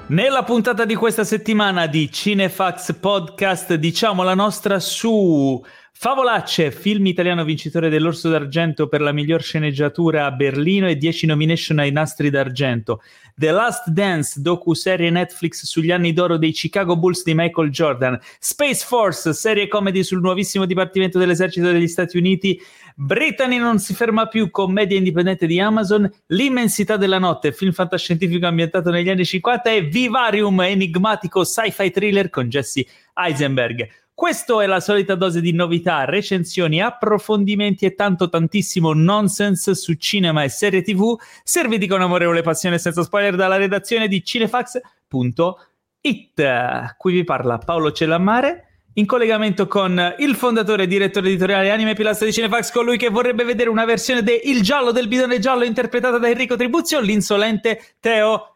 Nella puntata di questa settimana di Cinefax Podcast diciamo la nostra su Favolacce, film italiano vincitore dell'Orso d'Argento per la miglior sceneggiatura a Berlino e 10 nomination ai Nastri d'Argento. The Last Dance, docu-serie Netflix sugli anni d'oro dei Chicago Bulls di Michael Jordan. Space Force, serie comedy sul nuovissimo Dipartimento dell'Esercito degli Stati Uniti. Brittany non si ferma più, commedia indipendente di Amazon. L'immensità della notte, film fantascientifico ambientato negli anni 50 e Vivarium, enigmatico sci-fi thriller con Jesse Eisenberg. Questo è la solita dose di novità, recensioni, approfondimenti e tantissimo nonsense su cinema e serie TV, serviti con amorevole passione senza spoiler dalla redazione di cinefax.it. Qui vi parla Paolo Cellammare, in collegamento con il fondatore e direttore editoriale Anime Pilastro di Cinefax, colui che vorrebbe vedere una versione de Il giallo del bidone giallo interpretata da Enrico Tribuzio, l'insolente Teo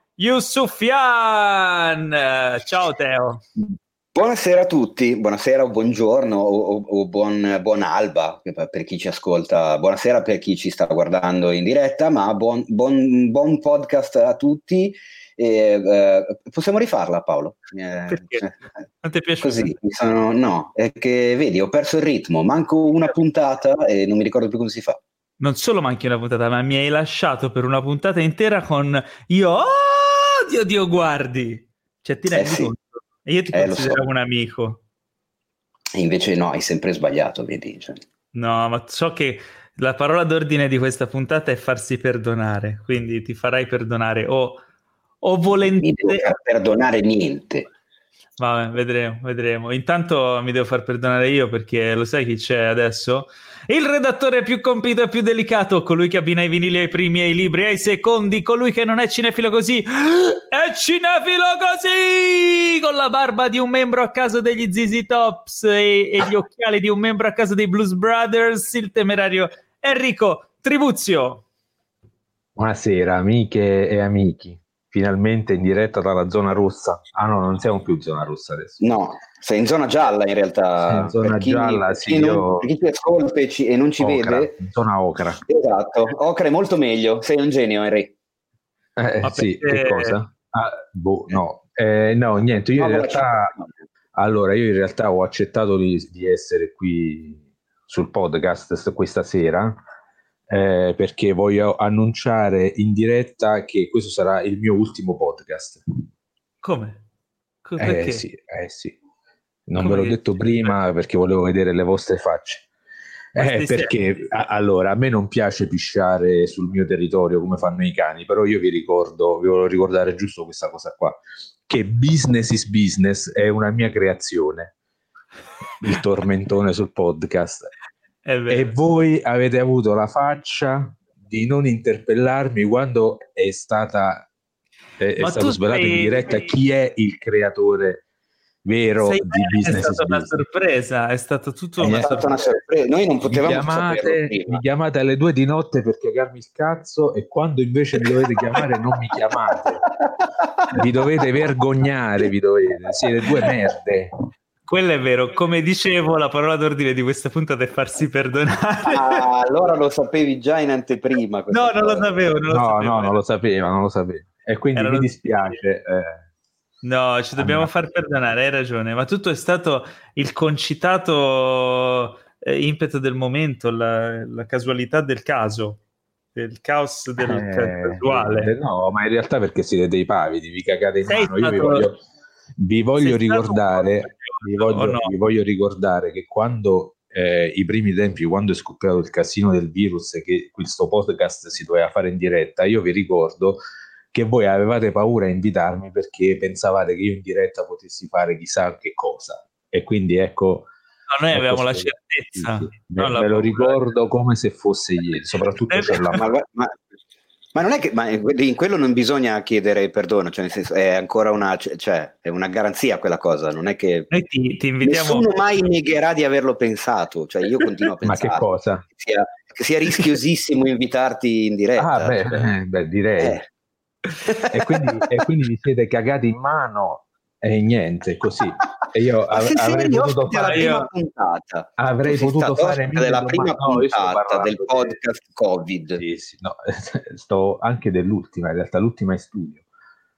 Yusufian. Ciao Teo. Buonasera a tutti, buonasera o buongiorno o buon alba per chi ci ascolta, buonasera per chi ci sta guardando in diretta, ma buon podcast a tutti. Possiamo rifarla, Paolo? Perché? Non ti è piaciuto? Così, no, è che vedi, ho perso il ritmo, manco una puntata e non mi ricordo più come si fa. Non solo manchi una puntata, ma mi hai lasciato per una puntata intera con io, Dio, guardi! Cioè ti rendi conto? E io ti consideravo un amico. E invece no, hai sempre sbagliato, vedi? Cioè. No, ma so che la parola d'ordine di questa puntata è farsi perdonare, quindi ti farai perdonare o volentieri. Mi devo far perdonare niente. Vabbè, vedremo. Intanto mi devo far perdonare io, perché lo sai chi c'è adesso? Il redattore più compito e più delicato, colui che abbina i vinili ai primi e ai libri ai secondi, colui che non è cinefilo così, è cinefilo così, con la barba di un membro a caso degli ZZ Tops e gli occhiali di un membro a caso dei Blues Brothers, il temerario Enrico Tribuzio. Buonasera amiche e amici. Finalmente in diretta dalla zona rossa. Ah no, non siamo più in zona rossa adesso. No, sei in zona gialla in realtà. Sei in zona gialla, sì. Per chi ci ascolta e non ci ocra, vede. Zona ocra. Esatto, ocra è molto meglio. Sei un genio, Henry. Sì, che cosa? No, niente, io in realtà ho accettato di essere qui sul podcast questa sera. Perché voglio annunciare in diretta che questo sarà il mio ultimo podcast. Come? Perché? Sì. Non ve l'ho detto prima perché volevo vedere le vostre facce. Perché allora a me non piace pisciare sul mio territorio come fanno i cani, però io vi voglio ricordare giusto questa cosa qua, che Business is Business è una mia creazione, il tormentone sul podcast. E voi avete avuto la faccia di non interpellarmi quando è stato svelato in diretta chi è il creatore vero di Business. È stata una sorpresa, è stato tutto una sorpresa. Noi non potevamo saperlo. Mi chiamate alle 2 di notte per cagarmi il cazzo e quando invece mi dovete chiamare non mi chiamate. Vi dovete vergognare, siete due merde. Quello è vero, come dicevo, la parola d'ordine di questa puntata è farsi perdonare. Allora lo sapevi già in anteprima. No, non lo sapevo. Non lo sapevo. E quindi mi dispiace. No, ci dobbiamo far perdonare, hai ragione, ma tutto è stato il concitato impeto del momento, la casualità del caso, il caos del casuale. No, ma in realtà perché siete dei pavidi, vi cagate in mano. Vi voglio ricordare che quando i primi tempi, quando è scoppiato il casino del virus e che questo podcast si doveva fare in diretta, io vi ricordo che voi avevate paura a invitarmi perché pensavate che io in diretta potessi fare chissà che cosa, e quindi ecco. No, noi avevamo la certezza. Me lo ricordo come se fosse ieri, soprattutto c'è la Ma non è che in quello non bisogna chiedere perdono, cioè nel senso è ancora è una garanzia quella cosa, non è che noi ti invitiamo. Nessuno mai negherà di averlo pensato, cioè io continuo a pensare ma che cosa? Che sia rischiosissimo invitarti in diretta. Direi. E quindi vi siete cagati in mano e niente, così. E io avrei potuto fare la prima puntata. Avrei potuto fare della prima puntata del podcast Covid. Sì, no, sto anche dell'ultima, in realtà l'ultima è studio.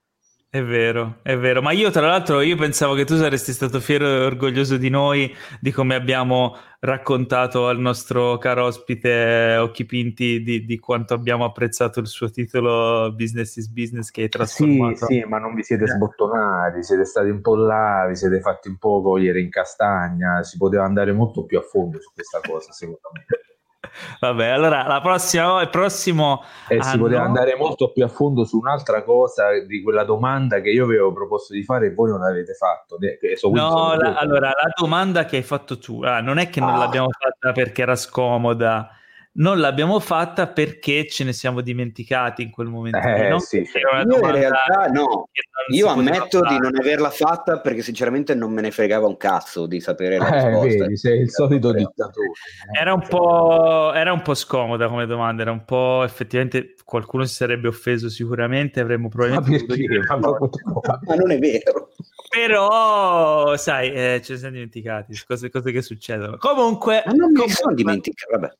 È vero, ma io tra l'altro pensavo che tu saresti stato fiero e orgoglioso di noi, di come abbiamo raccontato al nostro caro ospite Occhipinti di quanto abbiamo apprezzato il suo titolo Business is Business che hai trasformato. Sì, ma non vi siete sbottonati, siete stati un po' là, vi siete fatti un po' cogliere in castagna, si poteva andare molto più a fondo su questa cosa, secondo me. Vabbè, allora il prossimo anno... si poteva andare molto più a fondo su un'altra cosa di quella domanda che io vi avevo proposto di fare e voi non avete fatto. Allora, la domanda che hai fatto tu, non è che non l'abbiamo fatta perché era scomoda, non l'abbiamo fatta perché ce ne siamo dimenticati in quel momento. Sì. Io in realtà no, io ammetto di non averla fatta perché sinceramente non me ne fregava un cazzo di sapere la risposta. Vedi, sei il solito dittatore. Era un po' scomoda come domanda, era un po' effettivamente qualcuno si sarebbe offeso sicuramente, avremmo probabilmente ma non è vero. Però sai, ce ne siamo dimenticati, cose che succedono. Comunque non mi sono dimenticato, vabbè.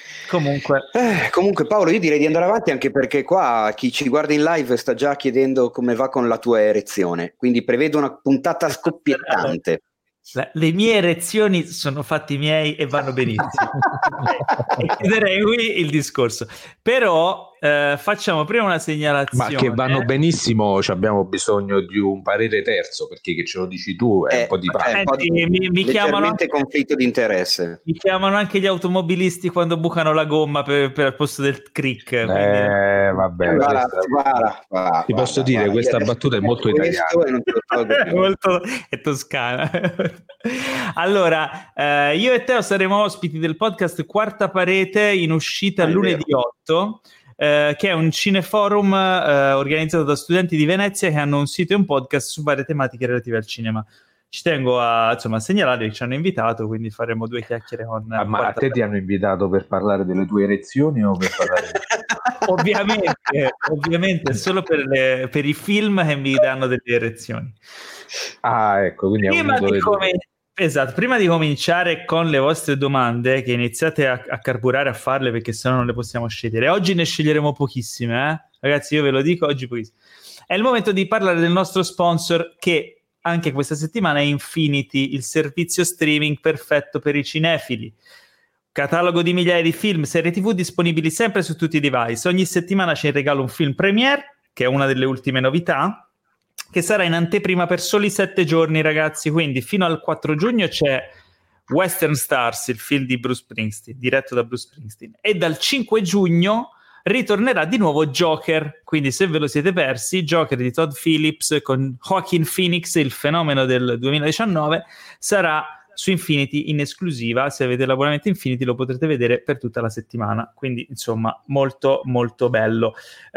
Comunque Paolo, io direi di andare avanti anche perché qua chi ci guarda in live sta già chiedendo come va con la tua erezione, quindi prevedo una puntata scoppiettante. Le mie erezioni sono fatti miei e vanno benissimo. E chiuderei qui il discorso. Però facciamo prima una segnalazione. Ma che vanno benissimo, abbiamo bisogno di un parere terzo, perché che ce lo dici tu è un po' di mi chiamano conflitto di interesse. Mi chiamano anche gli automobilisti quando bucano la gomma per al posto del crick. Vabbè, ti posso dire, questa battuta è molto italiana. Molto è toscana. Allora, io e Teo saremo ospiti del podcast Quarta Parete in uscita lunedì 8. Che è un cineforum organizzato da studenti di Venezia che hanno un sito e un podcast su varie tematiche relative al cinema. Ci tengo a segnalare che ci hanno invitato, quindi faremo 2 chiacchiere con... ma a te ti hanno invitato per parlare delle tue erezioni o per parlare ovviamente solo per i film che mi danno delle erezioni. Ecco, quindi prima di cominciare con le vostre domande, che iniziate a carburare a farle perché sennò non le possiamo scegliere. Oggi ne sceglieremo pochissime, ragazzi, io ve lo dico, oggi pochissime. È il momento di parlare del nostro sponsor, che anche questa settimana è Infinity, il servizio streaming perfetto per i cinefili. Catalogo di migliaia di film, serie TV disponibili sempre su tutti i device. Ogni settimana c'è in regalo un film premiere, che è una delle ultime novità, che sarà in anteprima per soli 7 giorni, ragazzi. Quindi fino al 4 giugno c'è Western Stars, il film di Bruce Springsteen, diretto da Bruce Springsteen, e dal 5 giugno ritornerà di nuovo Joker. Quindi se ve lo siete persi, Joker di Todd Phillips con Joaquin Phoenix, il fenomeno del 2019, sarà su Infinity in esclusiva. Se avete l'abbonamento Infinity lo potrete vedere per tutta la settimana, quindi insomma molto molto bello.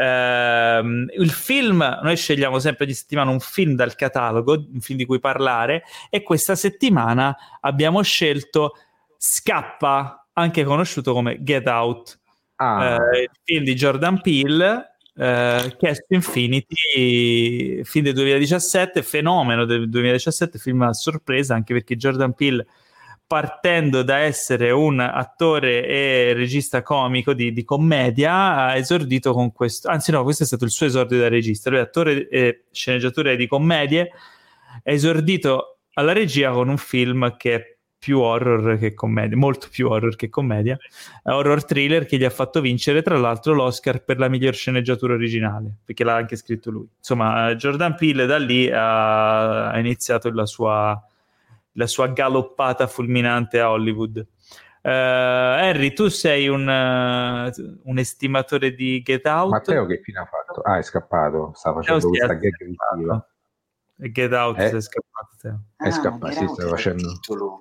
Il film, noi scegliamo sempre di settimana un film dal catalogo, un film di cui parlare, e questa settimana abbiamo scelto Scappa, anche conosciuto come Get Out, il film di Jordan Peele, che è su Infinity, film del 2017, fenomeno del 2017, film a sorpresa, anche perché Jordan Peele, partendo da essere un attore e regista comico di commedia, ha esordito con questo, anzi no, questo è stato il suo esordio da regista, lui è attore e sceneggiatore di commedie, è esordito alla regia con un film che è più horror che commedia, molto più horror che commedia, horror thriller, che gli ha fatto vincere tra l'altro l'Oscar per la miglior sceneggiatura originale, perché l'ha anche scritto lui. Insomma, Jordan Peele da lì ha iniziato la sua galoppata fulminante a Hollywood. Henry, tu sei un estimatore di Get Out? Matteo che fine ha fatto? È scappato, sta facendo questa gag visiva. Get Out è scappato, Teo. È scappato, si sta facendo...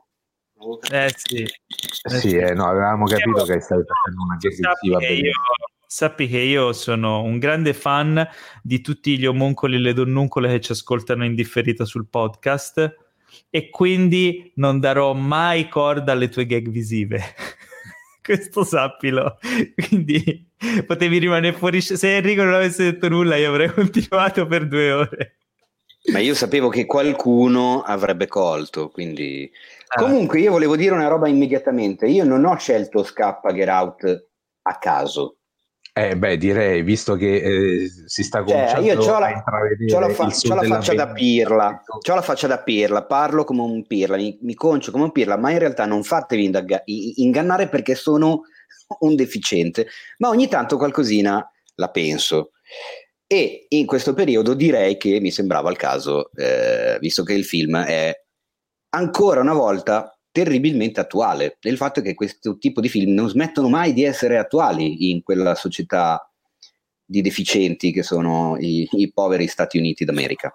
Sì, no, avevamo capito che stavi facendo una gag. Sappi che io sono un grande fan di tutti gli omuncoli e le donnuncole che ci ascoltano in differita sul podcast, e quindi non darò mai corda alle tue gag visive. Questo sappilo. Quindi potevi rimanere fuori. Se Enrico non avesse detto nulla, io avrei continuato per 2 ore. Ma io sapevo che qualcuno avrebbe colto, quindi... Comunque io volevo dire una roba immediatamente. Io non ho scelto Scappa Get Out a caso. Direi, visto che si sta cominciando io a intravedere c'ho la faccia da pirla, c'ho la faccia da pirla, parlo come un pirla, mi concio come un pirla, ma in realtà non fatevi ingannare perché sono un deficiente, ma ogni tanto qualcosina la penso. E in questo periodo direi che mi sembrava il caso, visto che il film è ancora una volta terribilmente attuale. Il fatto è che questo tipo di film non smettono mai di essere attuali in quella società di deficienti che sono i poveri Stati Uniti d'America.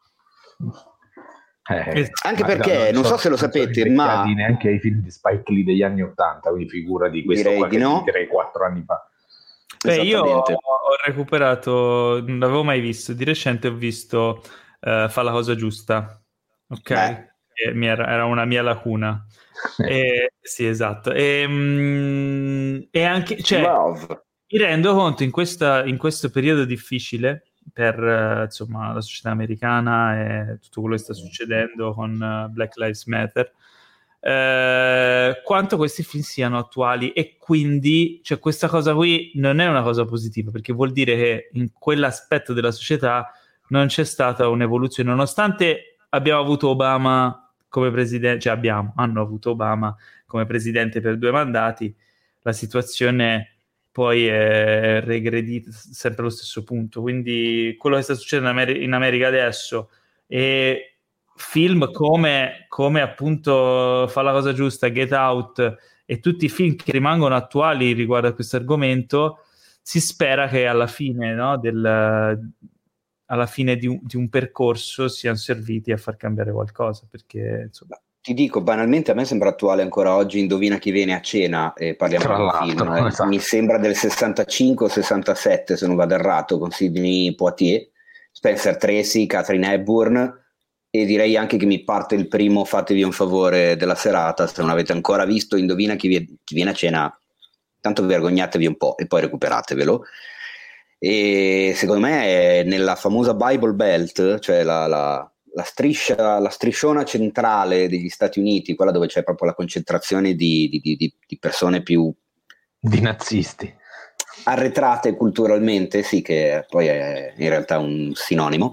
Anche perché, non so se lo sapete, ma neanche i film di Spike Lee degli anni '80, quindi figura di questo direi di no. 3-4 anni fa. Io ho recuperato, non l'avevo mai visto, di recente ho visto Fa la cosa giusta, ok? Era una mia lacuna. Sì, esatto. E anche, cioè, mi rendo conto in questo periodo difficile per insomma la società americana e tutto quello che sta succedendo con Black Lives Matter, quanto questi film siano attuali, e quindi cioè, questa cosa qui non è una cosa positiva, perché vuol dire che in quell'aspetto della società non c'è stata un'evoluzione, nonostante abbiamo avuto Obama come presidente, cioè hanno avuto Obama come presidente per 2 mandati, la situazione poi è regredita sempre allo stesso punto. Quindi quello che sta succedendo in America adesso, e film come appunto Fa la cosa giusta, Get Out e tutti i film che rimangono attuali riguardo a questo argomento, si spera che alla fine, no, alla fine di un percorso siano serviti a far cambiare qualcosa, perché insomma... Ti dico, banalmente a me sembra attuale ancora oggi Indovina chi viene a cena, e parliamo di un film, esatto. Mi sembra del 65-67 se non vado errato, con Sidney Poitier, Spencer Tracy, Katharine Hepburn, e direi anche che mi parte il primo fatevi un favore della serata. Se non avete ancora visto Indovina chi viene a cena, tanto vergognatevi un po' e poi recuperatevelo. E secondo me nella famosa Bible Belt, cioè la strisciona centrale degli Stati Uniti, quella dove c'è proprio la concentrazione di persone più di nazisti arretrate culturalmente, sì, che poi è in realtà un sinonimo,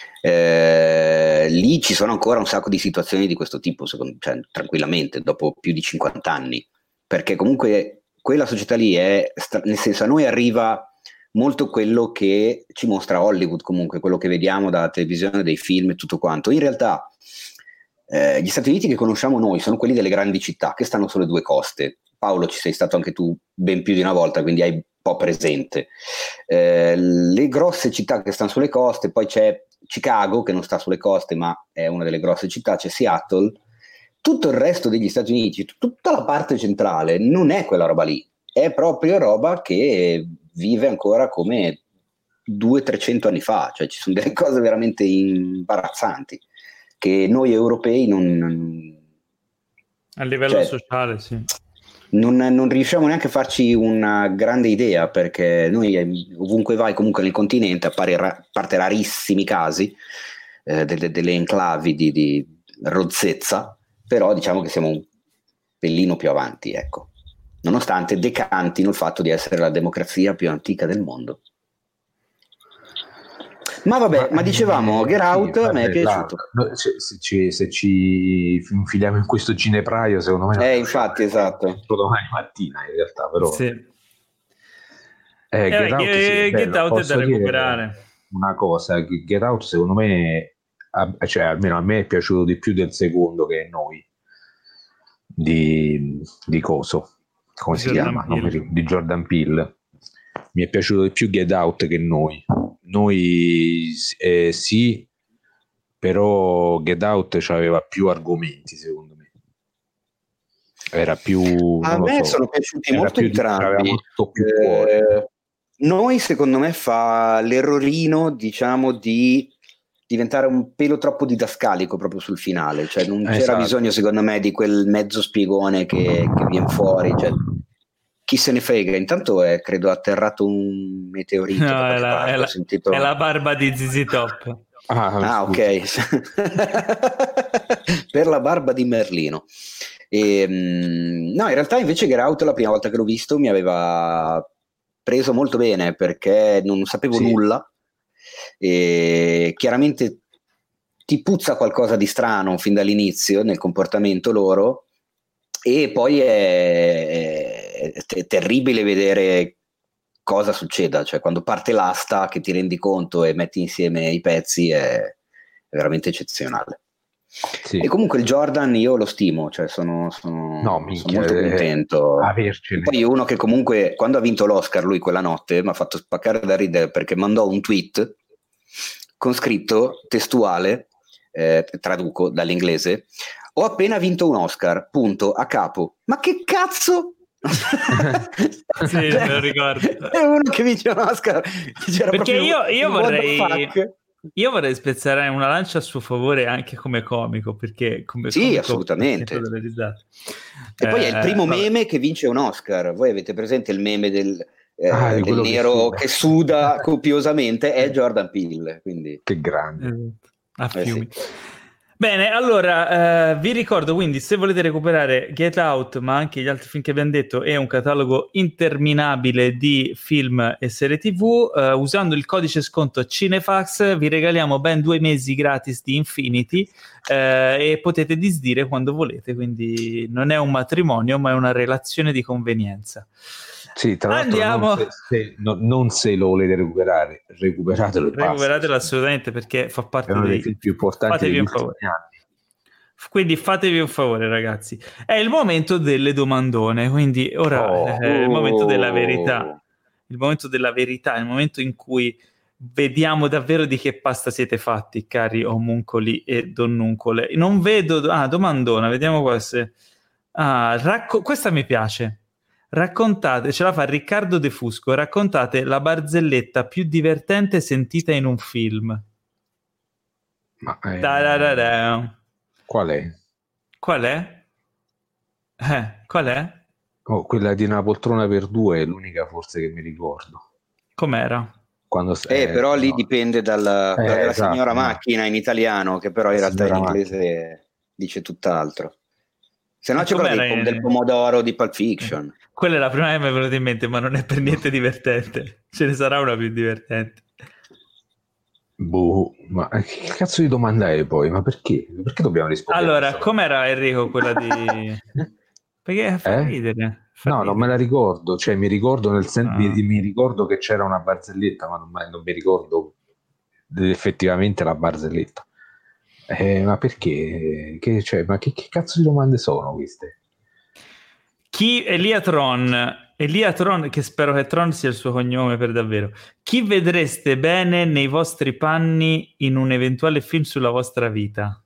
lì ci sono ancora un sacco di situazioni di questo tipo, cioè, tranquillamente dopo più di 50 anni, perché comunque quella società lì è, nel senso, a noi arriva molto quello che ci mostra Hollywood, comunque quello che vediamo dalla televisione, dei film e tutto quanto. In realtà gli Stati Uniti che conosciamo noi sono quelli delle grandi città che stanno sulle 2 coste. Paolo, ci sei stato anche tu ben più di una volta, quindi hai un po' presente le grosse città che stanno sulle coste. Poi c'è Chicago che non sta sulle coste ma è una delle grosse città, c'è Seattle. Tutto il resto degli Stati Uniti, tutta la parte centrale non è quella roba lì, è proprio roba che vive ancora come 200-300 anni fa, cioè ci sono delle cose veramente imbarazzanti che noi europei non a livello sociale, sì. Non riusciamo neanche a farci una grande idea, perché noi ovunque vai comunque nel continente, a parte rarissimi casi delle enclavi di rozzezza, però diciamo che siamo un pellino più avanti, ecco, nonostante decantino il fatto di essere la democrazia più antica del mondo. Ma vabbè, ma dicevamo, Get Out a me è piaciuto. Se ci infiliamo in questo cinepraio, secondo me infatti, esatto, domani mattina in realtà, però sì. Get Out è da recuperare. Una cosa, Get Out secondo me, cioè almeno a me è piaciuto di più del secondo, che è Noi di Coso, come si chiama? Di Jordan Peele. Mi è piaciuto di più Get Out che Noi sì, però Get Out aveva più argomenti, secondo me era più, a me sono piaciuti molto entrambi, molto più cuore. Noi secondo me fa l'errorino, diciamo, di diventare un pelo troppo didascalico proprio sul finale, cioè non c'era bisogno secondo me di quel mezzo spiegone che viene fuori, cioè chi se ne frega, intanto è credo atterrato un meteorito, è la barba di ZZ Top. Ok. Per la barba di Merlino. No, in realtà invece Get Out la prima volta che l'ho visto mi aveva preso molto bene perché non sapevo nulla e chiaramente ti puzza qualcosa di strano fin dall'inizio nel comportamento loro, e poi è terribile vedere cosa succeda, cioè quando parte l'asta che ti rendi conto e metti insieme i pezzi è veramente eccezionale. Sì. E comunque il Jordan io lo stimo, cioè sono molto contento. Poi uno che comunque quando ha vinto l'Oscar lui quella notte mi ha fatto spaccare da ridere perché mandò un tweet con scritto testuale, traduco dall'inglese: ho appena vinto un Oscar, punto, a capo. Ma che cazzo? Sì, me lo ricordo. È uno che vince un Oscar. Perché io vorrei spezzare una lancia a suo favore anche come comico, perché sì, assolutamente. E poi è il primo meme che vince un Oscar. Voi avete presente il meme del nero che suda copiosamente? È Jordan Peele, quindi che grande. A fiumi. Sì. Bene, allora vi ricordo quindi, se volete recuperare Get Out ma anche gli altri film che abbiamo detto, è un catalogo interminabile di film e serie TV. Usando il codice sconto Cinefax vi regaliamo ben 2 mesi gratis di Infinity e potete disdire quando volete, quindi non è un matrimonio ma è una relazione di convenienza. Sì, tra l'altro non se lo volete recuperare, recuperatelo assolutamente, perché fa parte dei film più importanti degli ultimi anni. Quindi fatevi un favore, ragazzi. È il momento delle domandone, quindi ora è il momento della verità. Il momento della verità, il momento in cui vediamo davvero di che pasta siete fatti, cari omuncoli e donnuncole. Non vedo... domandona, vediamo qua se... questa mi piace. Raccontate, ce la fa Riccardo De Fusco, raccontate la barzelletta più divertente sentita in un film. Ma Qual è? Qual è? Oh, quella di una poltrona per 2 è l'unica forse che mi ricordo. Com'era? Quando però lì dipende dalla signora macchina in italiano, che però in realtà in inglese dice tutt'altro. Se no c'è quella del pomodoro di Pulp Fiction. Quella è la prima che mi è venuta in mente, ma non è per niente divertente. Ce ne sarà una più divertente. Ma che cazzo di domanda è poi? Ma perché? Perché dobbiamo rispondere? Allora, com'era Enrico quella di... Perché fa ridere. Non me la ricordo. Cioè mi ricordo mi ricordo che c'era una barzelletta, ma non mi ricordo effettivamente la barzelletta. Ma perché? Ma che cazzo di domande sono queste? Eliatron, che spero che Tron sia il suo cognome per davvero. Chi vedreste bene nei vostri panni in un eventuale film sulla vostra vita?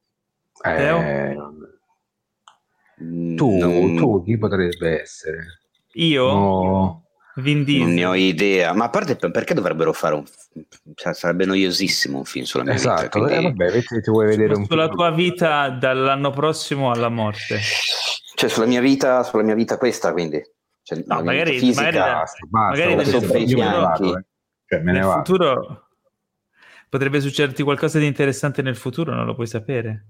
Tu chi potrebbe essere? Io? No. Vin Diesel. Non ne ho idea, ma a parte perché dovrebbero fare sarebbe noiosissimo un film sulla mia vita. Quindi... vabbè, ti vuoi vedere sulla tua vita dall'anno prossimo alla morte. Cioè sulla mia vita questa, quindi. Cioè, no, magari nel futuro potrebbe succederti qualcosa di interessante nel futuro, non lo puoi sapere.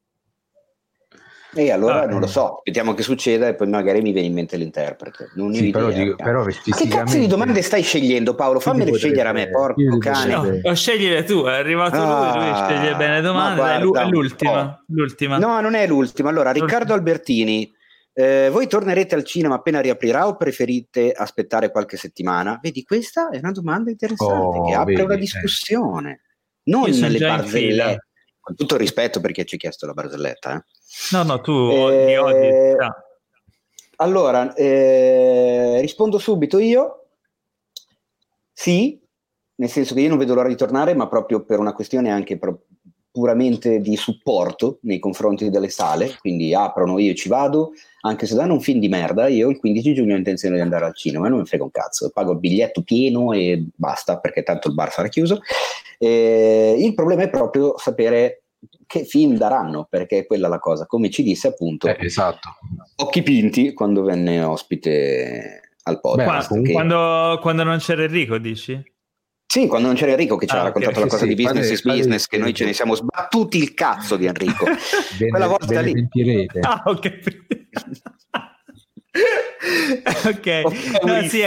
E allora non lo so, vediamo che succeda e poi magari mi viene in mente l'interprete. Non ho idea. Però che cazzo di domande stai scegliendo, Paolo? Fammele scegliere a me, porco cane. No, scegliere tu, è arrivato lui sceglie bene le domande. Guarda, è l'ultima. No, non è l'ultima. Allora, Riccardo Albertini, voi tornerete al cinema appena riaprirà o preferite aspettare qualche settimana? Vedi, questa è una domanda interessante che apre una discussione. Non le barzellette. Con tutto il rispetto per chi ci ha chiesto la barzelletta. No, tu odi. Allora, rispondo subito io. Sì, nel senso che io non vedo l'ora di tornare, ma proprio per una questione anche puramente di supporto nei confronti delle sale, quindi aprono, io ci vado, anche se danno un film di merda, io il 15 giugno ho intenzione di andare al cinema, non mi frega un cazzo, pago il biglietto pieno e basta, perché tanto il bar sarà chiuso. Il problema è proprio sapere che film daranno, perché è quella la cosa, come ci disse appunto esatto. Occhi Pinti quando venne ospite al podcast. Quando non c'era Enrico, dici? Sì, quando non c'era Enrico che ci ha raccontato la cosa di Business is Business, che noi ce ne siamo sbattuti il cazzo di Enrico. Quella volta lì. Ok. Ok, no, sì,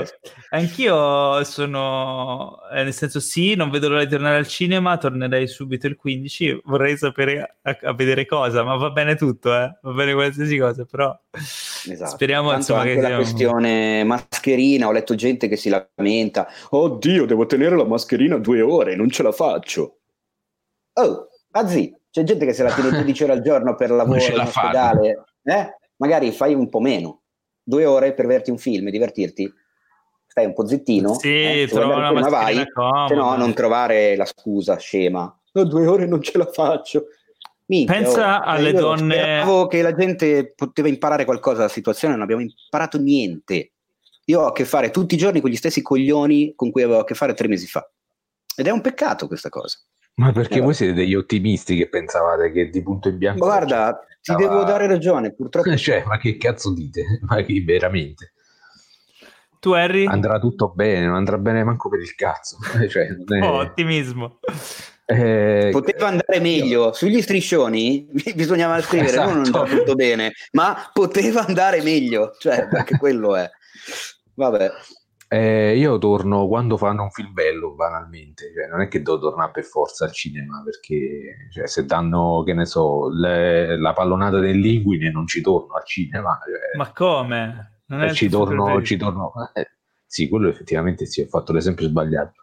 anch'io sono, nel senso sì, non vedo l'ora di tornare al cinema, tornerei subito il 15, vorrei sapere a vedere cosa, ma va bene tutto, va bene qualsiasi cosa, però Esatto. speriamo Tanto insomma anche che la questione mascherina, ho letto gente che si lamenta, oddio, devo tenere la mascherina 2 ore, non ce la faccio. Oh, azzi, c'è gente che se la tiene 12 ore al giorno per lavoro in ospedale, magari fai un po' meno, 2 ore per vederti un film e divertirti, stai un po' zittino, sì, se vuoi andare una prima vai, se no comoda. non trovare la scusa scema, 2 ore non ce la faccio. Minchia, Pensa alle io donne. Speravo che la gente poteva imparare qualcosa dalla situazione, non abbiamo imparato niente. Io ho a che fare tutti i giorni con gli stessi coglioni con cui avevo a che fare 3 mesi fa. Ed è un peccato questa cosa. Ma perché voi siete degli ottimisti che pensavate che di punto in bianco... Guarda, ti devo dare ragione, purtroppo. Cioè, ma che cazzo dite? Ma che veramente? Tu, Harry? Andrà tutto bene, non andrà bene manco per il cazzo. Cioè, non è... ottimismo. Poteva andare meglio. Sugli striscioni bisognava scrivere, esatto. Non andrà tutto bene, ma poteva andare meglio. Cioè, anche quello è. Vabbè. Io torno quando fanno un film bello, banalmente, cioè, non è che devo tornare per forza al cinema, perché cioè, se danno, che ne so, la pallonata del Linguine non ci torno al cinema. Cioè, ma come? Non è ci torno. Sì, quello effettivamente sì, ho fatto l'esempio sbagliato.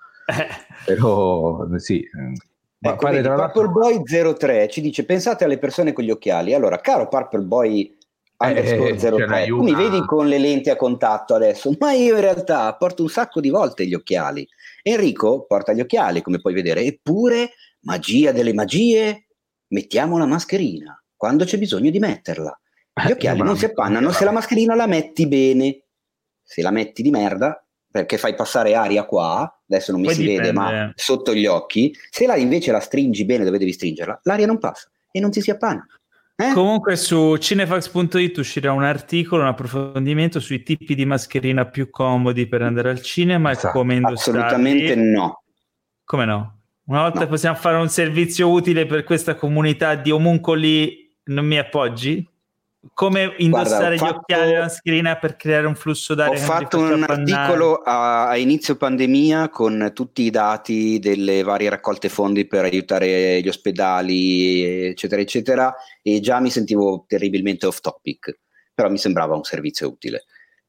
Però sì. Ecco, vedi, Purple Boy 03 ci dice: pensate alle persone con gli occhiali. Allora, caro Purple Boy _ 03, tu mi vedi con le lenti a contatto adesso, ma io in realtà porto un sacco di volte gli occhiali. Enrico porta gli occhiali, come puoi vedere, eppure, magia delle magie, mettiamo la mascherina quando c'è bisogno di metterla. Gli occhiali non si appannano se la mascherina la metti bene. Se la metti di merda, perché fai passare aria qua, adesso non mi si vede, ma sotto gli occhi, se la invece la stringi bene dove devi stringerla, l'aria non passa e non ti si appanna. Comunque su cinefax.it uscirà un articolo, un approfondimento sui tipi di mascherina più comodi per andare al cinema, esatto. E come indossarli. Assolutamente no. Come no? Una volta possiamo fare un servizio utile per questa comunità di omuncoli, non mi appoggi? Come indossare gli occhiali e la mascherina per creare un flusso d'aria. Ho fatto un articolo a inizio pandemia con tutti i dati delle varie raccolte fondi per aiutare gli ospedali, eccetera, eccetera, e già mi sentivo terribilmente off topic, però mi sembrava un servizio utile.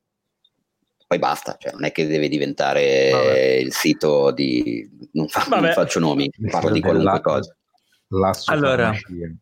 Poi basta, cioè non è che deve diventare il sito di... Non faccio nomi, parlo di qualunque cosa. Allora...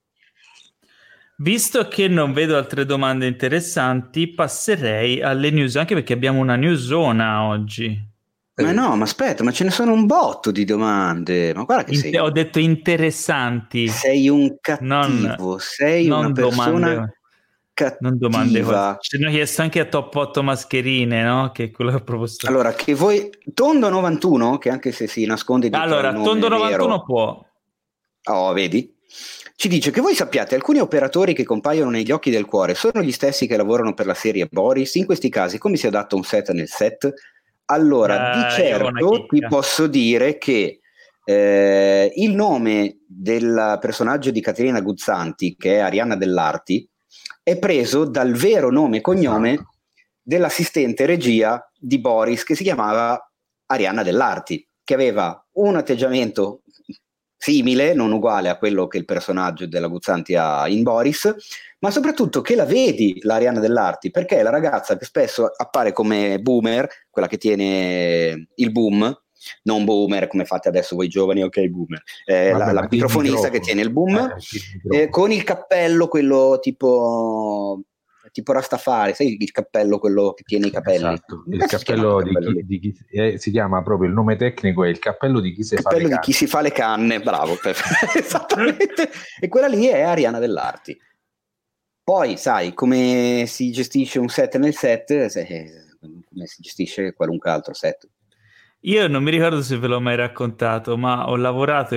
Visto che non vedo altre domande interessanti, passerei alle news, anche perché abbiamo una newsona oggi. Ma no, ma aspetta, ma ce ne sono un botto di domande. Ma guarda che sei... Ho detto interessanti. Sei un cattivo, sei una persona cattiva. Non domande. Ci hanno chiesto anche a Top 8 mascherine, no? Che è quello che ho proposto. Allora, che voi... Tondo 91, che anche se si nasconde dietro allora, il nome Tondo 91 vero... può. Oh, vedi? Ci dice che voi sappiate, alcuni operatori che compaiono negli occhi del cuore sono gli stessi che lavorano per la serie Boris. In questi casi come si adatta un set nel set? Allora, di certo ti posso dire che il nome del personaggio di Caterina Guzzanti, che è Arianna Dell'Arti, è preso dal vero nome e cognome dell'assistente regia di Boris, che si chiamava Arianna Dell'Arti, che aveva un atteggiamento simile, non uguale a quello che il personaggio della Guzzanti ha in Boris, ma soprattutto che la vedi l'Arianna Dell'Arti, perché è la ragazza che spesso appare come boomer, quella che tiene il boom, non boomer come fate adesso voi giovani, ok boomer, la microfonista che tiene il boom, con il cappello, quello tipo Rastafari, sai il cappello, quello che tiene i capelli. Esatto, il cappello di chi si chiama proprio, il nome tecnico è il cappello di chi si fa le canne. Chi si fa le canne, bravo, esattamente. E quella lì è Arianna Dell'Arti. Poi sai come si gestisce un set nel set, come si gestisce qualunque altro set. Io non mi ricordo se ve l'ho mai raccontato, ma ho lavorato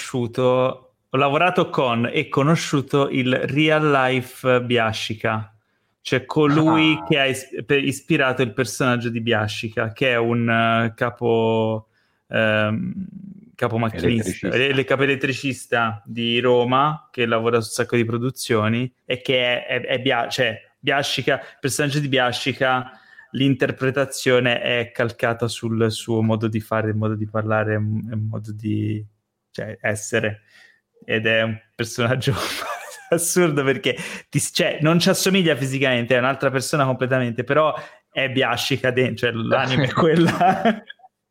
con e conosciuto il real life Biascica, cioè colui che ha ispirato il personaggio di Biascica, che è un capo macchinista, capo elettricista di Roma, che lavora su un sacco di produzioni e che cioè il personaggio di Biascica, l'interpretazione è calcata sul suo modo di fare, il modo di parlare, il modo di essere, ed è un personaggio assurdo perché non ci assomiglia fisicamente, è un'altra persona completamente, però è Biascica dentro, cioè l'anima è quella.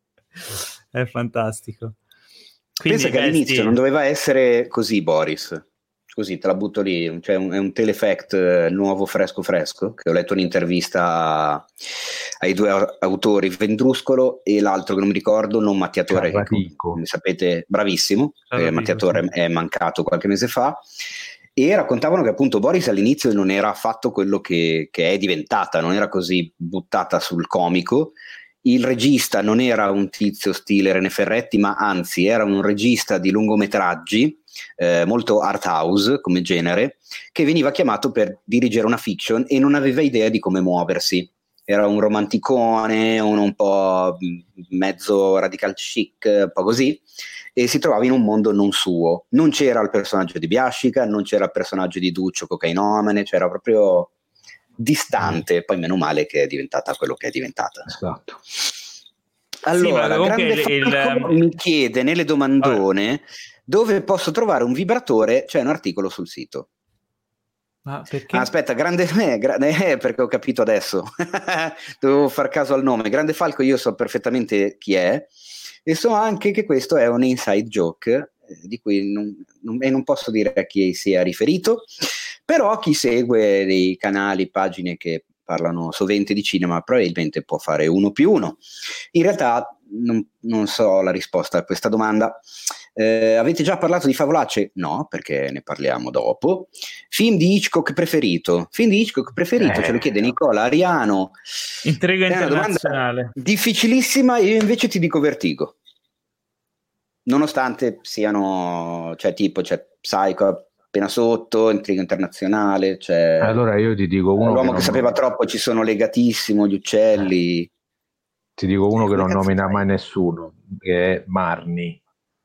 È fantastico. Quindi, pensa che all'inizio non doveva essere così, Boris. Così te la butto lì, cioè è un telefact nuovo fresco, che ho letto un'intervista ai due autori, Vendruscolo e l'altro che non mi ricordo, non Mattiatore, che, come sapete, bravissimo, Mattiatore è mancato qualche mese fa, e raccontavano che appunto Boris all'inizio non era affatto quello che è diventata, non era così buttata sul comico. Il regista non era un tizio stile René Ferretti, ma anzi era un regista di lungometraggi, molto art house come genere, che veniva chiamato per dirigere una fiction e non aveva idea di come muoversi. Era un romanticone, un po' mezzo radical chic, un po' così, e si trovava in un mondo non suo. Non c'era il personaggio di Biascica, non c'era il personaggio di Duccio cocainomane, c'era proprio distante. Poi meno male che è diventata quello che è diventata. Esatto. Allora, Grande mi chiede nelle domandone dove posso trovare un vibratore. C'è un articolo sul sito. Ma perché? Aspetta, perché ho capito adesso. Dovevo far caso al nome. Grande Falco, io so perfettamente chi è e so anche che questo è un inside joke di cui non posso dire a chi sia riferito, però chi segue dei canali, pagine che parlano sovente di cinema probabilmente può fare 1+1. In realtà non so la risposta a questa domanda. Avete già parlato di favolacce? No, perché ne parliamo dopo. Film di Hitchcock preferito? Ce lo chiede Nicola Ariano. Intriga internazionale. Difficilissima, io invece ti dico Vertigo. Nonostante siano, c'è Psycho appena sotto, Intriga internazionale, c'è allora io ti dico uno L'uomo che sapeva troppo, ci sono Legatissimo, Gli uccelli. Ti dico uno che non nomina mai nessuno, che è Marni.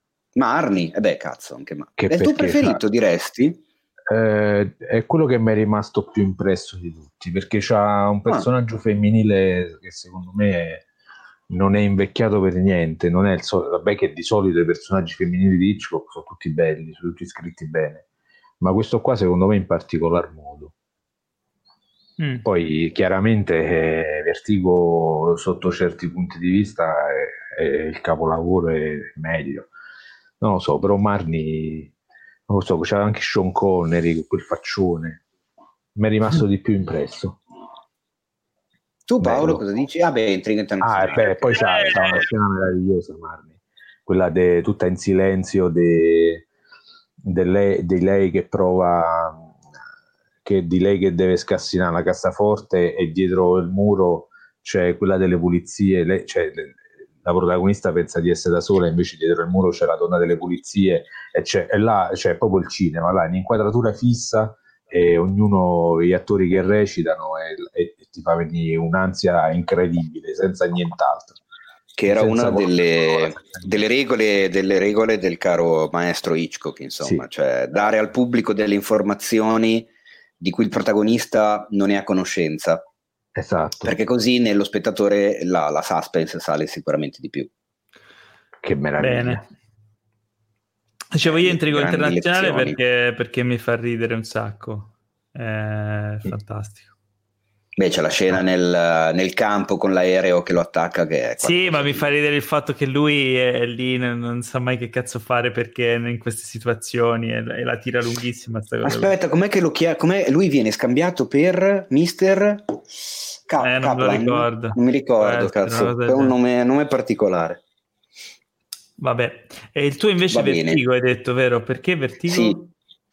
Cazzo, anche è il tuo preferito, diresti? È quello che mi è rimasto più impresso di tutti, perché c'ha un personaggio femminile che secondo me non è invecchiato per niente, non è vabbè che di solito i personaggi femminili di Hitchcock sono tutti belli, sono tutti scritti bene, ma questo qua secondo me in particolar modo. Poi chiaramente Vertigo sotto certi punti di vista è il capolavoro, è meglio, non lo so, però Marni non lo so, c'era anche Sean Connery con quel faccione, mi è rimasto di più impresso. Tu Paolo cosa dici? Intriga internazionale. Poi c'ha una scena meravigliosa Marni, quella tutta in silenzio di lei che prova, di lei che deve scassinare la cassaforte e dietro il muro c'è quella delle pulizie, la protagonista pensa di essere da sola, invece dietro il muro c'è la donna delle pulizie e là c'è proprio il cinema, là in inquadratura fissa, e ognuno, gli attori che recitano e ti fa venire un'ansia incredibile senza nient'altro, che era una delle regole del caro maestro Hitchcock, insomma, sì. Cioè dare al pubblico delle informazioni di cui il protagonista non è a conoscenza. Esatto. Perché così nello spettatore la suspense sale sicuramente di più. Che meraviglia. Bene. Dicevo io Intrigo internazionale perché mi fa ridere un sacco. È fantastico. Beh, c'è la scena nel campo con l'aereo che lo attacca, che è sì, ma mi fa ridere il fatto che lui è lì, non sa mai che cazzo fare perché in queste situazioni e la tira lunghissima sta cosa. Aspetta, com'è che com'è lui viene scambiato per Mister non me lo ricordo. Non mi ricordo, cazzo, è un nome particolare. Vabbè, e il tuo invece Vertigo hai detto, vero? Perché Vertigo? Sì.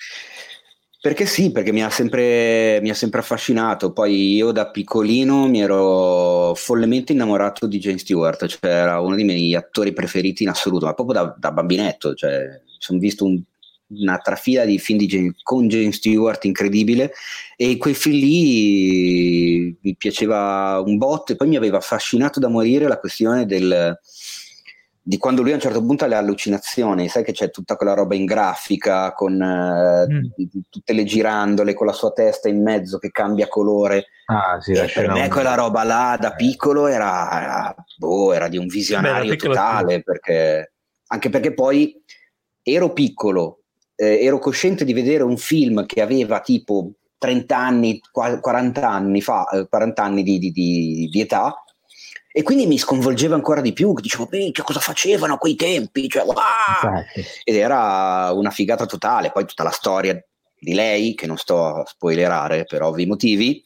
Perché mi ha sempre affascinato. Poi io da piccolino mi ero follemente innamorato di James Stewart, cioè era uno dei miei attori preferiti in assoluto, ma proprio da bambinetto, cioè sono visto una trafila di film con James Stewart incredibile, e quei film lì mi piaceva un botto, e poi mi aveva affascinato da morire la questione di quando lui a un certo punto ha le allucinazioni, sai che c'è tutta quella roba in grafica con tutte le girandole con la sua testa in mezzo che cambia colore. Sì, e per me quella roba là da piccolo era di un visionario totale, anche perché poi ero piccolo, ero cosciente di vedere un film che aveva tipo 30 anni, 40 anni fa, 40 anni di età, e quindi mi sconvolgeva ancora di più, dicevo, che cosa facevano a quei tempi, cioè, wow! Ed era una figata totale. Poi tutta la storia di lei, che non sto a spoilerare per ovvi motivi,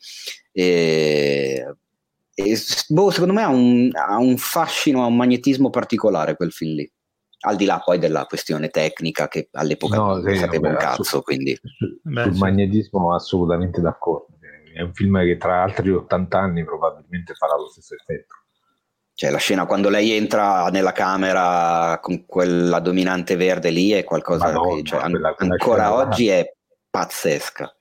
secondo me ha un fascino, ha un magnetismo particolare quel film lì, al di là poi della questione tecnica che all'epoca non sapeva un cazzo, quindi sul magnetismo assolutamente d'accordo. È un film che tra altri 80 anni probabilmente farà lo stesso effetto. Cioè la scena quando lei entra nella camera con quella dominante verde lì è qualcosa che ancora oggi è pazzesca.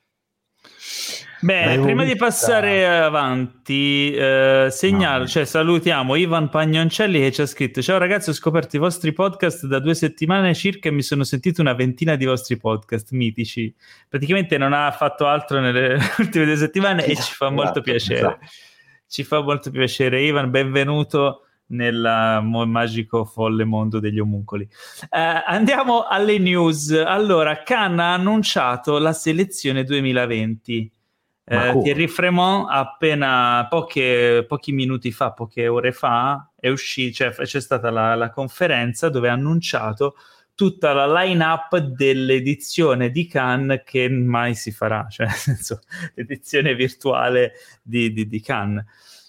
Bene, prima di passare avanti, segnalo, salutiamo Ivan Pagnoncelli che ci ha scritto: ciao ragazzi, ho scoperto i vostri podcast da 2 settimane circa e mi sono sentito una ventina di vostri podcast mitici. Praticamente non ha fatto altro nelle ultime 2 settimane e ci fa molto piacere. Ci fa molto piacere, Ivan, benvenuto nel magico folle mondo degli omuncoli. Andiamo alle news. Allora, Cannes ha annunciato la selezione 2020. Thierry Fremont appena pochi minuti fa, poche ore fa, è uscito, c'è stata la conferenza dove ha annunciato tutta la line-up dell'edizione di Cannes che mai si farà, cioè nel senso l'edizione virtuale di Cannes.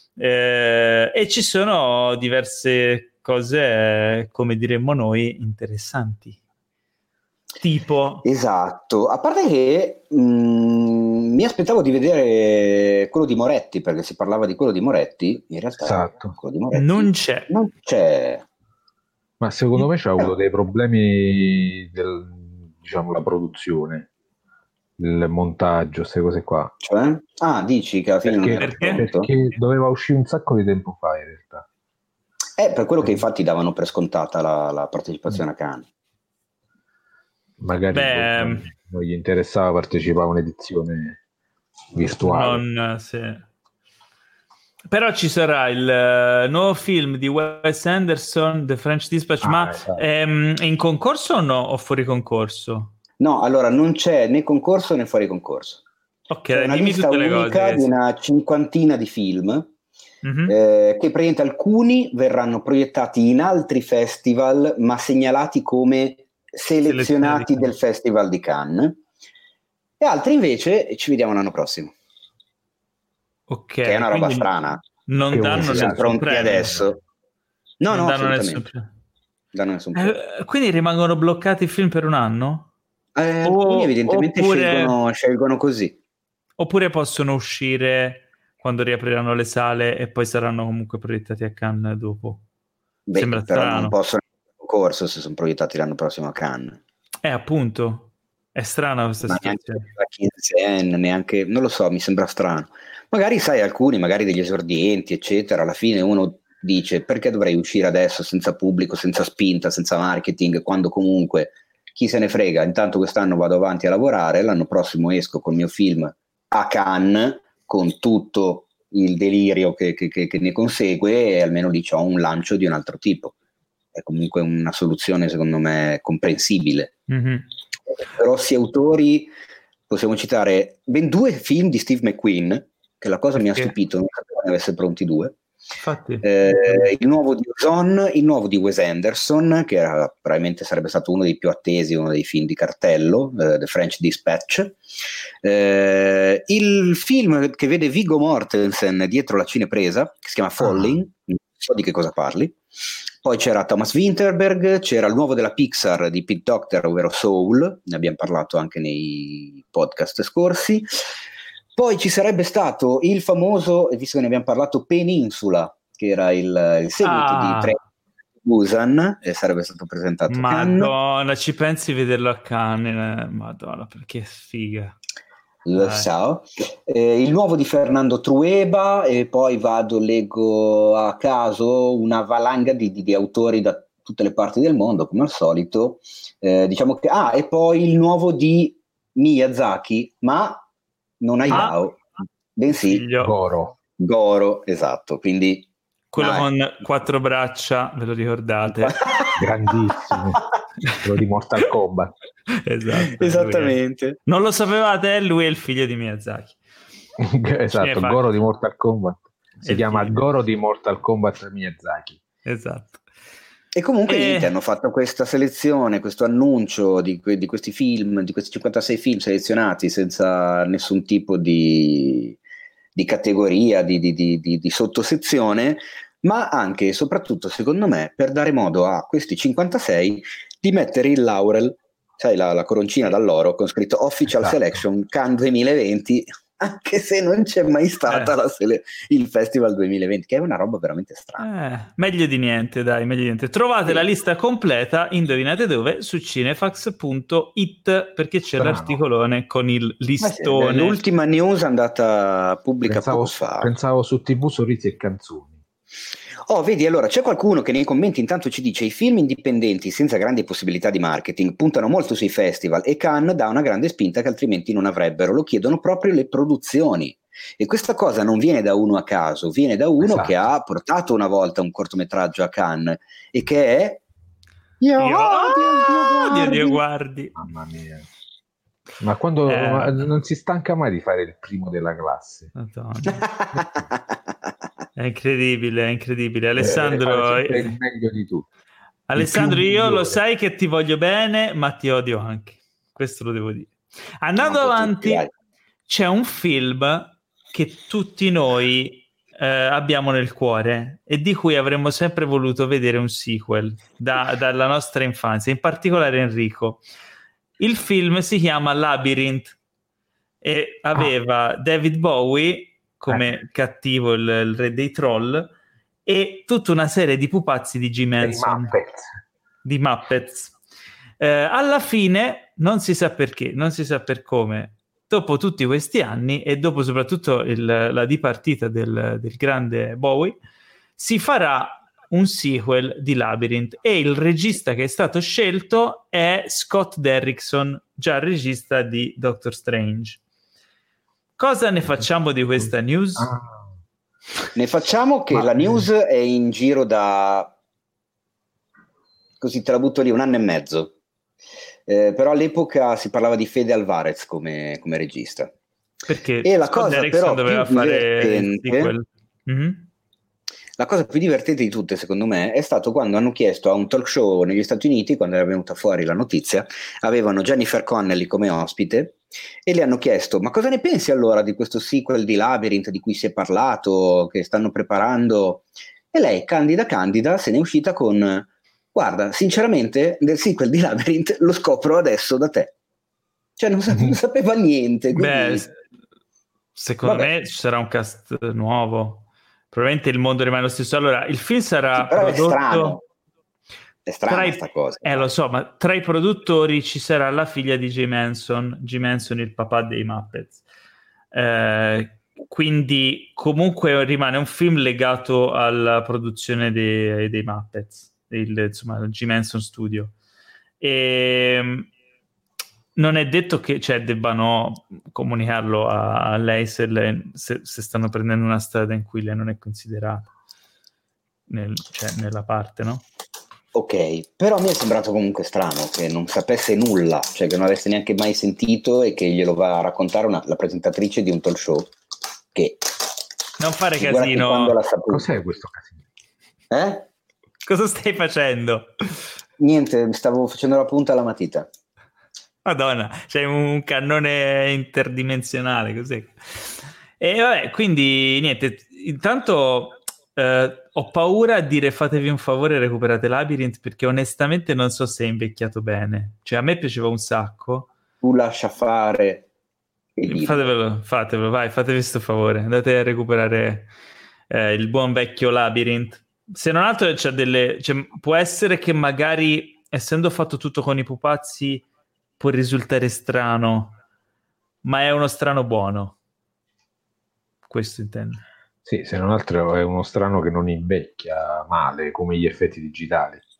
E ci sono diverse cose, come diremmo noi, interessanti. Tipo? Esatto, a parte che mi aspettavo di vedere quello di Moretti, perché si parlava di quello di Moretti, in realtà quello di Moretti non c'è. Ma secondo me c'ha avuto dei problemi la produzione, il montaggio, queste cose qua. Cioè? Dici che alla fine perché doveva uscire un sacco di tempo fa in realtà. Per quello che infatti davano per scontata la partecipazione a Cannes. Magari non gli interessava partecipare a un'edizione virtuale. Però ci sarà il nuovo film di Wes Anderson, The French Dispatch, è in concorso o no? O fuori concorso? No, allora non c'è né concorso né fuori concorso. Ok, c'è una lista unica di una 50ina di film che praticamente alcuni verranno proiettati in altri festival ma segnalati come selezionati del Festival di Cannes, e altri invece ci vediamo l'anno prossimo. Ok, che è una roba strana. Non danno nessun pronti premio adesso. No, non danno nessun premio. Quindi rimangono bloccati i film per un anno? Alcuni evidentemente scelgono così. Oppure possono uscire quando riapriranno le sale e poi saranno comunque proiettati a Cannes dopo. Sembra però strano. Non possono corso se sono proiettati l'anno prossimo a Cannes. Appunto, è strana questa situazione. Neanche, non lo so, mi sembra strano. Magari sai, alcuni, magari degli esordienti, eccetera, alla fine uno dice: perché dovrei uscire adesso senza pubblico, senza spinta, senza marketing, quando comunque chi se ne frega, intanto quest'anno vado avanti a lavorare, l'anno prossimo esco col mio film a Cannes con tutto il delirio che ne consegue, e almeno lì c'ho un lancio di un altro tipo. È comunque una soluzione secondo me comprensibile. Grossi autori, possiamo citare ben 2 film di Steve McQueen, che la cosa mi ha stupito, non sapevo ne avesse pronti 2. Infatti. Il nuovo di Ozon, il nuovo di Wes Anderson, che probabilmente sarebbe stato uno dei più attesi, uno dei film di cartello, The French Dispatch, il film che vede Viggo Mortensen dietro la cinepresa, che si chiama Falling, non so di che cosa parli. Poi c'era Thomas Winterberg, c'era il nuovo della Pixar di Pete Docter, ovvero Soul, ne abbiamo parlato anche nei podcast scorsi. Poi ci sarebbe stato il famoso, visto che ne abbiamo parlato, Peninsula, che era il seguito di Train to Busan, e sarebbe stato presentato a Cannes. Madonna, ci pensi a vederlo a Cannes? Madonna, perché sfiga. Lo so. Il nuovo di Fernando Trueba, e poi leggo a caso una valanga di autori da tutte le parti del mondo, come al solito. Diciamo che e poi il nuovo di Miyazaki, ma non Hayao, bensì Goro, esatto, quindi quello con 4 braccia, ve lo ricordate? Grandissimo, quello di Mortal Kombat. Esatto, esattamente. Non lo sapevate, lui è il figlio di Miyazaki. Esatto, Goro di Mortal Kombat. Si chiama Goro di Mortal Kombat Miyazaki. Esatto. E comunque niente, hanno fatto questa selezione, questo annuncio di questi film, di questi 56 film selezionati senza nessun tipo di categoria, di sottosezione, ma anche e soprattutto, secondo me, per dare modo a questi 56 di mettere il laurel, sai, la coroncina d'alloro con scritto Official Selection Cannes 2020, anche se non c'è mai stata il Festival 2020, che è una roba veramente strana. Meglio di niente, dai, meglio di niente. Trovate la lista completa, indovinate dove, su cinefax.it, perché c'è l'articolone con il listone. L'ultima news è andata pubblica poco fa. Pensavo su TV Sorrisi e Canzoni. Vedi, allora c'è qualcuno che nei commenti intanto ci dice: i film indipendenti senza grandi possibilità di marketing puntano molto sui festival e Cannes dà una grande spinta che altrimenti non avrebbero, lo chiedono proprio le produzioni, e questa cosa non viene da uno a caso, viene da uno che ha portato una volta un cortometraggio a Cannes e che è Dio guardi. Mamma mia, ma quando non si stanca mai di fare il primo della classe. È incredibile. Alessandro, è il meglio di tutto. Alessandro, io lo sai che ti voglio bene, ma ti odio anche. Questo lo devo dire. Andando avanti, c'è un film che tutti noi abbiamo nel cuore e di cui avremmo sempre voluto vedere un sequel dalla nostra infanzia, in particolare Enrico. Il film si chiama Labyrinth e aveva David Bowie come cattivo, il re dei troll, e tutta una serie di pupazzi di Jim Henson, di Muppets. Alla fine non si sa perché, non si sa per come, dopo tutti questi anni e dopo soprattutto la dipartita del grande Bowie, si farà un sequel di Labyrinth e il regista che è stato scelto è Scott Derrickson, già regista di Doctor Strange. Cosa ne facciamo di questa news? Ne facciamo che la news è in giro da, così te la butto lì, 1 anno e mezzo. Però all'epoca si parlava di Fede Alvarez come regista. Perché e la cosa però doveva fare il sequel. La cosa più divertente di tutte, secondo me, è stato quando hanno chiesto a un talk show negli Stati Uniti, quando era venuta fuori la notizia, avevano Jennifer Connelly come ospite e le hanno chiesto: ma cosa ne pensi allora di questo sequel di Labyrinth di cui si è parlato, che stanno preparando? E lei, candida, se n'è uscita con: guarda, sinceramente del sequel di Labyrinth lo scopro adesso da te. Cioè non sapeva niente. Quindi... secondo me ci sarà un cast nuovo. Probabilmente il mondo rimane lo stesso. Allora, il film sarà prodotto... È strana questa cosa. Lo so, ma tra i produttori ci sarà la figlia di Jim Henson, il papà dei Muppets. Quindi comunque rimane un film legato alla produzione dei Muppets, il Jim Henson Studio. E non è detto che debbano comunicarlo a lei se stanno prendendo una strada in cui lei non è considerata nella parte, no? Ok, però mi è sembrato comunque strano che non sapesse nulla, cioè che non avesse neanche mai sentito e che glielo va a raccontare la presentatrice di un talk show che... Non fare casino. Cos'è questo casino? Cosa stai facendo? Niente, stavo facendo la punta alla matita. Madonna, c'è un cannone interdimensionale, così. E vabbè, quindi niente, intanto ho paura a dire fatevi un favore e recuperate Labyrinth, perché onestamente non so se è invecchiato bene. Cioè a me piaceva un sacco. Tu lascia fare. Fatevelo, vai, fatevi questo favore, andate a recuperare il buon vecchio Labyrinth. Se non altro può essere che magari, essendo fatto tutto con i pupazzi, può risultare strano, ma è uno strano buono. Questo intendo. Sì, se non altro è uno strano che non invecchia male, come gli effetti digitali.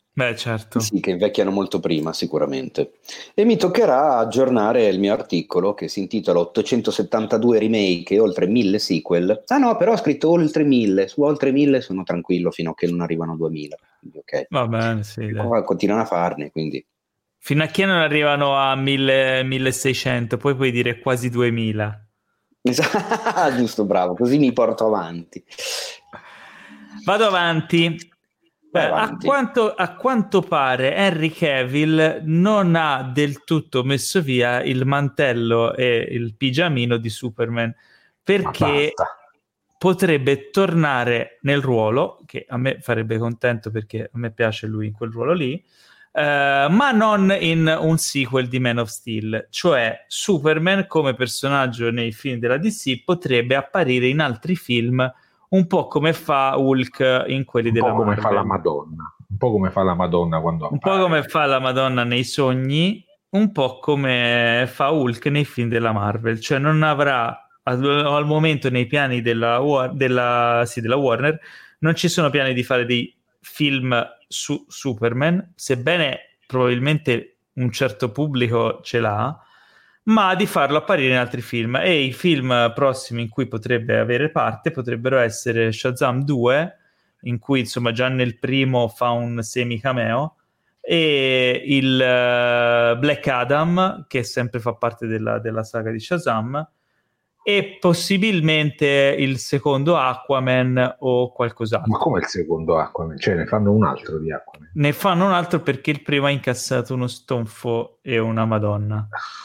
Beh, certo. Sì, che invecchiano molto prima sicuramente. E mi toccherà aggiornare il mio articolo che si intitola 872 remake e oltre 1000 sequel. Ah no, però ho scritto oltre 1000, su oltre 1000 sono tranquillo fino a che non arrivano a 2000. Quindi, ok. Va bene, sì. E qua continuano a farne, quindi... Fino a che non arrivano a 1000, 1600, poi puoi dire quasi 2000. Giusto, bravo, così mi porto avanti. Vado avanti. Avanti. A quanto pare Henry Cavill non ha del tutto messo via il mantello e il pigiamino di Superman, perché potrebbe tornare nel ruolo, che a me farebbe contento perché a me piace lui in quel ruolo lì, ma non in un sequel di Man of Steel. Cioè Superman come personaggio nei film della DC potrebbe apparire in altri film, un po' come fa Hulk in quelli della Marvel. Un po' come fa la Madonna. Un po' come fa la Madonna quando appare. Un po' come fa la Madonna nei sogni, un po' come fa Hulk nei film della Marvel. Cioè non avrà, al momento nei piani della Warner, non ci sono piani di fare dei film su Superman, sebbene probabilmente un certo pubblico ce l'ha, ma di farlo apparire in altri film. E i film prossimi in cui potrebbe avere parte potrebbero essere Shazam 2, in cui insomma già nel primo fa un semi cameo, e il Black Adam, che sempre fa parte della saga di Shazam, e possibilmente il secondo Aquaman o qualcos'altro. Ma come il secondo Aquaman? Cioè ne fanno un altro di Aquaman? Ne fanno un altro perché il primo ha incassato uno stonfo e una Madonna.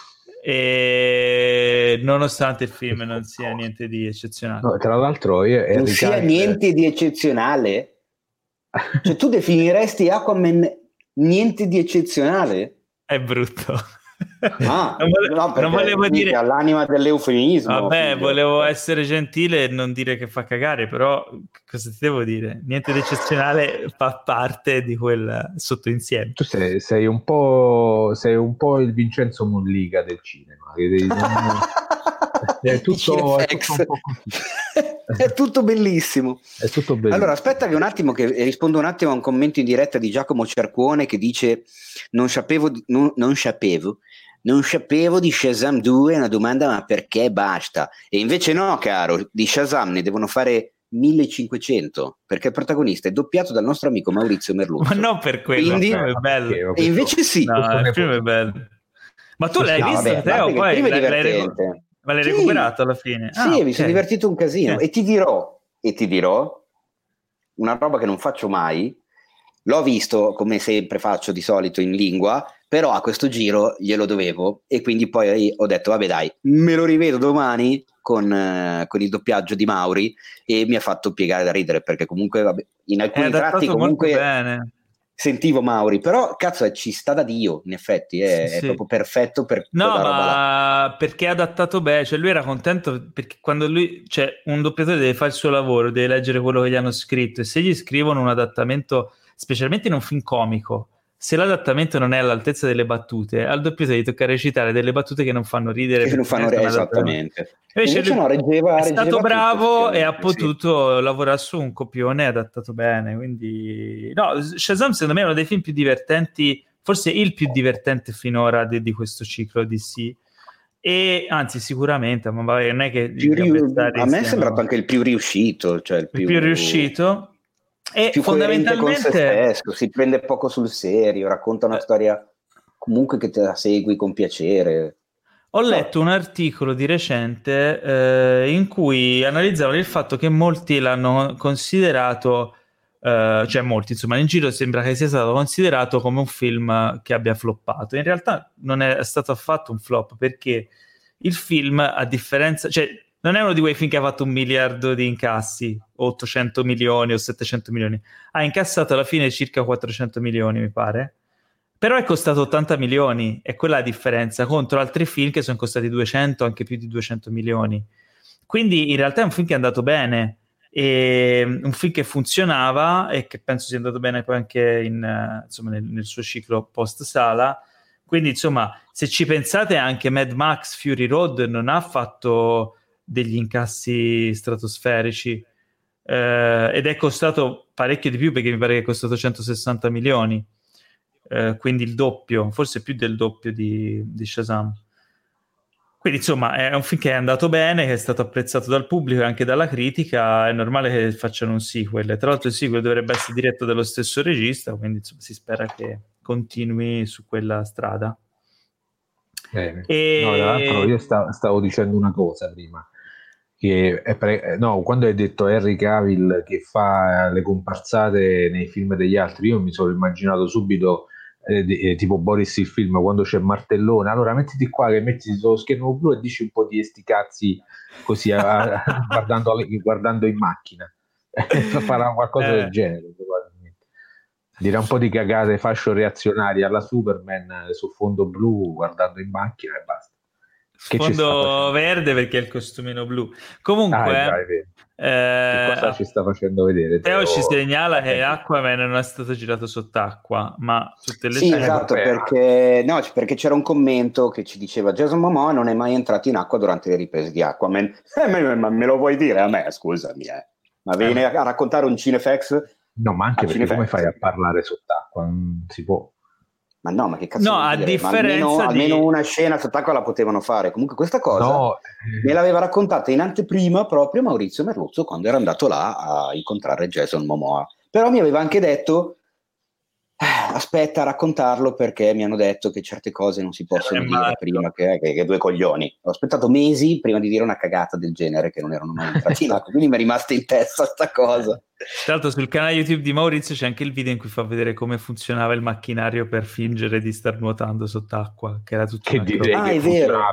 E nonostante il film non sia niente di eccezionale. No, tra l'altro non sia niente di eccezionale? Cioè tu definiresti Aquaman niente di eccezionale? È brutto. Non volevo dire all'anima dell'eufemismo. Vabbè, figlio. volevo essere gentile e non dire che fa cagare, però cosa ti devo dire? Niente di eccezionale, fa parte di quel sottoinsieme. Tu sei un po' il Vincenzo Mollica del cinema. È tutto un po' così. È tutto bellissimo. È tutto bellissimo. Allora aspetta che un attimo, che rispondo un attimo a un commento in diretta di Giacomo Cercone che dice non sapevo di Shazam 2, una domanda, ma perché basta? E invece no, caro, di Shazam ne devono fare 1500, perché il protagonista è doppiato dal nostro amico Maurizio Merluzzo. Ma non per quello, quindi, è bello. E invece sì. No, il film è bello. Ma tu l'hai visto, vabbè, Teo? Poi ma l'hai recuperato alla fine? Sì, mi sono divertito un casino. Okay. E ti dirò una roba che non faccio mai. L'ho visto, come sempre faccio di solito, in lingua, però a questo giro glielo dovevo e quindi poi ho detto vabbè dai, me lo rivedo domani con il doppiaggio di Mauri, e mi ha fatto piegare da ridere perché comunque vabbè, in alcuni tratti comunque bene. Sentivo Mauri, però cazzo ci sta da Dio, in effetti è proprio perfetto per no, quella roba là. Perché è adattato bene, cioè lui era contento perché quando lui, cioè un doppiatore deve fare il suo lavoro, deve leggere quello che gli hanno scritto, e se gli scrivono un adattamento, specialmente in un film comico, se l'adattamento non è all'altezza delle battute, al doppiatore gli tocca recitare delle battute che non fanno ridere, che non fanno ridere, esattamente. Invece lui no, reggeva è stato bravo e ha sì. potuto lavorare su un copione adattato bene, quindi no, Shazam secondo me è uno dei film più divertenti, forse il più divertente finora di questo ciclo DC, e anzi sicuramente, ma non è che a me è sembrato anche il più riuscito, cioè il più riuscito, e più fondamentalmente con se stesso, si prende poco sul serio, racconta una storia comunque che te la segui con piacere. Ho letto un articolo di recente in cui analizzavano il fatto che molti l'hanno considerato, cioè molti, insomma, in giro sembra che sia stato considerato come un film che abbia floppato. In realtà non è stato affatto un flop, perché il film, a differenza, cioè non è uno di quei film che ha fatto 1 miliardo di incassi, o 800 milioni o 700 milioni, ha incassato alla fine circa 400 milioni, mi pare. Però è costato 80 milioni, è quella la differenza, contro altri film che sono costati 200, anche più di 200 milioni. Quindi in realtà è un film che è andato bene, e un film che funzionava e che penso sia andato bene poi anche insomma, nel suo ciclo post-sala. Quindi insomma, se ci pensate, anche Mad Max Fury Road non ha fatto degli incassi stratosferici, ed è costato parecchio di più, perché mi pare che è costato 160 milioni. quindi il doppio, forse più del doppio di Shazam. Quindi insomma è un film che è andato bene, che è stato apprezzato dal pubblico e anche dalla critica. È normale che facciano un sequel. Tra l'altro il sequel dovrebbe essere diretto dallo stesso regista, quindi insomma, si spera che continui su quella strada. No, tra l'altro io stavo dicendo una cosa prima, che quando hai detto Henry Cavill che fa le comparsate nei film degli altri, io mi sono immaginato subito tipo Boris il film, quando c'è Martellone, allora mettiti qua, che metti sullo schermo blu e dici un po' di sti cazzi così guardando in macchina. Farà qualcosa del genere probabilmente. Dirà un po' di cagate fascio reazionari alla Superman su fondo blu guardando in macchina e basta. Sfondo verde perché è il costumino blu. Comunque che cosa ci sta facendo vedere? Teo ci segnala che Aquaman non è stato girato sott'acqua, ma tutte le sì, esatto, perché c'era un commento che ci diceva Jason Momoa non è mai entrato in acqua durante le riprese di Aquaman. Ma me lo vuoi dire a me? Scusami, ma vieni a raccontare un Cinefex? No, ma anche perché come fai a parlare sott'acqua? Non si può. Ma no, ma che cazzo no, a differenza almeno una scena sott'acqua la potevano fare. Comunque questa cosa me l'aveva raccontata in anteprima proprio Maurizio Merluzzo quando era andato là a incontrare Jason Momoa. Però mi aveva anche detto aspetta a raccontarlo perché mi hanno detto che certe cose non si possono dire prima che due coglioni. Ho aspettato mesi prima di dire una cagata del genere che non erano mai entrati in acqua, quindi mi è rimasta in testa sta cosa. Tra l'altro sul canale YouTube di Maurizio c'è anche il video in cui fa vedere come funzionava il macchinario per fingere di star nuotando sott'acqua, che era tutto che direi che è vero.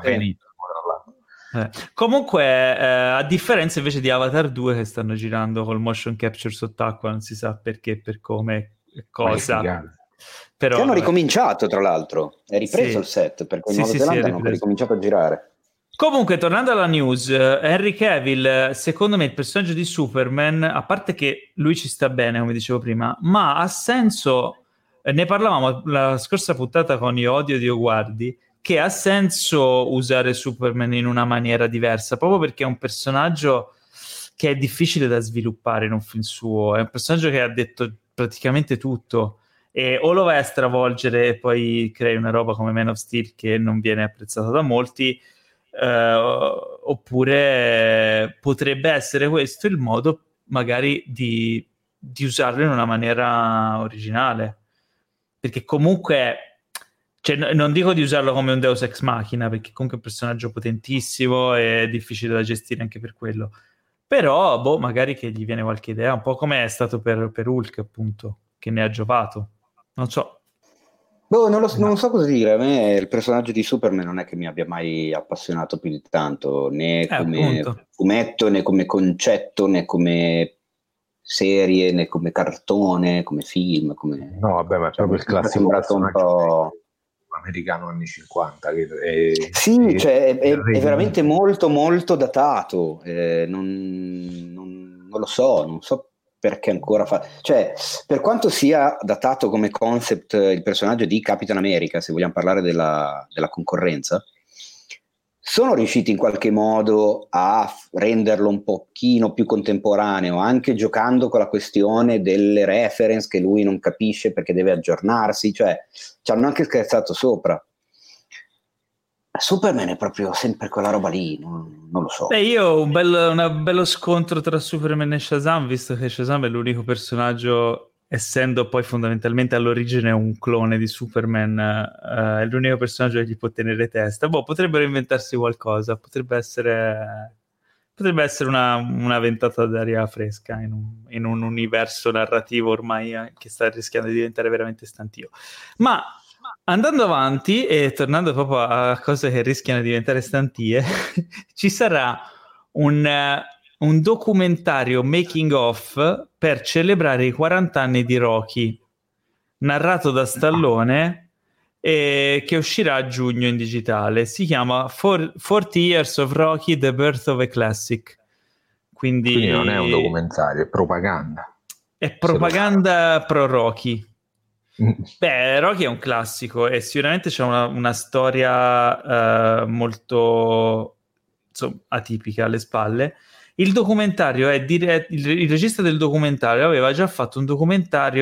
Comunque a differenza invece di Avatar 2 che stanno girando col motion capture sott'acqua, non si sa perché, per come, cosa. Però, che hanno ricominciato tra l'altro, è ripreso il set perché in Nuova Zelanda hanno ricominciato a girare. Comunque, tornando alla news, Henry Cavill, secondo me il personaggio di Superman, a parte che lui ci sta bene, come dicevo prima, ma ha senso, ne parlavamo la scorsa puntata con Io odio, Dio guardi, che ha senso usare Superman in una maniera diversa, proprio perché è un personaggio che è difficile da sviluppare in un film suo, è un personaggio che ha detto praticamente tutto, e o lo vai a stravolgere e poi crei una roba come Man of Steel che non viene apprezzata da molti, oppure potrebbe essere questo il modo magari di usarlo in una maniera originale, perché comunque non dico di usarlo come un Deus Ex Machina perché comunque è un personaggio potentissimo e difficile da gestire anche per quello, però magari che gli viene qualche idea, un po' come è stato per Hulk appunto, che ne ha giovato, non so. Non so cosa dire, a me il personaggio di Superman non è che mi abbia mai appassionato più di tanto, né come fumetto, né come concetto, né come serie, né come cartone, come film. No, vabbè, ma è proprio il classico personaggio americano anni 50. È veramente molto, molto datato. Non lo so, non so perché ancora per quanto sia datato come concept il personaggio di Capitan America, se vogliamo parlare della concorrenza, sono riusciti in qualche modo a renderlo un pochino più contemporaneo, anche giocando con la questione delle reference che lui non capisce perché deve aggiornarsi, ci hanno anche scherzato sopra. Superman è proprio sempre quella roba lì, non lo so. Io ho un bello scontro tra Superman e Shazam, visto che Shazam è l'unico personaggio, essendo poi fondamentalmente all'origine un clone di Superman, è l'unico personaggio che gli può tenere testa. Potrebbero inventarsi qualcosa, potrebbe essere una ventata d'aria fresca in un universo narrativo ormai che sta rischiando di diventare veramente stantio. Ma andando avanti e tornando proprio a cose che rischiano di diventare stantie, ci sarà un documentario making of per celebrare i 40 anni di Rocky, narrato da Stallone, che uscirà a giugno in digitale. Si chiama 40 Years of Rocky, The Birth of a Classic. Quindi non è un documentario, è propaganda. È propaganda pro Rocky. Beh, Rocky è un classico e sicuramente c'è una storia molto atipica alle spalle. Il documentario il regista del documentario aveva già fatto un documentario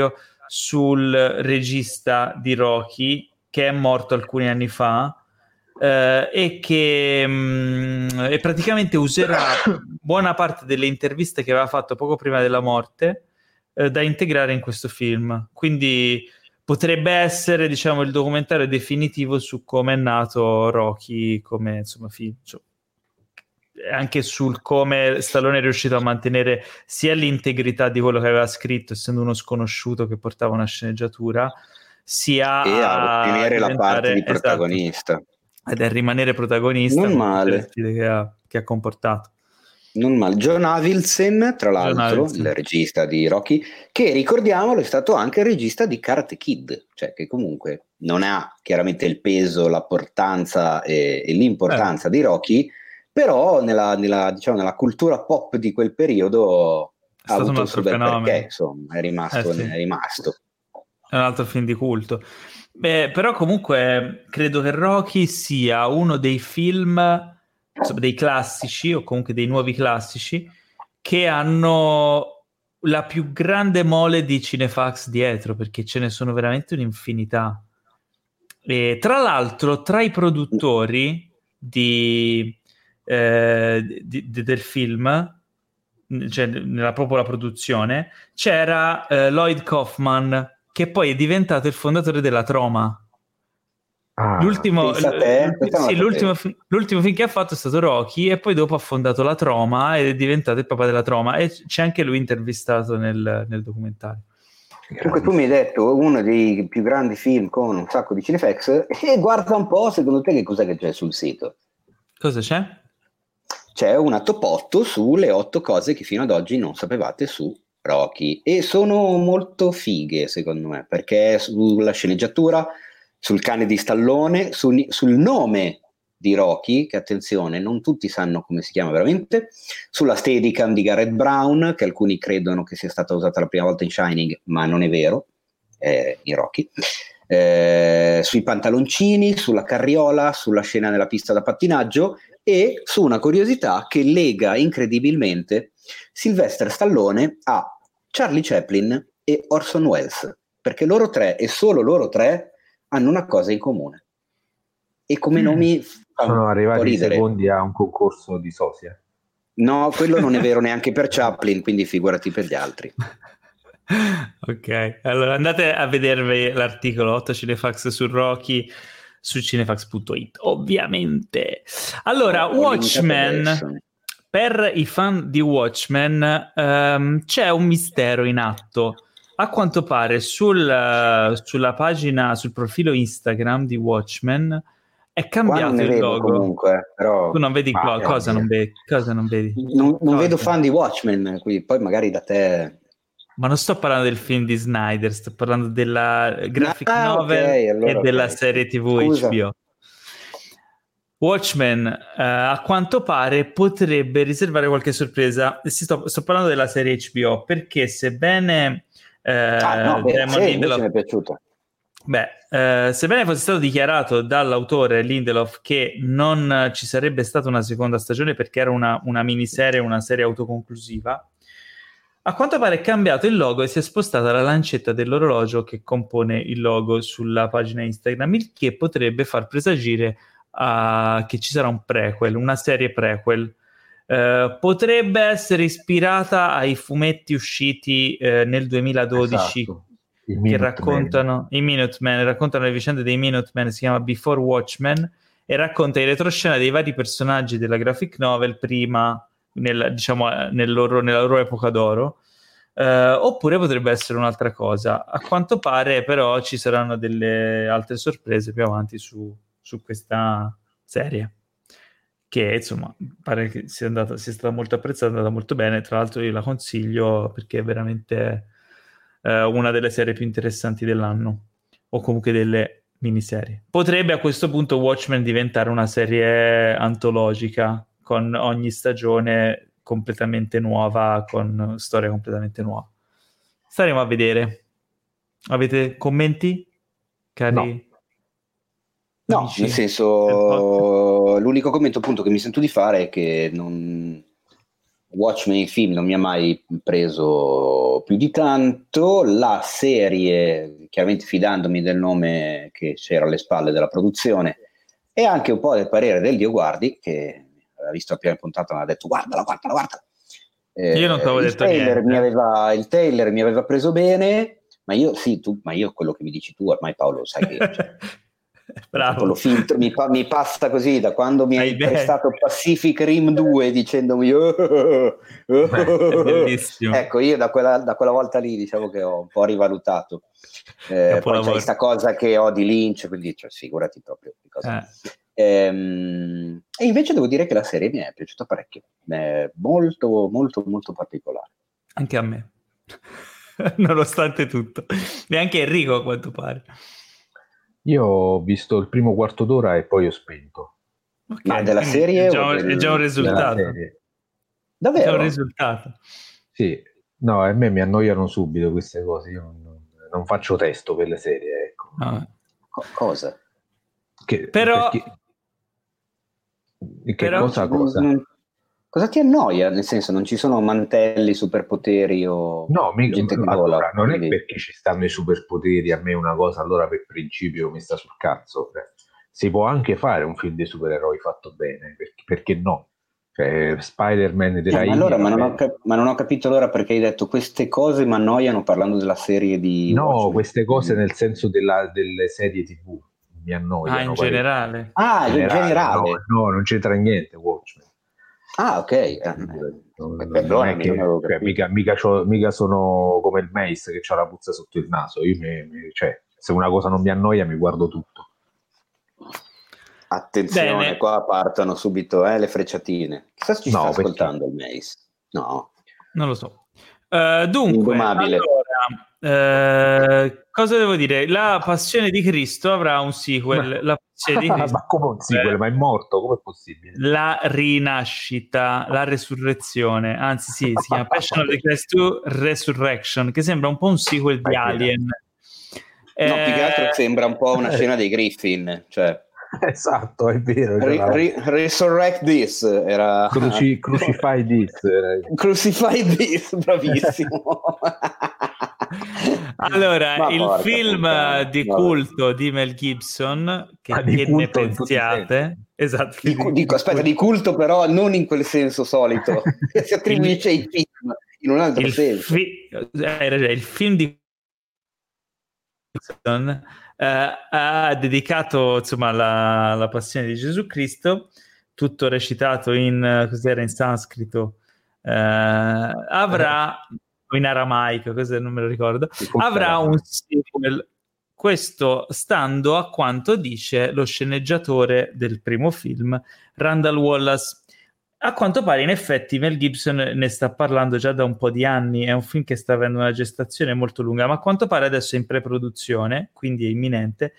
sul regista di Rocky, che è morto alcuni anni fa, e che e praticamente userà buona parte delle interviste che aveva fatto poco prima della morte da integrare in questo film. Quindi potrebbe essere, diciamo, il documentario definitivo su come è nato Rocky come, insomma, film, cioè, anche sul come Stallone è riuscito a mantenere sia l'integrità di quello che aveva scritto, essendo uno sconosciuto che portava una sceneggiatura, sia e a ottenere la parte di esatto, protagonista. ed è rimanere protagonista Non con male. tutte le sfide che ha comportato. Non male. John Avildsen, tra l'altro, il regista di Rocky, che ricordiamolo è stato anche il regista di Karate Kid, cioè che comunque non ha chiaramente il peso, la portanza e l'importanza di Rocky, però nella cultura pop di quel periodo ha avuto il suo bel perché, insomma, è rimasto. È un altro film di culto. Però comunque credo che Rocky sia uno dei film, insomma, dei classici o comunque dei nuovi classici che hanno la più grande mole di cinefax dietro, perché ce ne sono veramente un'infinità. E tra l'altro tra i produttori del film, cioè nella propria la produzione, c'era Lloyd Kaufman, che poi è diventato il fondatore della Troma. L'ultimo film che ha fatto è stato Rocky, e poi dopo ha fondato la Troma ed è diventato il papà della Troma, e c'è anche lui intervistato nel documentario. Comunque tu mi hai detto uno dei più grandi film con un sacco di cinefax, e guarda un po', secondo te che cos'è che c'è sul sito? Cosa c'è? C'è una top 8 sulle 8 cose che fino ad oggi non sapevate su Rocky, e sono molto fighe secondo me, perché sulla sceneggiatura, sul cane di Stallone, sul nome di Rocky, che attenzione, non tutti sanno come si chiama veramente, sulla Steadicam di Garrett Brown, che alcuni credono che sia stata usata la prima volta in Shining, ma non è vero, in Rocky, sui pantaloncini, sulla carriola, sulla scena nella pista da pattinaggio, e su una curiosità che lega incredibilmente Sylvester Stallone a Charlie Chaplin e Orson Welles, perché loro tre, e solo loro tre, hanno una cosa in comune, e come nomi sono arrivati secondi a un concorso di sosia. No, quello non è vero neanche per Chaplin, quindi figurati per gli altri. Ok, allora andate a vedervi l'articolo 8 Cinefax su Rocky su cinefax.it, ovviamente. Allora, Watchmen, per i fan di Watchmen c'è un mistero in atto. A quanto pare sulla pagina, sul profilo Instagram di Watchmen è cambiato il logo. Comunque, però... Tu non vedi cosa non vedi? Cosa non vedi? Non vedo fan di Watchmen, qui poi magari da te... Ma non sto parlando del film di Snyder, sto parlando della graphic novel e della serie TV HBO. Watchmen, a quanto pare, potrebbe riservare qualche sorpresa. Sto parlando della serie HBO, perché sebbene Damon Lindelof mi è piaciuta. Sebbene fosse stato dichiarato dall'autore Lindelof che non ci sarebbe stata una seconda stagione perché era una miniserie, una serie autoconclusiva, a quanto pare è cambiato il logo e si è spostata la lancetta dell'orologio che compone il logo sulla pagina Instagram, il che potrebbe far presagire che ci sarà un prequel, una serie prequel. Potrebbe essere ispirata ai fumetti usciti nel 2012, esatto, che raccontano i Minutemen, raccontano le vicende dei Minutemen. Si chiama Before Watchmen e racconta in retroscena dei vari personaggi della graphic novel prima, nella loro epoca d'oro. Oppure potrebbe essere un'altra cosa. A quanto pare però ci saranno delle altre sorprese più avanti su questa serie, che insomma pare che sia stata molto apprezzata, è andata molto bene. Tra l'altro io la consiglio perché è veramente una delle serie più interessanti dell'anno, o comunque delle miniserie. Potrebbe a questo punto Watchmen diventare una serie antologica con ogni stagione completamente nuova, con storia completamente nuova. Staremo a vedere. Avete commenti, cari? No, nel senso, l'unico commento appunto che mi sento di fare è che non Watchmen, il film, non mi ha mai preso più di tanto. La serie, chiaramente fidandomi del nome che c'era alle spalle della produzione, e anche un po' del parere del Dio Guardi, che aveva visto la prima puntata e mi ha detto guardala. Io non ti avevo detto niente. Il trailer mi aveva preso bene, ma io quello che mi dici tu ormai, Paolo, sai che bravo. Lo filtro, mi passa così da quando mi hai prestato Pacific Rim 2 dicendomi bellissimo. Ecco, io da quella volta lì diciamo che ho un po' rivalutato. Poi c'è questa cosa che ho di Lynch, quindi figurati proprio di cosa. E invece devo dire che la serie mi è piaciuta parecchio, è molto molto molto particolare. Anche a me, nonostante tutto. Neanche Enrico a quanto pare. Io ho visto il primo quarto d'ora e poi ho spento. Okay, ma della serie è già un risultato. Davvero? È già un risultato. Sì, no, a me mi annoiano subito queste cose, io non faccio testo per le serie, ecco. Cosa? Però cosa ti annoia? Nel senso, non ci sono mantelli, superpoteri o no, gente che allora, vola? non è perché ci stanno i superpoteri, a me una cosa allora per principio mi sta sul cazzo. Si può anche fare un film dei supereroi fatto bene, perché no? Cioè, Spider-Man della ma non ho capito allora perché hai detto queste cose mi annoiano parlando della serie di Watchmen. Queste cose nel senso delle serie TV mi annoiano. In generale? In generale? No, non c'entra niente Watchmen. Ok. Mica sono come il Mace che c'ha la puzza sotto il naso. Cioè, se una cosa non mi annoia mi guardo tutto. Attenzione, bene. Qua partono subito le frecciatine. Chissà se ci sta ascoltando il Mace. No, non lo so. Dunque, allora, cosa devo dire? La Passione di Cristo avrà un sequel. La Passione di Cristo, ma come un sequel? Ma è morto? Come è possibile? La rinascita, la resurrezione. Anzi, sì, si chiama Passion of the Christ 2 Resurrection, che sembra un po' un sequel di Alien. No, più che altro sembra un po' una scena dei Griffin, cioè. Esatto, è vero. Resurrect this era Crucify this. Crucify this, bravissimo. Allora, il film di culto di Mel Gibson, che ne pensiate? Esatto. Di culto però non in quel senso solito, che si attribuisce ai film in un altro senso. Il film di Gibson ha dedicato insomma alla passione di Gesù Cristo, tutto recitato in sanscrito, avrà in aramaico, non me lo ricordo, avrà un sequel, questo stando a quanto dice lo sceneggiatore del primo film, Randall Wallace. A quanto pare in effetti Mel Gibson ne sta parlando già da un po' di anni, è un film che sta avendo una gestazione molto lunga, ma a quanto pare adesso è in preproduzione, quindi è imminente,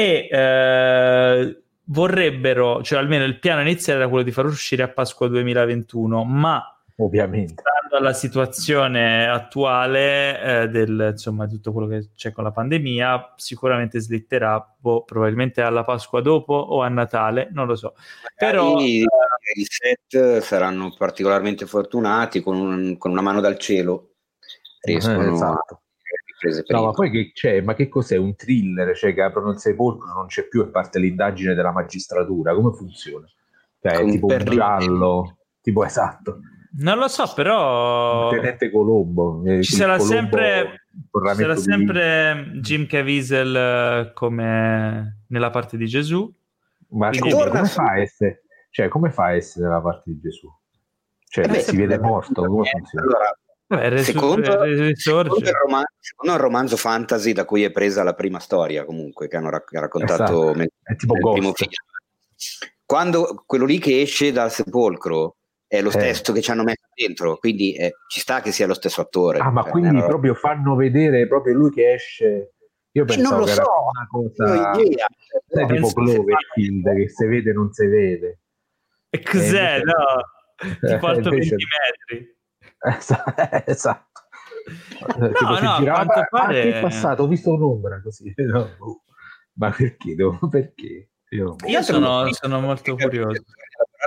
e vorrebbero, cioè almeno il piano iniziale era quello di far uscire a Pasqua 2021, ma ovviamente stando alla situazione attuale insomma tutto quello che c'è con la pandemia, sicuramente slitterà probabilmente alla Pasqua dopo o a Natale, non lo so. Però i set saranno particolarmente fortunati, con una mano dal cielo riescono esatto. No, ma poi che c'è? Ma che cos'è? Un thriller? Cioè che aprono il sepolcro, non c'è più e parte l'indagine della magistratura, come funziona? Cioè tipo un giallo, tipo esatto. Non lo so, però Tenente Colombo, ci sarà sempre Jim Caviezel come nella parte di Gesù. Ma come fa a essere? Cioè, come fa a essere nella parte di Gesù? Cioè, si vede morto? Come funziona? Allora, secondo il romanzo fantasy da cui è presa la prima storia, comunque, che hanno raccontato è tipo nel primo film. Quando quello lì che esce dal sepolcro è lo stesso che ci hanno messo dentro, quindi ci sta che sia lo stesso attore. Ma quindi proprio fanno vedere proprio lui che esce. Io pensavo che era una cosa tipo Cloverfield, che se vede non si vede. E cos'è? Tipo alto 20 metri. Esatto. No, a quanto pare che è passato, ho visto un'ombra così. Ma perché? Perché? Io sono molto curioso.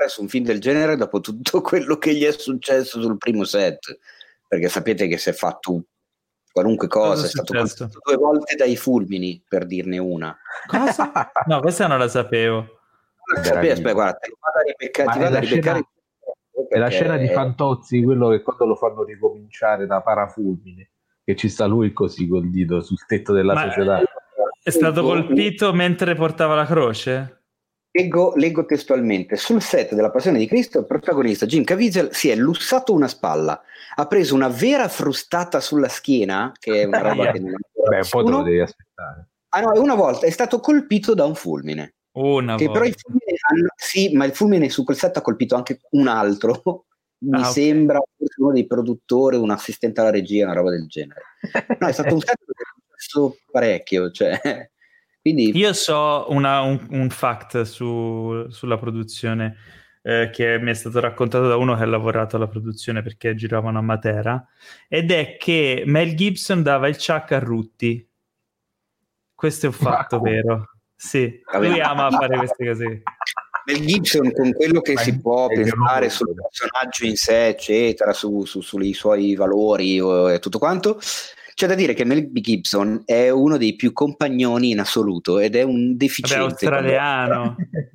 lavorare su un film del genere dopo tutto quello che gli è successo sul primo set, perché sapete che si è fatto qualunque cosa, è stato colpito 2 volte dai fulmini, per dirne una. Cosa? No, questa non la sapevo. Aspetta, guarda, ti vado a ribeccare. È la scena di Fantozzi, quello che quando lo fanno ricominciare da parafulmine, che ci sta lui così col dito sul tetto della società. È stato colpito mentre portava la croce? Leggo testualmente: sul set della Passione di Cristo il protagonista Jim Caviezel si è lussato una spalla, ha preso una vera frustata sulla schiena, che è una roba che non un po' te lo devi aspettare. No, una volta è stato colpito da un fulmine. Però il fulmine, ma il fulmine su quel set ha colpito anche un altro. Mi sembra uno dei produttori, un assistente alla regia, una roba del genere. No, è stato un set che è successo parecchio, cioè. Quindi... Io so un fact sulla produzione che mi è stato raccontato da uno che ha lavorato alla produzione perché giravano a Matera, ed è che Mel Gibson dava il ciak a Rutti. Questo è un fatto vero. Sì, lui ama fare queste cose. Mel Gibson, con quello che si può pensare sul personaggio in sé, eccetera, sui suoi valori e tutto quanto, c'è da dire che Mel Gibson è uno dei più compagnoni in assoluto ed è un deficiente. Vabbè, australiano.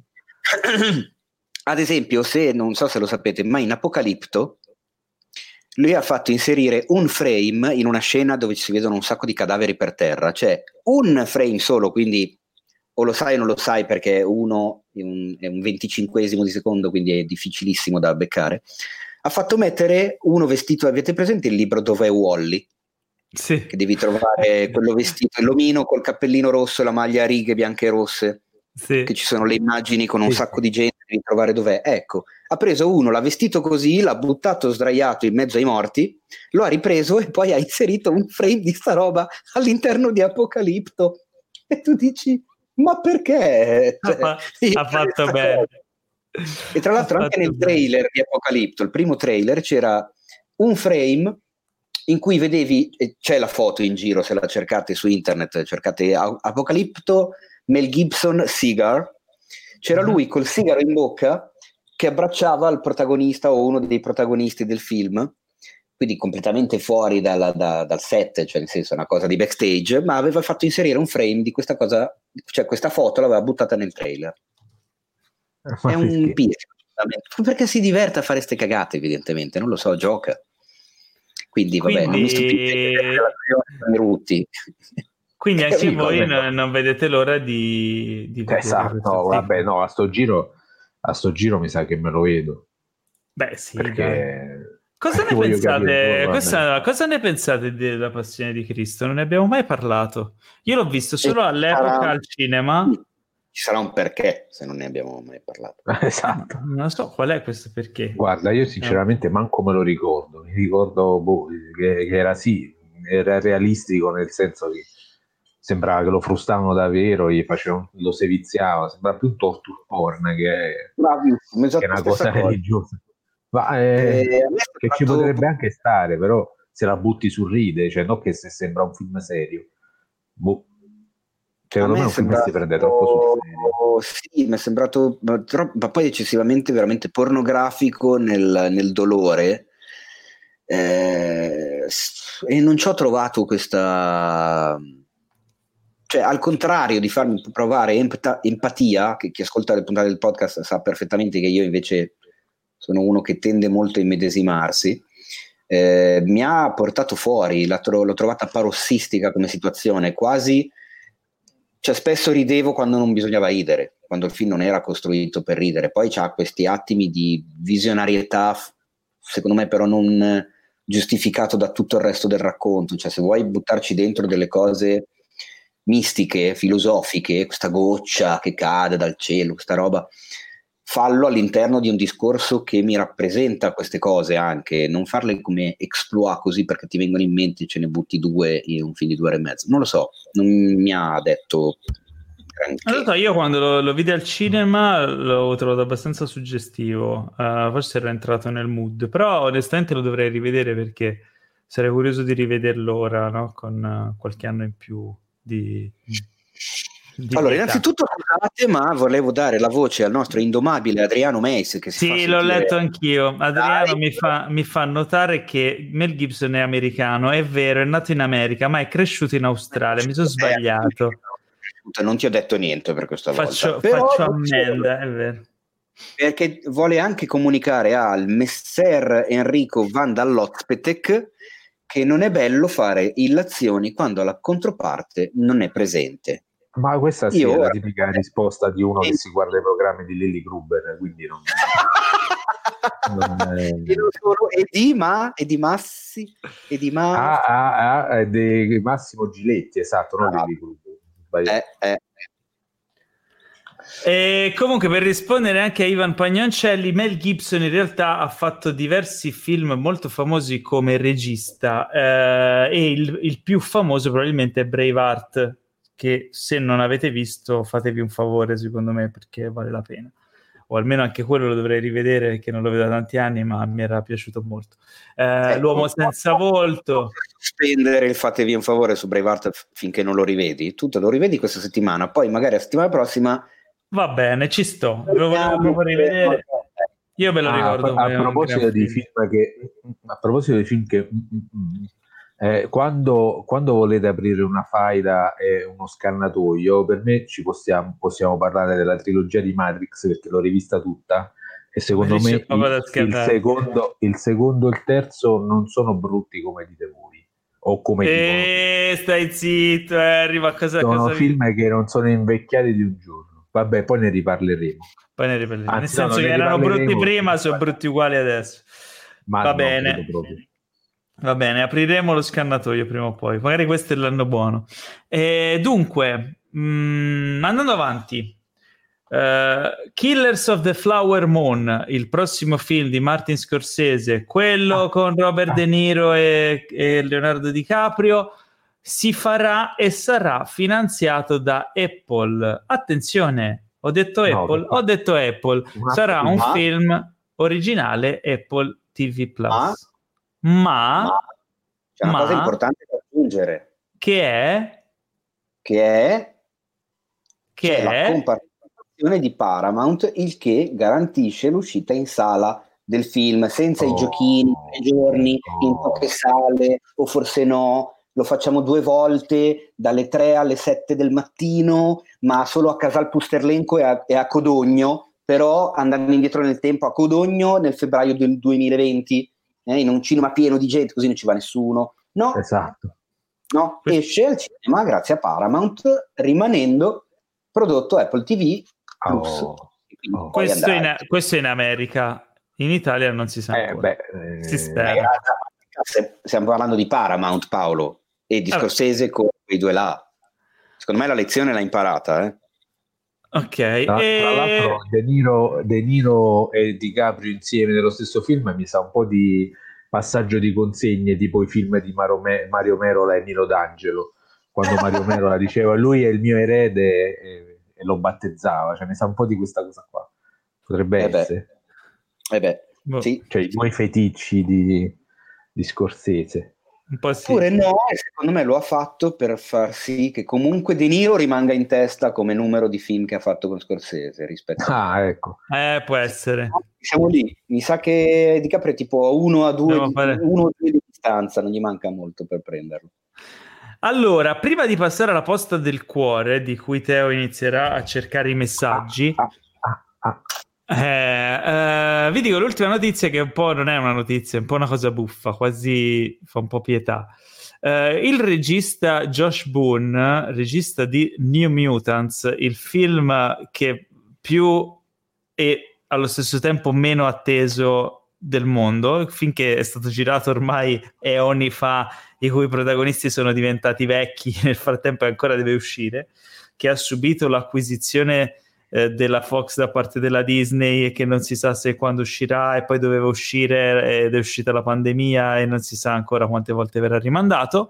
Ad esempio, non so se lo sapete, ma in Apocalipto lui ha fatto inserire un frame in una scena dove ci si vedono un sacco di cadaveri per terra, cioè un frame solo, quindi o lo sai o non lo sai, perché uno è un 25esimo di secondo, quindi è difficilissimo da beccare. Ha fatto mettere uno vestito, avete presente il libro Dov'è Wally? Sì. Che devi trovare quello vestito, l'omino col cappellino rosso, la maglia a righe bianche e rosse, sì. Che ci sono le immagini con un sacco di gente, devi trovare dov'è. Ecco, ha preso uno, l'ha vestito così, l'ha buttato sdraiato in mezzo ai morti, lo ha ripreso e poi ha inserito un frame di sta roba all'interno di Apocalipto. E tu dici, ma perché? Ha fatto bene. E tra l'altro anche nel trailer di Apocalipto, il primo trailer, c'era un frame in cui vedevi, c'è la foto in giro, se la cercate su internet, cercate Apocalipto, Mel Gibson, cigar, c'era lui col sigaro in bocca che abbracciava il protagonista o uno dei protagonisti del film, quindi completamente fuori dal set, cioè nel senso una cosa di backstage, ma aveva fatto inserire un frame di questa cosa, cioè questa foto l'aveva buttata nel trailer. È un pirro, perché si diverte a fare ste cagate, evidentemente, non lo so, gioca. Quindi vabbè, non mi stupisce che Rutti. Quindi anche voi non vedete l'ora di vedere. Esatto, vabbè, no, a sto giro mi sa che me lo vedo. Beh, sì, perché cosa ne pensate? Cosa ne pensate della Passione di Cristo? Non ne abbiamo mai parlato. Io l'ho visto solo all'epoca al cinema. Ci sarà un perché se non ne abbiamo mai parlato. Esatto. Non so qual è questo perché. Guarda, io sinceramente manco me lo ricordo. Mi ricordo che era realistico, nel senso che sembrava che lo frustavano davvero, lo seviziava, sembrava più un torture porn che è una cosa religiosa. Ma che ci potrebbe anche stare, però se la butti sul ride, cioè non che se sembra un film serio. Secondo me un film si prende troppo sul serio. Sì, mi è sembrato ma poi eccessivamente veramente pornografico nel dolore, e non ci ho trovato questa, cioè al contrario di farmi provare empatia, chi ascolta le puntate del podcast sa perfettamente che io invece sono uno che tende molto a immedesimarsi, mi ha portato fuori, l'ho trovata parossistica come situazione, quasi, cioè spesso ridevo quando non bisognava ridere, quando il film non era costruito per ridere, poi c'ha questi attimi di visionarietà, secondo me però non giustificato da tutto il resto del racconto, cioè se vuoi buttarci dentro delle cose mistiche, filosofiche, questa goccia che cade dal cielo, questa roba, fallo all'interno di un discorso che mi rappresenta queste cose, anche non farle come exploit così perché ti vengono in mente e ce ne butti 2 in un film di 2 ore e mezzo, non lo so, non mi ha detto allora, io quando lo vidi al cinema l'ho trovato abbastanza suggestivo, forse ero entrato nel mood, però onestamente lo dovrei rivedere perché sarei curioso di rivederlo ora, no? Con qualche anno in più di Allora, innanzitutto scusate, ma volevo dare la voce al nostro indomabile Adriano Meis, che si fa Sì, l'ho sentire... letto anch'io. Adriano mi fa notare che Mel Gibson è americano, è vero, è nato in America, ma è cresciuto in Australia. Mi sono sbagliato. Non ti ho detto niente per questa volta. Faccio ammenda, è vero. Perché vuole anche comunicare al messer Enrico Van Dall'Ozpetek che non è bello fare illazioni quando la controparte non è presente. Ma questa sì, è la tipica risposta di uno che si guarda i programmi di Lily Gruber, quindi non... E di Massimo Giletti, esatto, non Lily Gruber. E comunque, per rispondere anche a Ivan Pagnoncelli, Mel Gibson in realtà ha fatto diversi film molto famosi come regista, e il più famoso probabilmente è Braveheart, che se non avete visto fatevi un favore, secondo me, perché vale la pena, o almeno anche quello lo dovrei rivedere perché non l'ho vedo da tanti anni, ma mi era piaciuto molto. L'uomo senza volto. Spendere il fatevi un favore su Braveheart finché non lo rivedi, tu te lo rivedi questa settimana, poi magari la settimana prossima va bene, ci sto, lo volevo proprio rivedere. Io me lo ricordo. A proposito di film che quando volete aprire una faida e uno scannatoio, per me possiamo parlare della trilogia di Matrix, perché l'ho rivista tutta e secondo me il secondo e il terzo non sono brutti come dite voi o come stai zitto, arriva a casa. Sono film che non sono invecchiati di un giorno. Vabbè, poi ne riparleremo. Anzi, nel senso che erano brutti prima, sono brutti uguali adesso. Va bene. Va bene, apriremo lo scannatoio prima o poi. Magari questo è l'anno buono. Dunque, andando avanti, Killers of the Flower Moon, il prossimo film di Martin Scorsese, quello con Robert De Niro e Leonardo DiCaprio, si farà e sarà finanziato da Apple. Attenzione, ho detto Apple. Sarà un film originale Apple TV Plus. Ma c'è una cosa importante da aggiungere. Che è la compartecipazione di Paramount, il che garantisce l'uscita in sala del film senza i giochini, 3 giorni in poche sale, o forse no. Lo facciamo 2 volte dalle 3 alle 7 del mattino, ma solo a Casal Pusterlenco e a Codogno, però andando indietro nel tempo a Codogno nel febbraio del 2020, in un cinema pieno di gente, così non ci va nessuno. No, esatto. No, esce al cinema grazie a Paramount, rimanendo prodotto Apple TV Plus. Questo è in America, in Italia non si sa ancora. Si spera. Stiamo parlando di Paramount, Paolo, e di Scorsese con quei due là. Secondo me la lezione l'ha imparata, Ok. Tra l'altro De Niro e DiCaprio insieme nello stesso film mi sa un po' di passaggio di consegne, tipo i film di Mario Merola e Nino D'Angelo, quando Mario Merola diceva lui è il mio erede e lo battezzava, cioè mi sa un po' di questa cosa qua. Potrebbe essere. Sì. Cioè i tuoi feticci di Scorsese. Un po' sì. Oppure no, secondo me lo ha fatto per far sì che comunque De Niro rimanga in testa come numero di film che ha fatto con Scorsese rispetto ecco. Può essere. Siamo lì, mi sa che DiCaprio è tipo 1 a 2 di distanza, non gli manca molto per prenderlo. Allora, prima di passare alla posta del cuore, di cui Teo inizierà a cercare i messaggi, vi dico l'ultima notizia, che un po' non è una notizia, è un po' una cosa buffa, quasi fa un po' pietà. Il regista Josh Boone, regista di New Mutants, il film che più e allo stesso tempo meno atteso del mondo, finché è stato girato ormai eoni fa, i cui protagonisti sono diventati vecchi, nel frattempo ancora deve uscire, che ha subito l'acquisizione della Fox da parte della Disney e che non si sa se quando uscirà, e poi doveva uscire ed è uscita la pandemia e non si sa ancora quante volte verrà rimandato.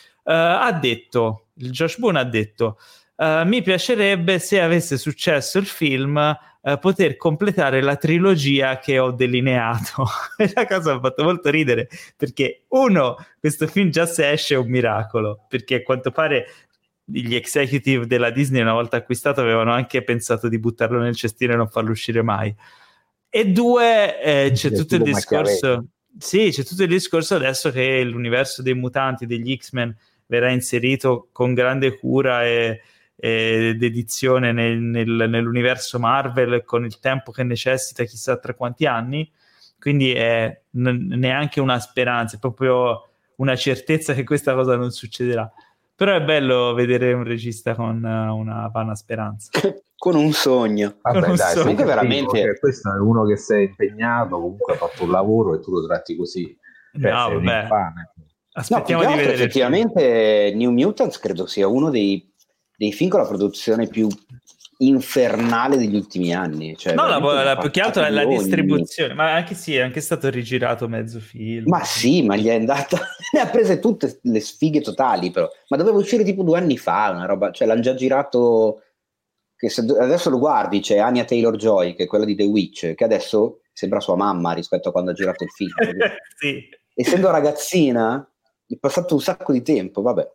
Josh Boone ha detto mi piacerebbe, se avesse successo il film, poter completare la trilogia che ho delineato. E la cosa mi ha fatto molto ridere, perché questo film già se esce è un miracolo, perché a quanto pare gli executive della Disney, una volta acquistato, avevano anche pensato di buttarlo nel cestino e non farlo uscire mai. E due, c'è tutto il discorso... Sì, c'è tutto il discorso adesso che l'universo dei mutanti, degli X-Men, verrà inserito con grande cura e dedizione nell'universo Marvel, con il tempo che necessita, chissà tra quanti anni. Quindi è neanche una speranza, è proprio una certezza che questa cosa non succederà. Però è bello vedere un regista con una vana speranza. Con un sogno. Vabbè, dai, comunque veramente questo è uno che si è impegnato, comunque ha fatto un lavoro e tu lo tratti così. No, vabbè. Aspettiamo di vedere. Effettivamente New Mutants credo sia uno dei film con la produzione più infernale degli ultimi anni. Cioè, no, più che altro è la distribuzione, ma anche sì, è anche stato rigirato mezzo film. Ma sì, ma gli è andata, ne ha prese tutte le sfighe totali, però. Ma doveva uscire tipo 2 anni fa, una roba, cioè l'hanno già girato, che adesso lo guardi, c'è Anya Taylor-Joy, che è quella di The Witch, che adesso sembra sua mamma rispetto a quando ha girato il film. Sì. Essendo ragazzina, è passato un sacco di tempo, vabbè.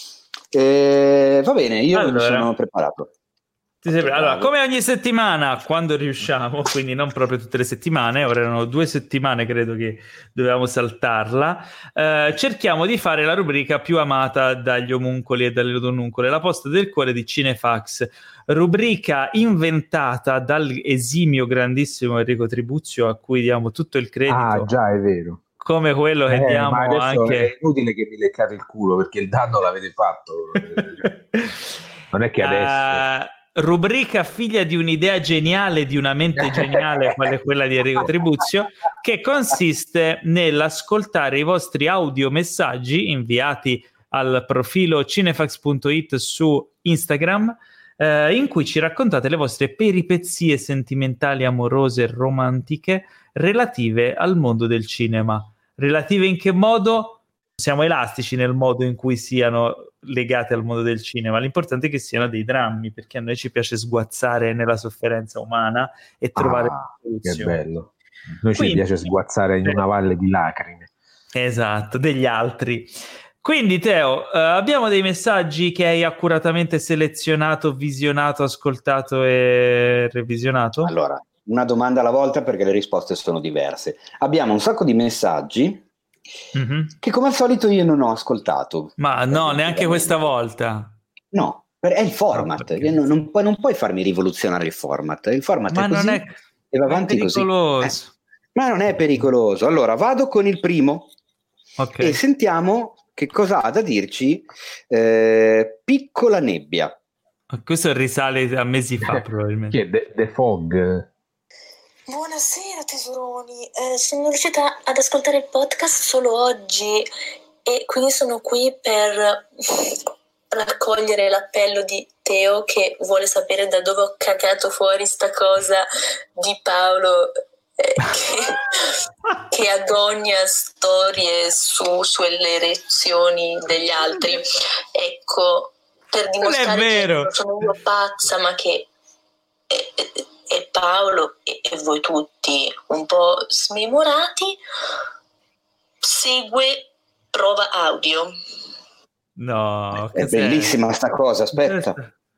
Va bene, io sono preparato. Allora, come ogni settimana, quando riusciamo, quindi non proprio tutte le settimane, ora erano 2 settimane credo che dovevamo saltarla, cerchiamo di fare la rubrica più amata dagli omuncoli e dalle donnuncole, la posta del cuore di Cinefax, rubrica inventata dall'esimio grandissimo Enrico Tribuzio, a cui diamo tutto il credito. Ah, già, è vero. Come quello che diamo anche... È inutile che mi leccate il culo, perché il danno l'avete fatto. Non è che adesso... Rubrica figlia di un'idea geniale, di una mente geniale quale quella di Enrico Tribuzio, che consiste nell'ascoltare i vostri audiomessaggi inviati al profilo cinefax.it su Instagram, in cui ci raccontate le vostre peripezie sentimentali, amorose e romantiche relative al mondo del cinema. Relative in che modo? Siamo elastici nel modo in cui siano legate al mondo del cinema, l'importante è che siano dei drammi, perché a noi ci piace sguazzare nella sofferenza umana e trovare soluzioni. Che bello, noi ci piace sguazzare in una valle di lacrime. Esatto, degli altri. Quindi Teo, abbiamo dei messaggi che hai accuratamente selezionato, visionato, ascoltato e revisionato? Allora, una domanda alla volta, perché le risposte sono diverse. Abbiamo un sacco di messaggi che come al solito io non ho ascoltato. Ma no, neanche questa volta. No, è il format. Non puoi farmi rivoluzionare il format. Il format ma è così, non è, e va avanti pericoloso. Così. Ma non è pericoloso. Allora, vado con il primo e sentiamo che cosa ha da dirci Piccola Nebbia. Questo risale a mesi fa probabilmente. Che è The Fog? Buonasera tesoroni, sono riuscita ad ascoltare il podcast solo oggi e quindi sono qui per raccogliere l'appello di Teo, che vuole sapere da dove ho cagato fuori sta cosa di Paolo che agonia storie sulle erezioni degli altri. Ecco, per dimostrare che non sono io pazza, ma che e Paolo e voi tutti un po' smemorati, segue prova audio. No, è bellissima sta cosa, aspetta.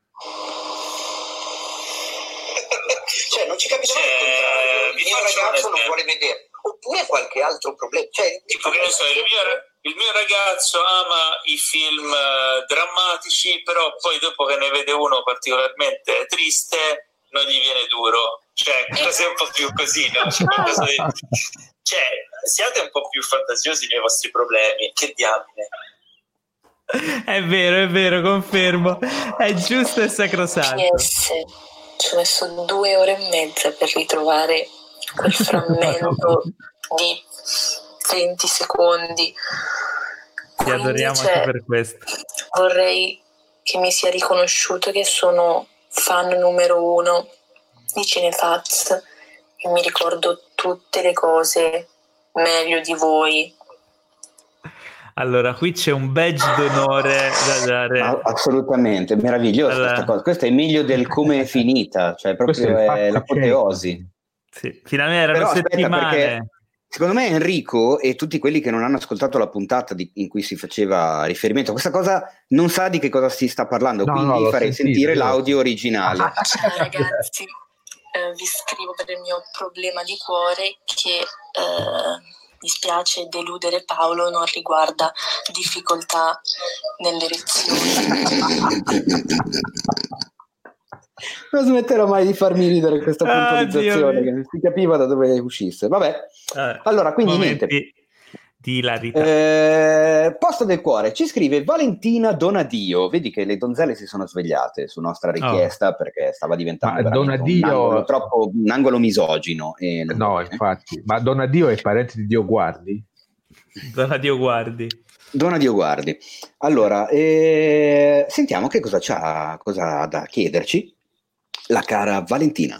Cioè non ci capisco il contrario, il mio ragazzo non vuole vedere, oppure qualche altro problema, cioè, tipo che ne so, il mio ragazzo ama i film drammatici, però poi dopo che ne vede uno particolarmente triste non gli viene duro, cioè cose un po' più così, no? Cioè siate un po' più fantasiosi nei vostri problemi, che diamine. È vero, confermo, è giusto e sacrosanto. PS, ci ho messo 2 ore e mezza per ritrovare quel frammento di 20 secondi. Ti adoriamo anche per questo. Vorrei che mi sia riconosciuto che sono fan numero 1 di Cinefax e mi ricordo tutte le cose meglio di voi. Allora, qui c'è un badge d'onore da dare. Assolutamente, meravigliosa questa cosa. Questo è meglio del come è finita, cioè proprio è l'apoteosi. Sì, finalmente erano settimane. Secondo me Enrico e tutti quelli che non hanno ascoltato la puntata in cui si faceva riferimento a questa cosa non sa di che cosa si sta parlando, quindi farei sentire l'audio originale. Ciao ragazzi, vi scrivo per il mio problema di cuore che dispiace deludere Paolo, non riguarda difficoltà nell'erezione. Non smetterò mai di farmi ridere questa puntualizzazione che non si capiva da dove uscisse. Vabbè, allora quindi niente di ilarità. Posta del cuore ci scrive Valentina Donadio. Vedi che le donzelle si sono svegliate su nostra richiesta perché stava diventando troppo un angolo misogino infatti. Ma Donadio è parente di Dio Guardi? Donadio Guardi. Allora sentiamo che cosa ha da chiederci la cara Valentina.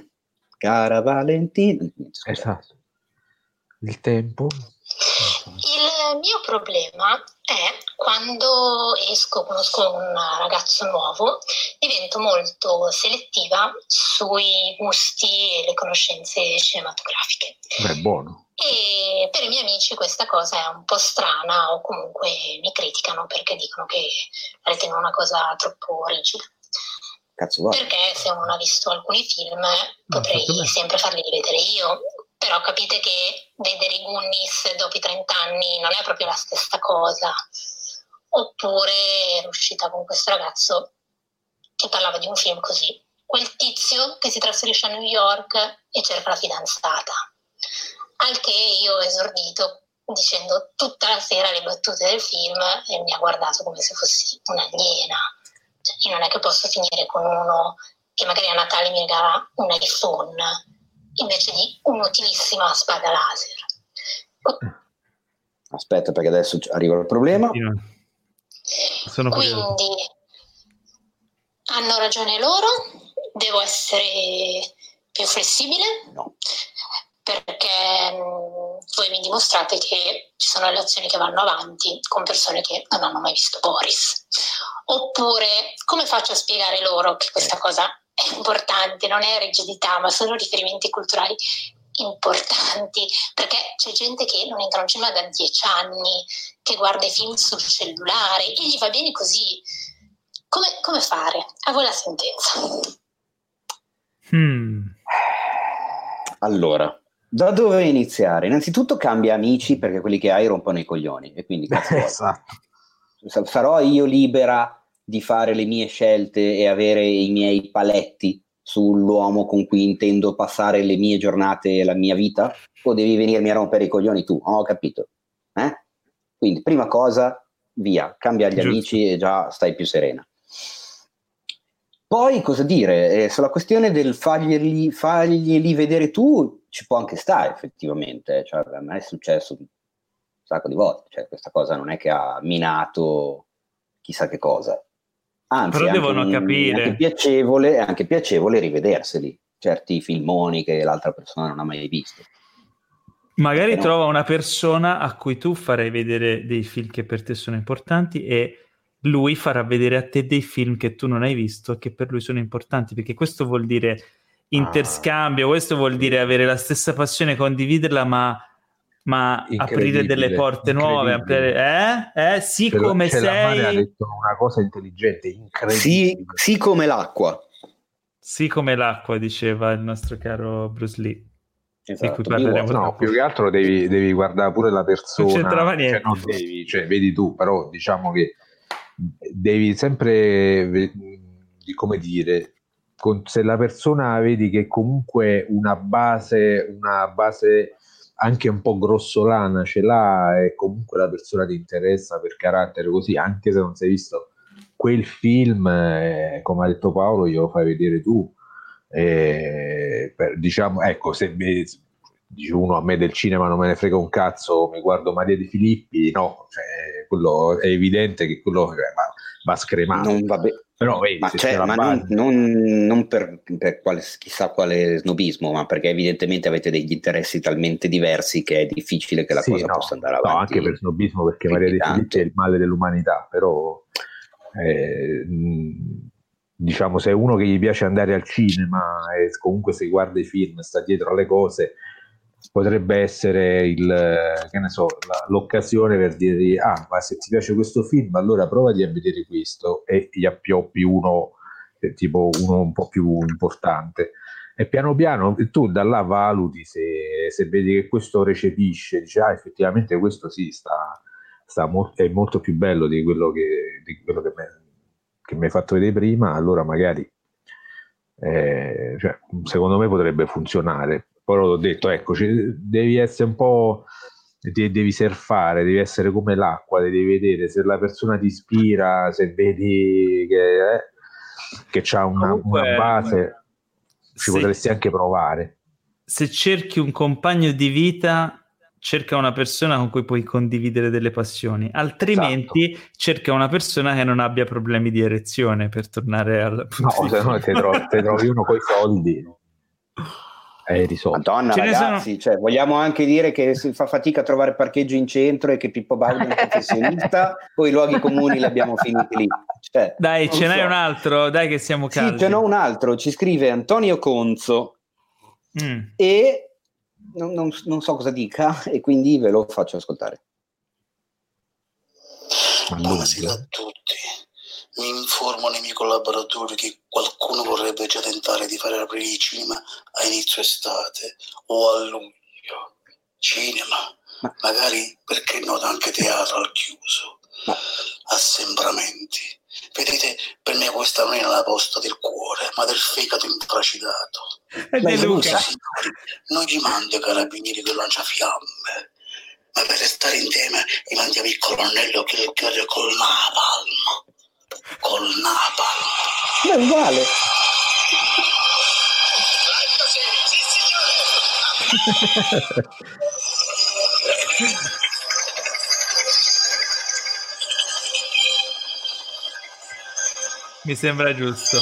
Esatto. Il tempo. Il mio problema è quando conosco un ragazzo nuovo, divento molto selettiva sui gusti e le conoscenze cinematografiche. Beh, buono. E per i miei amici questa cosa è un po' strana, o comunque mi criticano perché dicono che la ritengo una cosa troppo rigida. Perché se uno ha visto alcuni film potrei sempre farli rivedere io, però capite che vedere i Goonies dopo i 30 anni non è proprio la stessa cosa. Oppure ero uscita con questo ragazzo che parlava di un film così: quel tizio che si trasferisce a New York e cerca la fidanzata, al che io ho esordito dicendo tutta la sera le battute del film e mi ha guardato come se fossi un'aliena. Cioè, io non è che posso finire con uno che magari a Natale mi regala un iPhone invece di un'utilissima spada laser. Aspetta, perché adesso arriva il problema. Quindi hanno ragione loro, devo essere più flessibile? No. Perché voi mi dimostrate che ci sono relazioni che vanno avanti con persone che non hanno mai visto Boris. Oppure come faccio a spiegare loro che questa cosa è importante, non è rigidità, ma sono riferimenti culturali importanti, perché c'è gente che non entra in cinema da 10 anni, che guarda i film sul cellulare e gli va bene così. Come fare? A voi la sentenza. Allora, da dove iniziare? Innanzitutto cambia amici, perché quelli che hai rompono i coglioni e quindi esatto. Sarò io libera di fare le mie scelte e avere i miei paletti sull'uomo con cui intendo passare le mie giornate e la mia vita, o devi venirmi a rompere i coglioni tu? Ho capito. Quindi prima cosa, via, cambia gli amici e già stai più serena. Poi cosa dire? Sulla questione del farglieli vedere tu ci può anche stare effettivamente, cioè, a me è successo un sacco di volte, cioè, questa cosa non è che ha minato chissà che cosa, anzi però devono capire. È anche piacevole rivederseli certi filmoni che l'altra persona non ha mai visto. Magari trova una persona a cui tu farai vedere dei film che per te sono importanti e lui farà vedere a te dei film che tu non hai visto e che per lui sono importanti, perché questo vuol dire interscambio, questo vuol dire avere la stessa passione, condividerla, ma aprire delle porte nuove, sì, come sei. La Mare ha detto una cosa intelligente, incredibile. Sì come l'acqua. Sì come l'acqua, diceva il nostro caro Bruce Lee. Esatto. Più che altro devi guardare pure la persona. Non c'entrava niente. Vedi tu, però diciamo che devi sempre, come dire, se la persona vedi che comunque una base anche un po' grossolana ce l'ha e comunque la persona ti interessa per carattere così, anche se non sei visto quel film, come ha detto Paolo, glielo fai vedere tu. Diciamo, ecco, se dice uno a me del cinema non me ne frega un cazzo, mi guardo Maria De Filippi, no, cioè, quello è evidente che quello va scremato. Non va bene. Però vedi, non per chissà quale snobismo, ma perché evidentemente avete degli interessi talmente diversi che è difficile che la cosa possa andare avanti. No, anche per snobismo, perché Maria De Filippi è il male dell'umanità, però diciamo, se è uno che gli piace andare al cinema e comunque se guarda i film, sta dietro alle cose, potrebbe essere che ne so, l'occasione per dire ma se ti piace questo film allora provati a vedere questo, e gli appioppi uno tipo uno un po' più importante, e piano piano tu da là valuti se vedi che questo recepisce, dici effettivamente questo sì è molto più bello di quello che mi hai fatto vedere prima, allora magari cioè, secondo me potrebbe funzionare. Poi l'ho detto, ecco, devi essere un po', devi surfare, devi essere come l'acqua, devi vedere se la persona ti ispira, se vedi che c'ha una base, ci potresti anche provare. Se cerchi un compagno di vita, cerca una persona con cui puoi condividere delle passioni, altrimenti cerca una persona che non abbia problemi di erezione, per tornare al punto. No, se no te trovi uno coi soldi. Madonna, ragazzi, cioè, vogliamo anche dire che si fa fatica a trovare parcheggio in centro e che Pippo Baudo è un professionista, o i luoghi comuni li abbiamo finiti lì? Cioè, dai, ce n'hai un altro, dai che siamo caldi. Sì, ce n'ho un altro, ci scrive Antonio Conzo e non so cosa dica, e quindi ve lo faccio ascoltare. Buonasera a tutti. Mi informo nei miei collaboratori che qualcuno vorrebbe già tentare di fare aprire il cinema a inizio estate o a luglio. Cinema, magari perché no anche teatro al chiuso. Assembramenti. Vedete, per me questa non è la posta del cuore, ma del fegato intracidato. Non gli mando i carabinieri che lancia fiamme, ma per restare in tema gli mandiamo il colonnello che le chiede col napalm. Col napalm. Ma è uguale. Mi sembra giusto.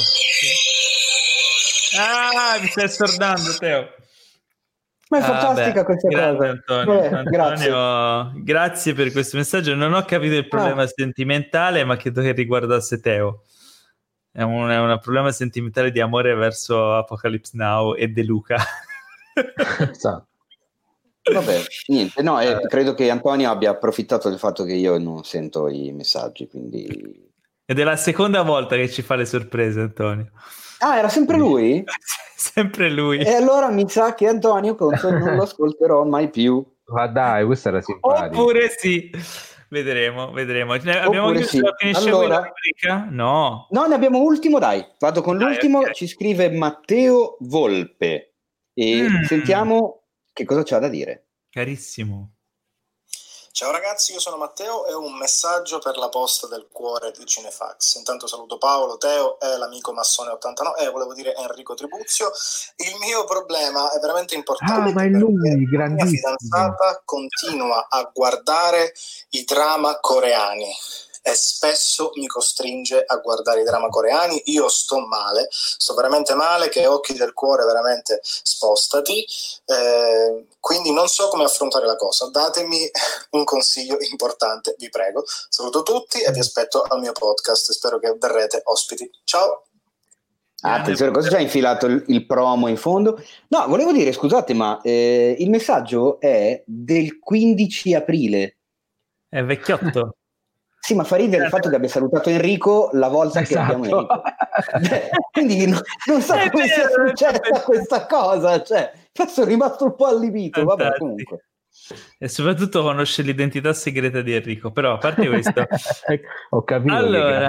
Mi stai assordando, Teo. Ma è fantastica questa cosa. Antonio, grazie per questo messaggio. Non ho capito il problema sentimentale, ma credo che riguardasse Teo. È un problema sentimentale di amore verso Apocalypse Now e De Luca. Esatto. Vabbè, niente, no, credo che Antonio abbia approfittato del fatto che io non sento i messaggi, quindi... Ed è la seconda volta che ci fa le sorprese, Antonio. Ah, era sempre lui? Sempre lui. E allora mi sa che Antonio non lo ascolterò mai più. Ma dai, questa era simpatica. Oppure sì, vedremo. Abbiamo chiuso la finisce allora... la rubrica? No, ne abbiamo ultimo, dai. Vado con l'ultimo, okay. Ci scrive Matteo Volpe e sentiamo che cosa c'ha da dire. Carissimo. Ciao ragazzi, io sono Matteo e ho un messaggio per la posta del cuore di Cinefax. Intanto saluto Paolo, Teo e l'amico Massone89 e volevo dire Enrico Tribuzio. Il mio problema è veramente importante, ma è lui, la mia fidanzata continua a guardare i drama coreani e spesso mi costringe a guardare i drama coreani. Io sto veramente male, che occhi del cuore, veramente spostati, quindi non so come affrontare la cosa. Datemi un consiglio importante, vi prego. Saluto tutti e vi aspetto al mio podcast, spero che verrete ospiti. Ciao. Attenzione, cosa c'è infilato il promo in fondo? No, volevo dire, scusate, ma il messaggio è del 15 aprile. È vecchiotto. Sì, ma fa ridere il fatto che abbia salutato Enrico la volta che abbiamo Enrico. Quindi non so come sia successa questa cosa, cioè, sono rimasto un po' allibito, vabbè, comunque. E soprattutto conosce l'identità segreta di Enrico, però a parte questo... Ho capito. Allora,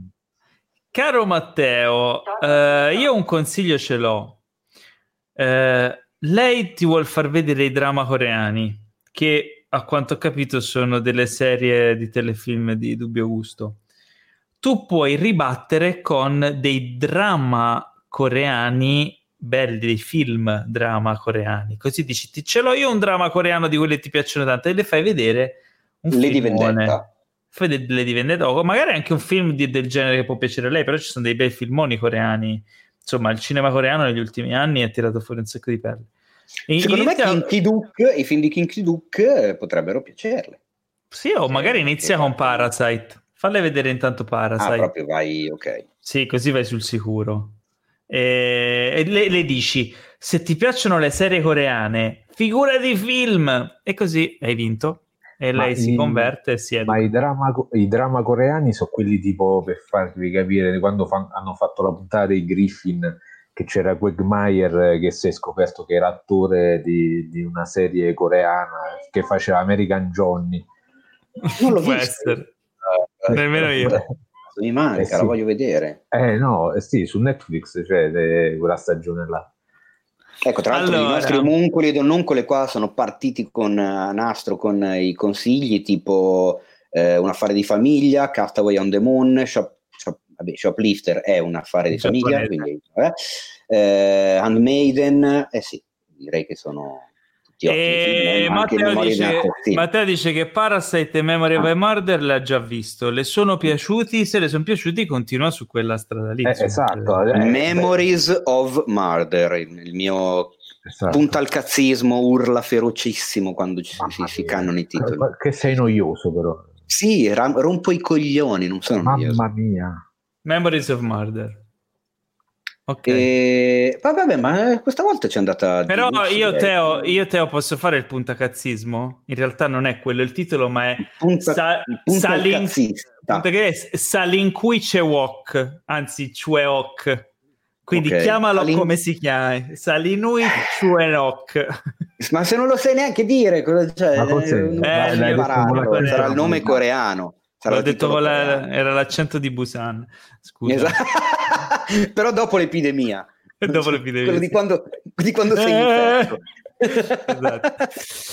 caro Matteo, io un consiglio ce l'ho. Lei ti vuol far vedere i drama coreani, che... a quanto ho capito sono delle serie di telefilm di dubbio gusto. Tu puoi ribattere con dei drama coreani belli, dei film drama coreani, così dici ce l'ho io un drama coreano di quelli che ti piacciono tanto e le fai vedere un Lady Vendetta. Fai Lady Vendetta o magari anche un film del genere che può piacere a lei, però ci sono dei bei filmoni coreani. Insomma, il cinema coreano negli ultimi anni ha tirato fuori un sacco di perle. Secondo me i film di Kim Ki-duk potrebbero piacerle. Sì, o magari inizia con Parasite. Falle vedere intanto Parasite. Proprio vai, ok. Sì, così vai sul sicuro. E le dici, se ti piacciono le serie coreane, figura di film, e così hai vinto. E lei si converte e si educa. Ma i drama coreani sono quelli tipo, per farvi capire, quando hanno fatto la puntata dei Griffin, che c'era Quagmire che si è scoperto che era attore di una serie coreana che faceva American Johnny. Non l'ho Può visto. essere. Nemmeno io. Mi manca, sì. La voglio vedere. No, sì, su Netflix c'è quella stagione là. Ecco, tra l'altro i nostri omuncoli ed onuncole qua sono partiti con nastro, con i consigli tipo Un affare di famiglia, Castaway on the Moon, Shoplifter è un affare di famiglia, quindi, Handmaiden, sì, direi che sono tutti ottimi. Matteo dice che Parasite e Memory of a Murder l'ha già visto, le sono piaciuti, se le sono piaciuti continua su quella strada lì. Esatto. Memories of Murder, il mio punta al cazzismo, urla ferocissimo quando si cannano i titoli. Che sei noioso però. Sì, rompo i coglioni, non sono noioso. Mamma mia. Memories of Murder. Ok. Vabbè, ma questa volta c'è andata. Però io Teo posso fare il puntacazzismo? In realtà non è quello il titolo, ma è Salinquicewok, anzi Chueok. Quindi chiamalo come si chiama, Salinui Chueok. Ma se non lo sai neanche dire, sarà il nome coreano. L'ho detto era l'accento di Busan. Scusa. Esatto. Però dopo l'epidemia. Quello di quando sei infetto. Esatto.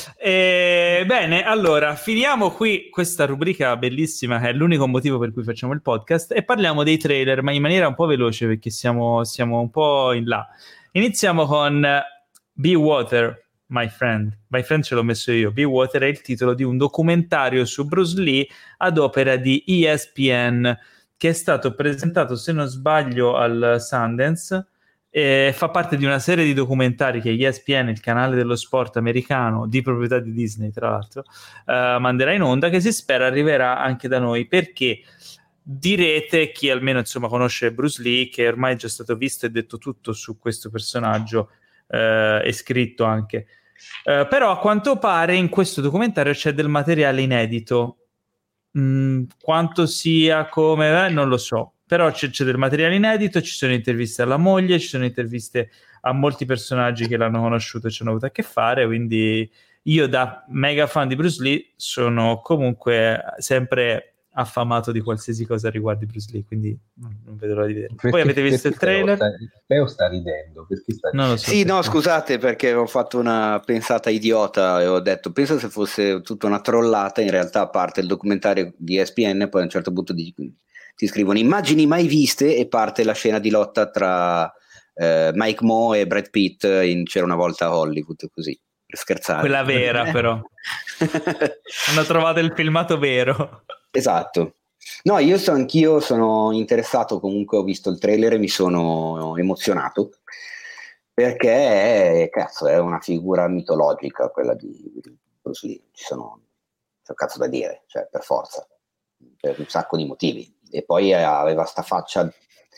Bene, allora finiamo qui questa rubrica bellissima che è l'unico motivo per cui facciamo il podcast e parliamo dei trailer, ma in maniera un po' veloce perché siamo un po' in là. Iniziamo con Be Water, My Friend ce l'ho messo io. Be Water è il titolo di un documentario su Bruce Lee ad opera di ESPN che è stato presentato, se non sbaglio, al Sundance. Fa parte di una serie di documentari che ESPN, il canale dello sport americano di proprietà di Disney tra l'altro, manderà in onda, che si spera arriverà anche da noi, perché direte, chi almeno insomma conosce Bruce Lee, che ormai è già stato visto e detto tutto su questo personaggio, è scritto anche, però a quanto pare in questo documentario c'è del materiale inedito. Quanto sia, come non lo so, però c'è del materiale inedito, ci sono interviste alla moglie, ci sono interviste a molti personaggi che l'hanno conosciuto e ci hanno avuto a che fare, quindi io da mega fan di Bruce Lee sono comunque sempre affamato di qualsiasi cosa riguardi Bruce Lee, quindi non vedo l'ora di vedere. Poi avete visto il trailer? Teo sta ridendo, perché sta ridendo? Non lo so. Sì, no, scusate, perché ho fatto una pensata idiota e ho detto, penso se fosse tutta una trollata, in realtà a parte il documentario di ESPN, poi a un certo punto ti scrivono immagini mai viste e parte la scena di lotta tra Mike Moe e Brad Pitt in C'era una volta a Hollywood, così, per scherzare. Quella vera però. Hanno trovato il filmato vero. Esatto. No, anch'io sono interessato, comunque ho visto il trailer e mi sono emozionato perché cazzo è una figura mitologica quella di Bruce Lee, c'è cazzo da dire, cioè per forza, per un sacco di motivi, e poi aveva sta faccia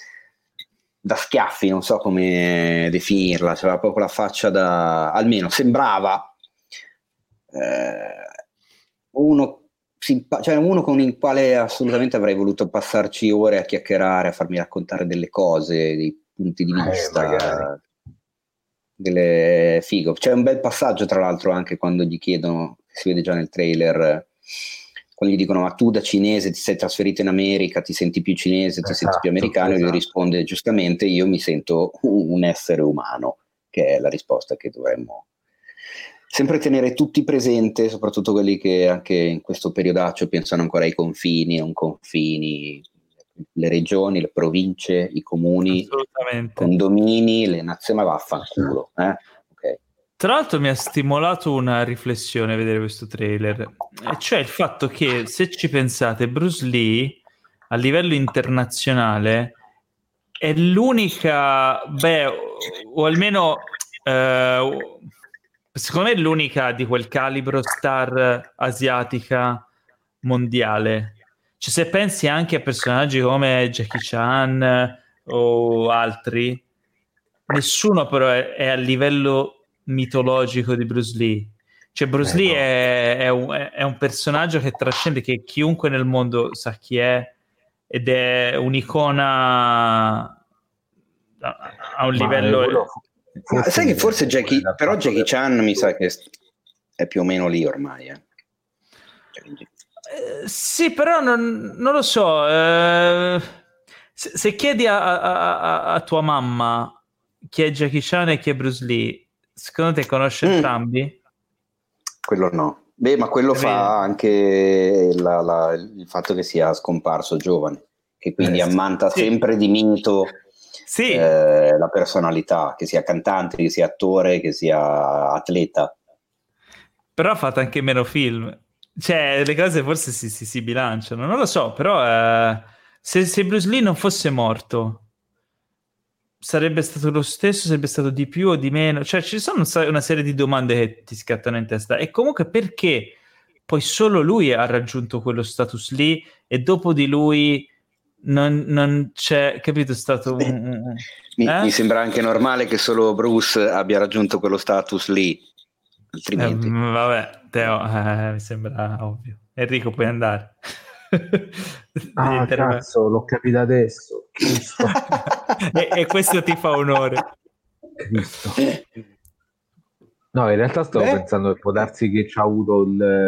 da schiaffi, non so come definirla, c'era proprio la faccia almeno sembrava uno con il quale assolutamente avrei voluto passarci ore a chiacchierare, a farmi raccontare delle cose, dei punti di vista, delle figo. C'è un bel passaggio tra l'altro anche quando gli chiedono, si vede già nel trailer, quando gli dicono ma tu da cinese ti sei trasferito in America, ti senti più cinese, ti senti più americano, e lui risponde giustamente io mi sento un essere umano, che è la risposta che dovremmo sempre tenere tutti presente, soprattutto quelli che anche in questo periodaccio pensano ancora ai confini, non confini, le regioni, le province, i comuni, i condomini, le nazioni, ma vaffanculo. Okay. Tra l'altro mi ha stimolato una riflessione vedere questo trailer, e cioè il fatto che, se ci pensate, Bruce Lee a livello internazionale è l'unica, o almeno secondo me è l'unica di quel calibro star asiatica mondiale. Cioè, se pensi anche a personaggi come Jackie Chan o altri, nessuno però è a livello mitologico di Bruce Lee. Cioè Bruce Lee no. è un personaggio che trascende, che chiunque nel mondo sa chi è, ed è un'icona a un livello... Ma sai che forse Jackie Chan mi sa che è più o meno lì ormai. Sì, però non lo so. Se chiedi a tua mamma chi è Jackie Chan e chi è Bruce Lee, secondo te conosce entrambi? Quello no. Beh, ma quello fa anche il fatto che sia scomparso giovane, che quindi ammanta sempre di mito la personalità, che sia cantante, che sia attore, che sia atleta. Però ha fatto anche meno film. Cioè, le cose forse si bilanciano. Non lo so, però se Bruce Lee non fosse morto, sarebbe stato lo stesso, sarebbe stato di più o di meno? Cioè, ci sono una serie di domande che ti scattano in testa. E comunque perché poi solo lui ha raggiunto quello status lì e dopo di lui non c'è, capito? È stato mi sembra anche normale che solo Bruce abbia raggiunto quello status lì, altrimenti vabbè, Teo, mi sembra ovvio. Enrico, puoi andare. Cazzo, l'ho capito adesso. e questo ti fa onore. Cristo. No, in realtà stavo pensando che può darsi che c'ha avuto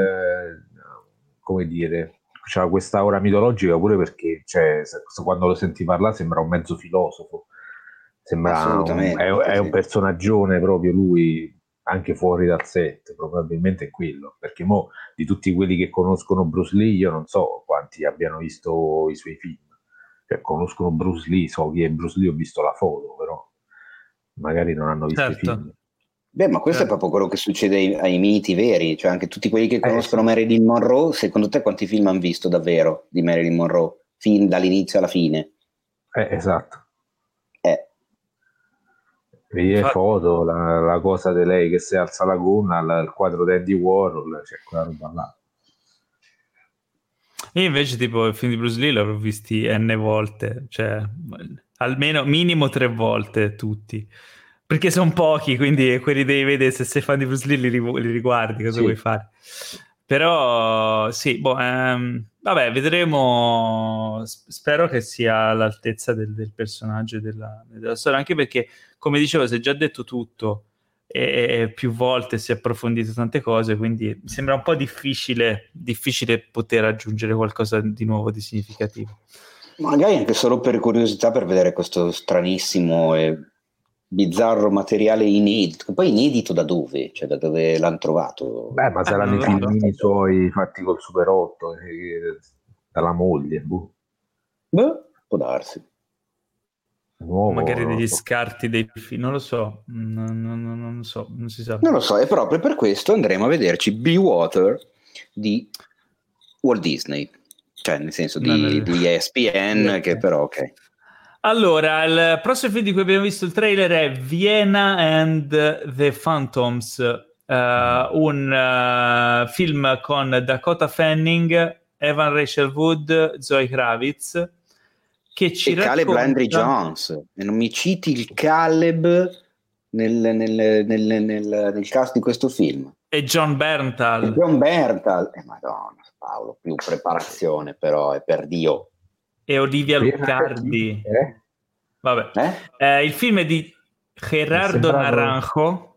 come dire, c'ha questa aura mitologica pure perché quando lo senti parlare sembra un mezzo filosofo, sembra è un personaggione proprio lui, anche fuori dal set, probabilmente è quello, perché mo di tutti quelli che conoscono Bruce Lee io non so quanti abbiano visto i suoi film, cioè conoscono Bruce Lee, so chi è Bruce Lee, ho visto la foto, però magari non hanno visto i film. Beh, ma questo è proprio quello che succede ai miti veri, cioè anche tutti quelli che conoscono Marilyn Monroe, secondo te quanti film hanno visto davvero di Marilyn Monroe, fin dall'inizio alla fine? Esatto. Vedi le foto, la cosa di lei che si alza la gonna, il quadro di Andy Warhol, c'è quella roba là. Io invece tipo il film di Bruce Lee l'avrò visti n volte, cioè almeno minimo 3 volte tutti, perché sono pochi, quindi quelli devi vedere, se sei fan di Bruce Lee li riguardi, cosa vuoi fare? Però sì, vabbè, vedremo, spero che sia all'altezza del personaggio e della storia, anche perché, come dicevo, si è già detto tutto e più volte si è approfondito tante cose, quindi mi sembra un po' difficile poter aggiungere qualcosa di nuovo, di significativo. Magari anche solo per curiosità, per vedere questo stranissimo e bizzarro materiale inedito. Poi inedito da dove? Cioè da dove l'hanno trovato? Beh, ma saranno i filmini suoi fatti col Super 8 dalla moglie. Può darsi. Nuovo, magari degli scarti dei film, non lo so, non so, non si sa. Non lo so, e proprio per questo andremo a vederci Be Water di Walt Disney, cioè nel senso di ESPN, che però ok. Allora, il prossimo film di cui abbiamo visto il trailer è Vienna and the Phantoms, un film con Dakota Fanning, Evan Rachel Wood, Zoe Kravitz, che ci racconta... Caleb Landry Jones, e non mi citi il Caleb nel cast di questo film. E John Bernthal. Madonna Paolo, più preparazione però, è per Dio. E Olivia Luccardi. Vabbè. Il film è di Gerardo Naranjo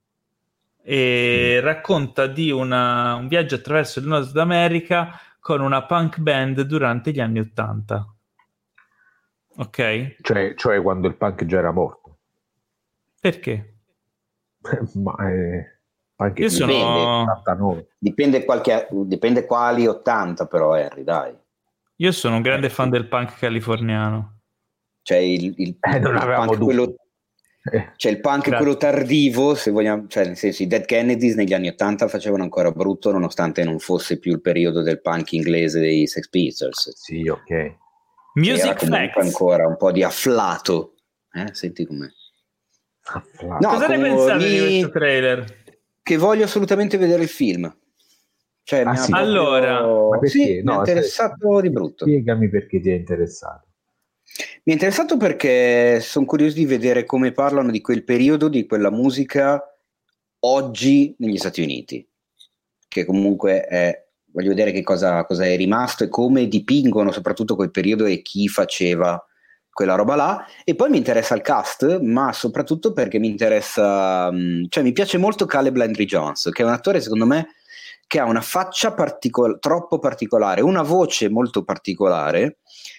e racconta di un viaggio attraverso il Nord America con una punk band durante gli anni '80. Ok? Cioè quando il punk già era morto. Perché? Ma anche io sono... 89. Dipende quali 80 però, Harry, dai. Io sono un grande fan del punk californiano. Cioè non avevamo quello, cioè il punk quello tardivo, se vogliamo, cioè nel senso i Dead Kennedys negli anni '80 facevano ancora brutto, nonostante non fosse più il periodo del punk inglese dei Sex Pistols. Sì, ok. Music Facts. Ancora un po' di afflato. Senti com'è. No, cosa ne pensate di questo trailer? Che voglio assolutamente vedere il film. Cioè, allora, ma perché? Mi è interessato di brutto. Spiegami perché ti è interessato. Mi è interessato perché sono curioso di vedere come parlano di quel periodo, di quella musica oggi negli Stati Uniti, che comunque voglio vedere che cosa è rimasto e come dipingono soprattutto quel periodo e chi faceva quella roba là. E poi mi interessa il cast, ma soprattutto perché mi interessa, cioè mi piace molto Caleb Landry Jones, che è un attore secondo me che ha una faccia troppo particolare, una voce molto particolare,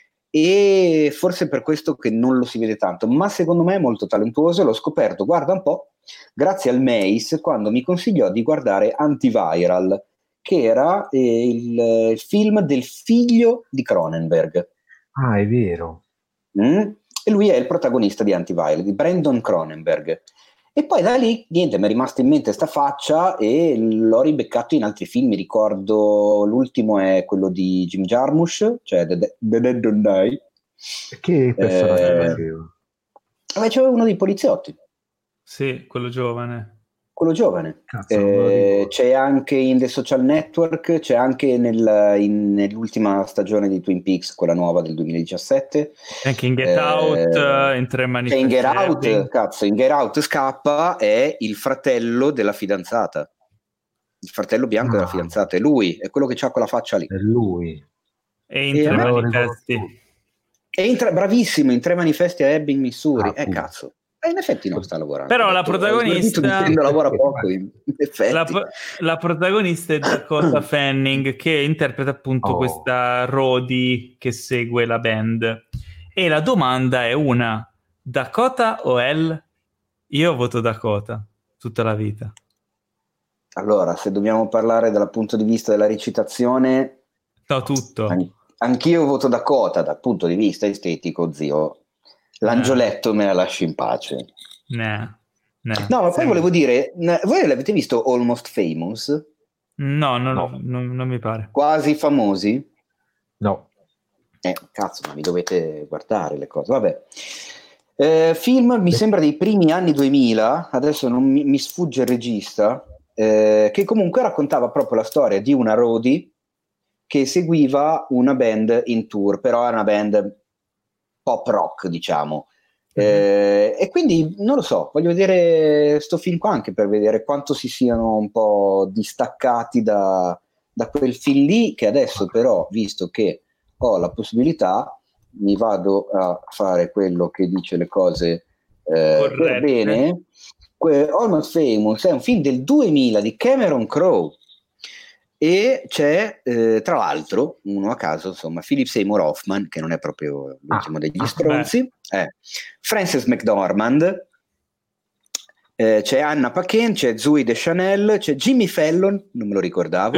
e forse per questo che non lo si vede tanto, ma secondo me è molto talentuoso. L'ho scoperto, guarda un po', grazie al Mace, quando mi consigliò di guardare Antiviral, che era il film del figlio di Cronenberg. Ah, è vero. E lui è il protagonista di Antiviral, di Brandon Cronenberg. E poi da lì, niente, mi è rimasta in mente sta faccia e l'ho ribeccato in altri film. Mi ricordo, l'ultimo è quello di Jim Jarmusch, cioè The Dead Don't Die. Che personaggio faceva? C'era uno dei poliziotti. Sì, quello giovane. Cazzo, c'è anche in The Social Network, c'è anche nell'ultima stagione di Twin Peaks, quella nuova del 2017, anche in Get Out, in Tre manifesti. In Get Out, in Get Out scappa, è il fratello della fidanzata, il fratello bianco della fidanzata, è lui, è quello che c'ha quella faccia lì, è lui. E in Tre manifesti, bravissimo, in Tre manifesti a Ebbing, Missouri. Cazzo. In effetti non sta lavorando. Però la protagonista lavora poco, in effetti. La protagonista è Dakota Fanning, che interpreta appunto questa Rhodey che segue la band. E la domanda è una: Dakota o Elle? Io voto Dakota tutta la vita. Allora, se dobbiamo parlare dal punto di vista della recitazione, tutto. Anch'io voto Dakota dal punto di vista estetico, zio. L'angioletto me la lasci in pace. No, ma poi volevo dire, voi l'avete visto Almost Famous? No, non mi pare. Quasi famosi? No. Cazzo, ma mi dovete guardare le cose. Vabbè. Film, mi sembra dei primi anni 2000, adesso non mi sfugge il regista, che comunque raccontava proprio la storia di una Rhodey che seguiva una band in tour, però era una band pop rock, diciamo. E quindi non lo so, voglio vedere sto film qua anche per vedere quanto si siano un po' distaccati da quel film lì, che adesso però, visto che ho la possibilità, mi vado a fare quello che dice le cose per bene. Almost Famous è un film del 2000 di Cameron Crowe, e c'è tra l'altro, uno a caso, insomma, Philip Seymour Hoffman, che non è proprio l'ultimo degli stronzi, Frances McDormand, c'è Anna Paquin, c'è Zooey Deschanel, c'è Jimmy Fallon, non me lo ricordavo,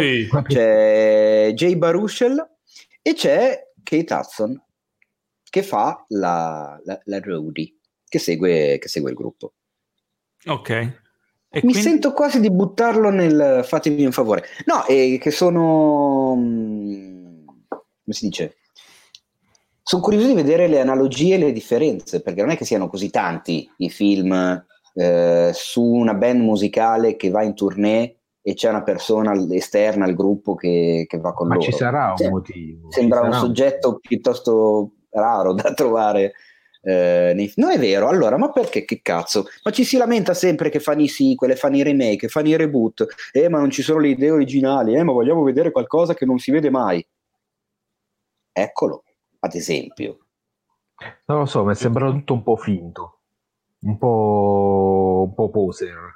c'è Jay Baruchel e c'è Kate Hudson, che fa la Rhodey, che segue il gruppo. Ok. Mi sento quasi di buttarlo nel fatemi un favore. No, che sono... come si dice? Sono curioso di vedere le analogie e le differenze, perché non è che siano così tanti i film su una band musicale che va in tournée e c'è una persona esterna al gruppo che va con loro. Ma ci sarà un motivo. Sembra un soggetto piuttosto raro da trovare. Non è vero, allora, ma perché, che cazzo? Ma ci si lamenta sempre che fanno i sequel, fanno i remake, fanno i reboot, ma non ci sono le idee originali, ma vogliamo vedere qualcosa che non si vede mai. Eccolo, ad esempio. Non lo so, mi è sembrato tutto un po' finto, un po' poser.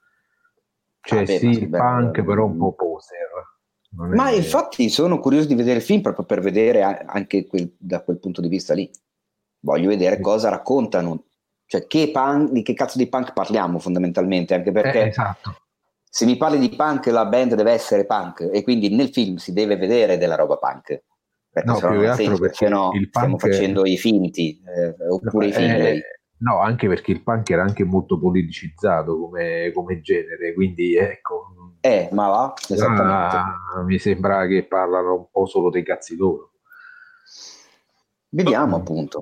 Cioè il punk, però un po' poser. Ma infatti sono curioso di vedere il film proprio per vedere anche da quel punto di vista lì. Voglio vedere cosa raccontano, cioè di che cazzo di punk parliamo fondamentalmente, anche perché se mi parli di punk la band deve essere punk e quindi nel film si deve vedere della roba punk, perché se no non ha senso, perché no stiamo facendo i finti oppure i finti. No, anche perché il punk era anche molto politicizzato come genere, quindi ecco. Ma va, esattamente. Mi sembra che parlano un po' solo dei cazzi loro. Vediamo appunto.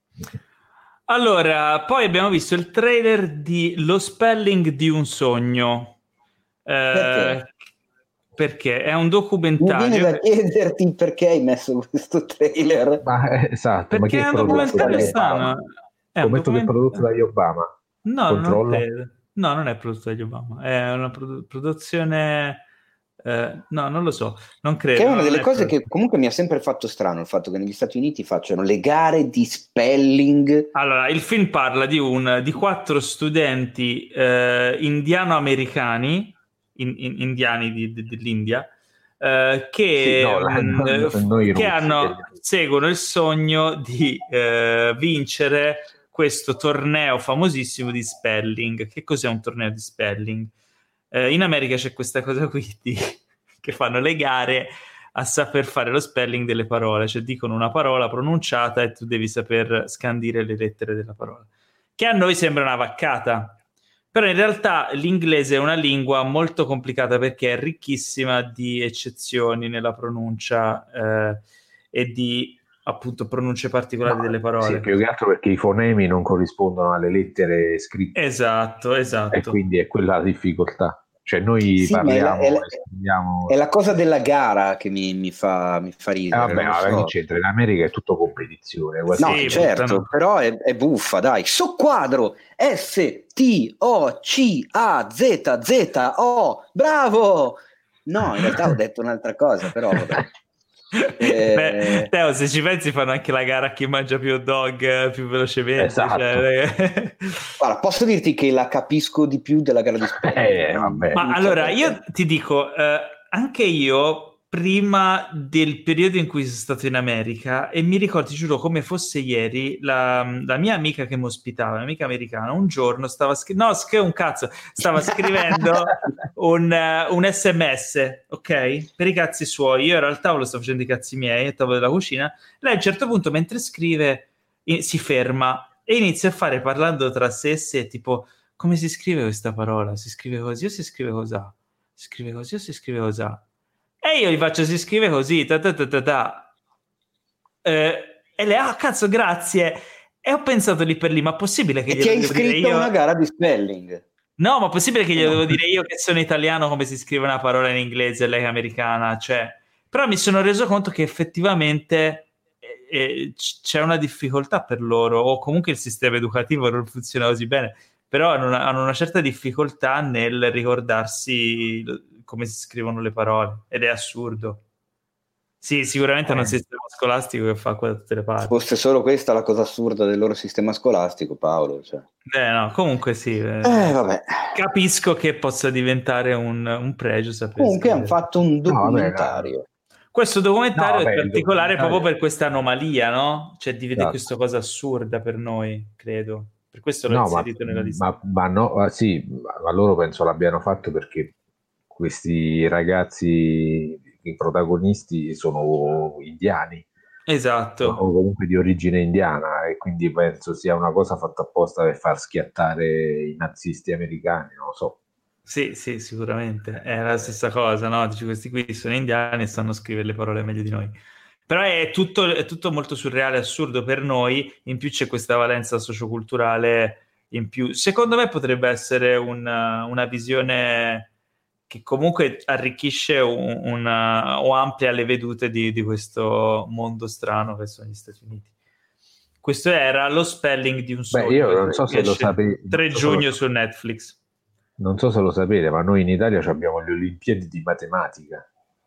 Allora, poi abbiamo visto il trailer di Lo Spelling di un sogno. Perché è un documentario. Mi viene da chiederti perché hai messo questo trailer. Esatto, perché ma che è un documentario strano. Scommetto che è prodotto dagli Obama. No, non credo. No, non è prodotto dagli Obama, è una produzione... no, non lo so, non credo. Che è una delle cose che comunque mi ha sempre fatto strano, il fatto che negli Stati Uniti facciano le gare di spelling. Allora, il film parla di 4 studenti indiano-americani, indiani dell'India, che seguono il sogno di vincere questo torneo famosissimo di spelling. Che cos'è un torneo di spelling? In America c'è questa cosa qui che fanno le gare a saper fare lo spelling delle parole, cioè dicono una parola pronunciata e tu devi saper scandire le lettere della parola, che a noi sembra una vaccata, però in realtà l'inglese è una lingua molto complicata perché è ricchissima di eccezioni nella pronuncia e di appunto pronunce particolari delle parole. Sì, più che altro perché i fonemi non corrispondono alle lettere scritte. Esatto. E quindi è quella la difficoltà. Cioè noi parliamo è la cosa della gara che mi fa ridere. Vabbè, che c'entra? In America è tutto competizione. No, certo, però è buffa, dai. Soqquadro, STOCAZZO, bravo! No, in realtà ho detto un'altra cosa, però vabbè. Beh, Teo, se ci pensi fanno anche la gara a chi mangia più hot dog più velocemente. Esatto. Guarda, posso dirti che la capisco di più della gara di spelling. Vabbè. Ma allora io ti dico, anche io prima del periodo in cui sono stato in America, e mi ricordo, ti giuro come fosse ieri, la mia amica che mi ospitava, un'amica americana, un giorno stava stava scrivendo un SMS, ok? Per i cazzi suoi. Io ero al tavolo, stavo facendo i cazzi miei al tavolo della cucina. Lei a un certo punto, mentre scrive, si ferma e inizia a fare, parlando tra sé e sé, tipo, come si scrive questa parola? Si scrive così o si scrive cos'ha? Si scrive così o si scrive cos'ha? E io gli faccio, si scrive così, e lei, cazzo, grazie. E ho pensato lì per lì, ma possibile che ti hai iscritto a una gara di spelling? No, ma possibile che glielo devo dire io che sono italiano come si scrive una parola in inglese e lei è americana? Cioè, però mi sono reso conto che effettivamente c'è una difficoltà per loro, o comunque il sistema educativo non funziona così bene, però hanno una certa difficoltà nel ricordarsi come si scrivono le parole, ed è assurdo. Sì, sicuramente è un sistema scolastico che fa qua da tutte le parti. Fosse solo questa la cosa assurda del loro sistema scolastico, Paolo. Cioè. No, comunque sì. Vabbè. Capisco che possa diventare un pregio sapere. Comunque hanno fatto un documentario. Questo documentario è particolare proprio per questa anomalia, no? Cioè di vedere questa cosa assurda per noi, credo. Per questo l'ho inserito nella lista. Ma no, sì, ma loro penso l'abbiano fatto perché questi ragazzi, i protagonisti, sono indiani. Esatto. O comunque di origine indiana, e quindi penso sia una cosa fatta apposta per far schiattare i nazisti americani, non lo so. Sì, sicuramente. È la stessa cosa, no? Dici, questi qui sono indiani e sanno scrivere le parole meglio di noi. Però è tutto molto surreale, assurdo per noi, in più c'è questa valenza socioculturale in più. Secondo me potrebbe essere una visione che comunque arricchisce o amplia le vedute di questo mondo strano che sono gli Stati Uniti. Questo era lo spelling di un sogno. Io non so se lo sapete. 3 giugno su Netflix. Non so se lo sapete, ma noi in Italia abbiamo le Olimpiadi di matematica.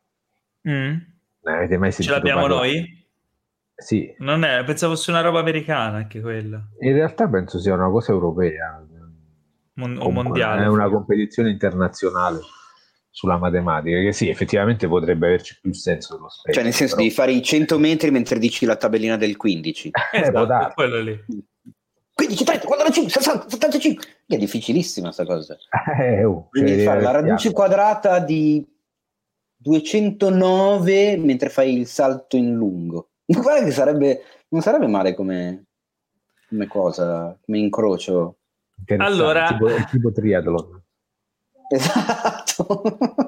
Ne avete mai sentito? Ce l'abbiamo parlare? noi? Sì. Pensavo fosse una roba americana anche quella. In realtà penso sia una cosa europea. O mondiale. È una competizione internazionale sulla matematica, che sì, effettivamente potrebbe averci più senso dello specchio. Cioè nel senso di fare i 100 metri mentre dici la tabellina del 15. Esatto, quello lì. 15, 30, 45, 60, 75. È difficilissima sta cosa. Devi fare la radice quadrata di 209 mentre fai il salto in lungo. Guarda che non sarebbe male come cosa, come incrocio. Allora, tipo triathlon. Esatto.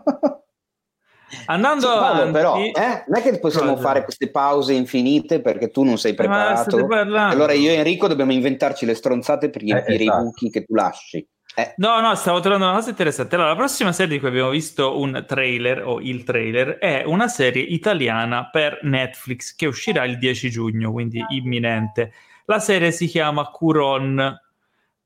Andando avanti, però non è che possiamo fare queste pause infinite perché tu non sei preparato. Allora io e Enrico dobbiamo inventarci le stronzate per riempire i buchi che tu lasci. No, stavo trovando una cosa interessante. Allora, la prossima serie di cui abbiamo visto un trailer o il trailer è una serie italiana per Netflix che uscirà il 10 giugno, quindi imminente. La serie si chiama Curon.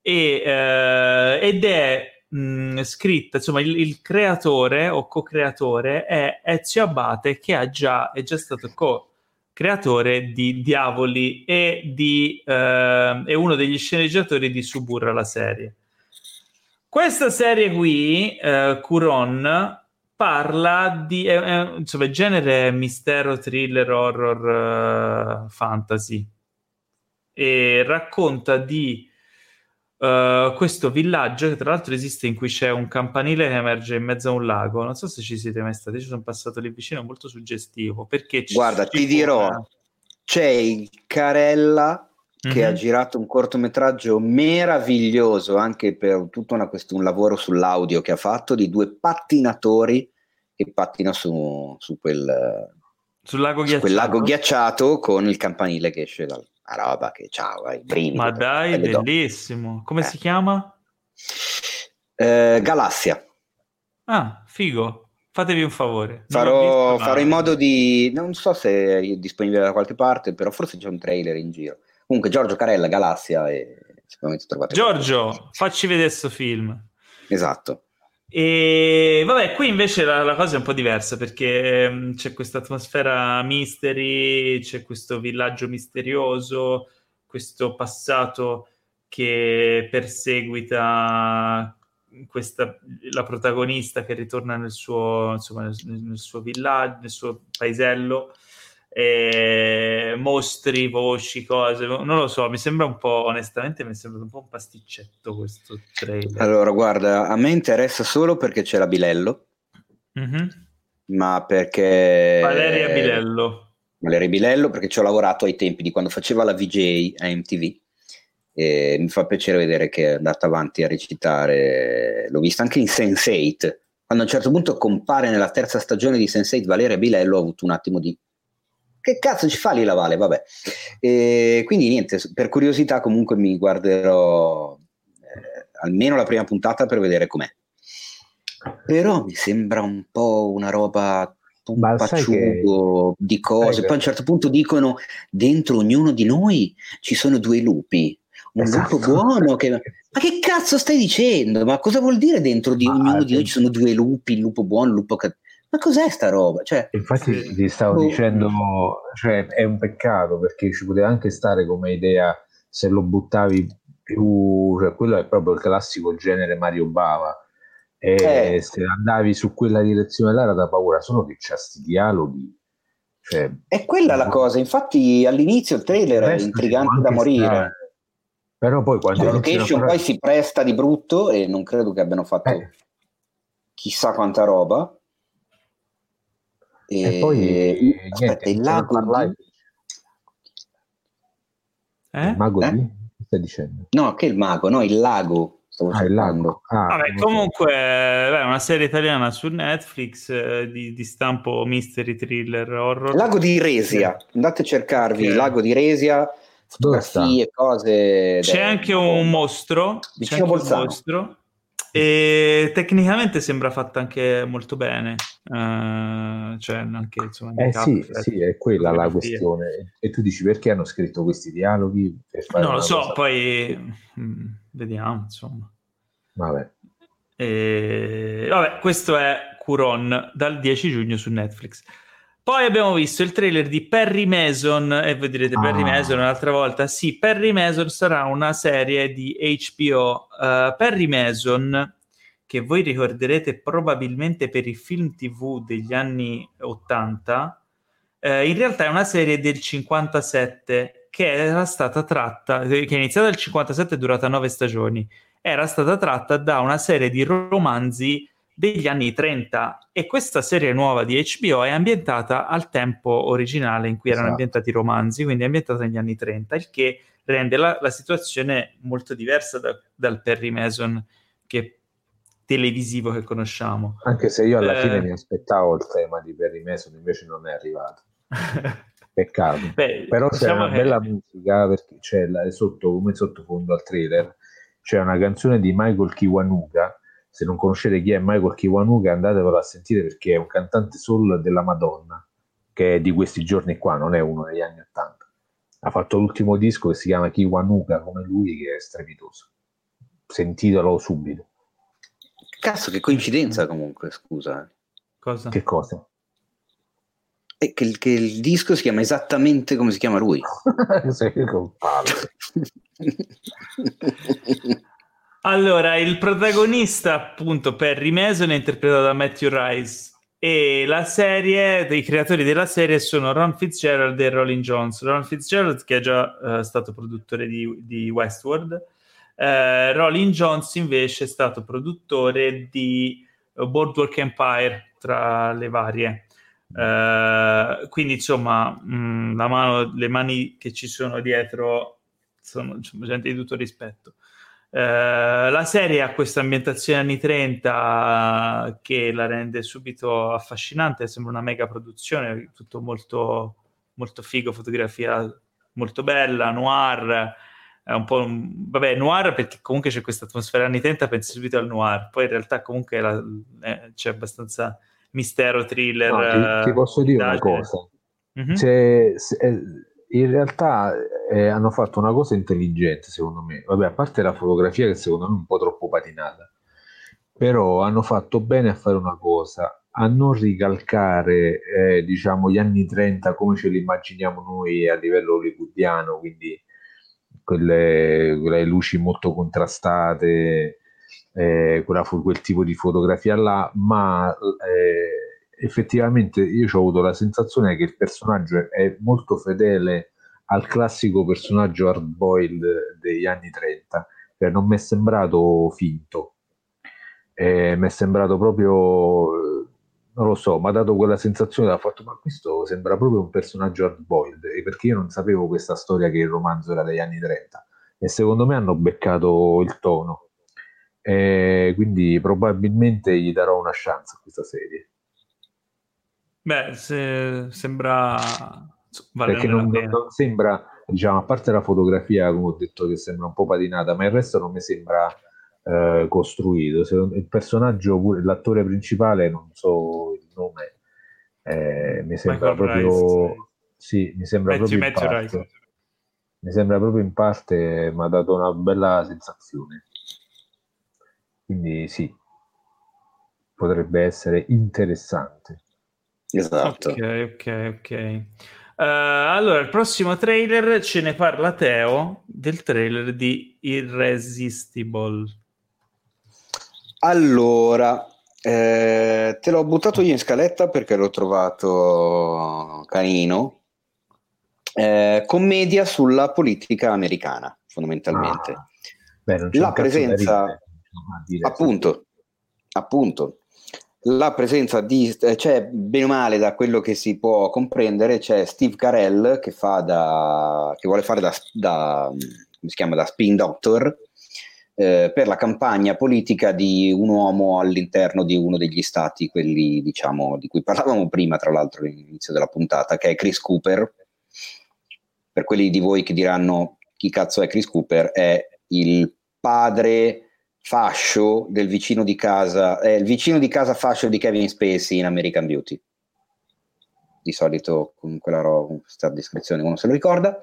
ed è scritta, insomma, il creatore o co-creatore è Ezio Abate, che è già stato co-creatore di Diavoli e è uno degli sceneggiatori di Suburra, la serie. Questa serie qui, Cuarón, parla di insomma, il genere mistero, thriller, horror, fantasy, e racconta di questo villaggio che tra l'altro esiste, in cui c'è un campanile che emerge in mezzo a un lago. Non so se ci siete mai stati, ci sono passato lì vicino, è molto suggestivo, perché guarda, ti dirò, c'è il Carella che ha girato un cortometraggio meraviglioso anche per tutto un lavoro sull'audio che ha fatto, di due pattinatori che pattinano sul quel lago ghiacciato con il campanile che esce dal roba che ciao, i brividi. Ma dai, bellissimo. Come si chiama? Galassia. Ah, figo. Fatevi un favore. Farò in modo di... Non so se è disponibile da qualche parte, però forse c'è un trailer in giro. Comunque Giorgio Carella, Galassia, e sicuramente trovate... Giorgio, facci vedere questo film. Esatto. E vabbè, qui invece la cosa è un po' diversa, perché c'è questa atmosfera mystery, c'è questo villaggio misterioso, questo passato che perseguita la protagonista che ritorna nel suo villaggio, nel suo paesello, mostri, voci, cose, non lo so, mi sembra un po', onestamente mi sembra un po' un pasticcetto questo trailer. Allora guarda, a me interessa solo perché c'è la Bilello, ma perché Valeria Bilello, perché ci ho lavorato ai tempi di quando faceva la VJ a MTV, e mi fa piacere vedere che è andata avanti a recitare. L'ho vista anche in Sense8, quando a un certo punto compare nella terza stagione di Sense8 Valeria Bilello, ho avuto un attimo di che cazzo ci fa lì la Vale, vabbè. Quindi niente, per curiosità comunque mi guarderò almeno la prima puntata per vedere com'è. Però mi sembra un po' una roba pacciugo di cose. Poi a un certo punto dicono dentro ognuno di noi ci sono due lupi, un lupo buono che... Ma che cazzo stai dicendo? Ma cosa vuol dire dentro di ognuno di noi ci sono due lupi, il lupo buono, il lupo cattivo? Ma cos'è sta roba? Cioè, infatti ti stavo dicendo, cioè, è un peccato, perché ci poteva anche stare come idea se lo buttavi più, cioè, quello è proprio il classico genere Mario Bava, e se andavi su quella direzione là era da paura, solo che c'ha sti dialoghi, cioè, è quella la cosa. Infatti all'inizio il trailer è intrigante da morire stare. Però poi quando la location poi si presta di brutto, e non credo che abbiano fatto chissà quanta roba. E poi aspetta, il lago il mago di? Che stai dicendo? No, che il mago, no, il lago stavo cercando. Vabbè, comunque è una serie italiana su Netflix di stampo mystery, thriller, horror. Lago di Resia, andate a cercarvi il lago di Resia, fotografie, cose. C'è anche un mostro, vicino Bolzano. E tecnicamente sembra fatta anche molto bene, cioè anche insomma, sì, è quella la questione. E tu dici perché hanno scritto questi dialoghi? Per fare non lo so, poi vediamo, insomma. Vabbè, questo è Cuarón dal 10 giugno su Netflix. Poi abbiamo visto il trailer di Perry Mason, e voi direte Perry Mason un'altra volta. Sì, Perry Mason sarà una serie di HBO. Perry Mason, che voi ricorderete probabilmente per i film TV degli anni 80, in realtà è una serie del 57 che era stata tratta, che è iniziata nel 57 e durata 9 stagioni. Era stata tratta da una serie di romanzi degli anni 30, e questa serie nuova di HBO è ambientata al tempo originale in cui erano ambientati i romanzi, quindi è ambientata negli anni 30, il che rende la situazione molto diversa dal Perry Mason televisivo che conosciamo. Anche se io alla fine mi aspettavo il tema di Perry Mason, invece non è arrivato. Peccato. Però c'è una bella musica, perché c'è sotto, come sottofondo al trailer, c'è una canzone di Michael Kiwanuka. Se non conoscete chi è Michael Kiwanuka, andatevelo a sentire, perché è un cantante soul della Madonna, che è di questi giorni qua, non è uno degli anni 80. Ha fatto l'ultimo disco che si chiama Kiwanuka, come lui, che è strepitoso. sentitelo subito. Cazzo, che coincidenza comunque, scusa. Cosa? Che cosa? Che il disco si chiama esattamente come si chiama lui. Allora, il protagonista, appunto, Perry Mason, è interpretato da Matthew Rice, e la serie, i creatori della serie sono Ron Fitzgerald e Rolling Jones. Ron Fitzgerald, che è già stato produttore di Westworld, Rolling Jones invece è stato produttore di Boardwalk Empire, tra le varie. Quindi insomma, le mani che ci sono dietro sono gente di tutto rispetto. La serie ha questa ambientazione anni 30 che la rende subito affascinante, sembra una mega produzione, tutto molto, molto figo, fotografia molto bella, noir, è un po' vabbè, noir perché comunque c'è questa atmosfera anni 30, pensi subito al noir, poi in realtà comunque c'è abbastanza mistero, thriller. No, ti posso dire una cosa. Mm-hmm. In realtà hanno fatto una cosa intelligente, secondo me. Vabbè, a parte la fotografia che secondo me è un po' troppo patinata, però hanno fatto bene a fare una cosa, a non ricalcare diciamo gli anni 30 come ce li immaginiamo noi a livello hollywoodiano, quindi quelle luci molto contrastate, quel tipo di fotografia là, ma effettivamente io ho avuto la sensazione che il personaggio è molto fedele al classico personaggio hard-boiled degli anni 30, cioè non mi è sembrato finto, mi è sembrato proprio, non lo so, mi ha dato quella sensazione, da fatto, ma questo sembra proprio un personaggio hard-boiled, perché io non sapevo questa storia che il romanzo era degli anni 30 e secondo me hanno beccato il tono, quindi probabilmente gli darò una chance a questa serie. Beh, sembra perché non sembra, diciamo, a parte la fotografia, come ho detto, che sembra un po' patinata, ma il resto non mi sembra costruito. Il personaggio, pure l'attore principale, non so il nome, mi sembra Michael proprio Rice. Sì, mi sembra proprio in parte. Mi sembra proprio in parte, mi ha dato una bella sensazione. Quindi sì, potrebbe essere interessante. Esatto. Ok. Allora, il prossimo trailer ce ne parla Teo, del trailer di Irresistible. Allora, te l'ho buttato io in scaletta perché l'ho trovato carino. Commedia sulla politica americana, fondamentalmente. La presenza, appunto, la presenza di, cioè, bene o male, da quello che si può comprendere, c'è Steve Carell che vuole fare da come si chiama, da spin doctor per la campagna politica di un uomo all'interno di uno degli stati, quelli, diciamo, di cui parlavamo prima, tra l'altro all'inizio della puntata, che è Chris Cooper. Per quelli di voi che diranno chi cazzo è Chris Cooper, è il padre fascio del vicino di casa, è il vicino di casa fascio di Kevin Spacey in American Beauty. Di solito con questa descrizione uno se lo ricorda,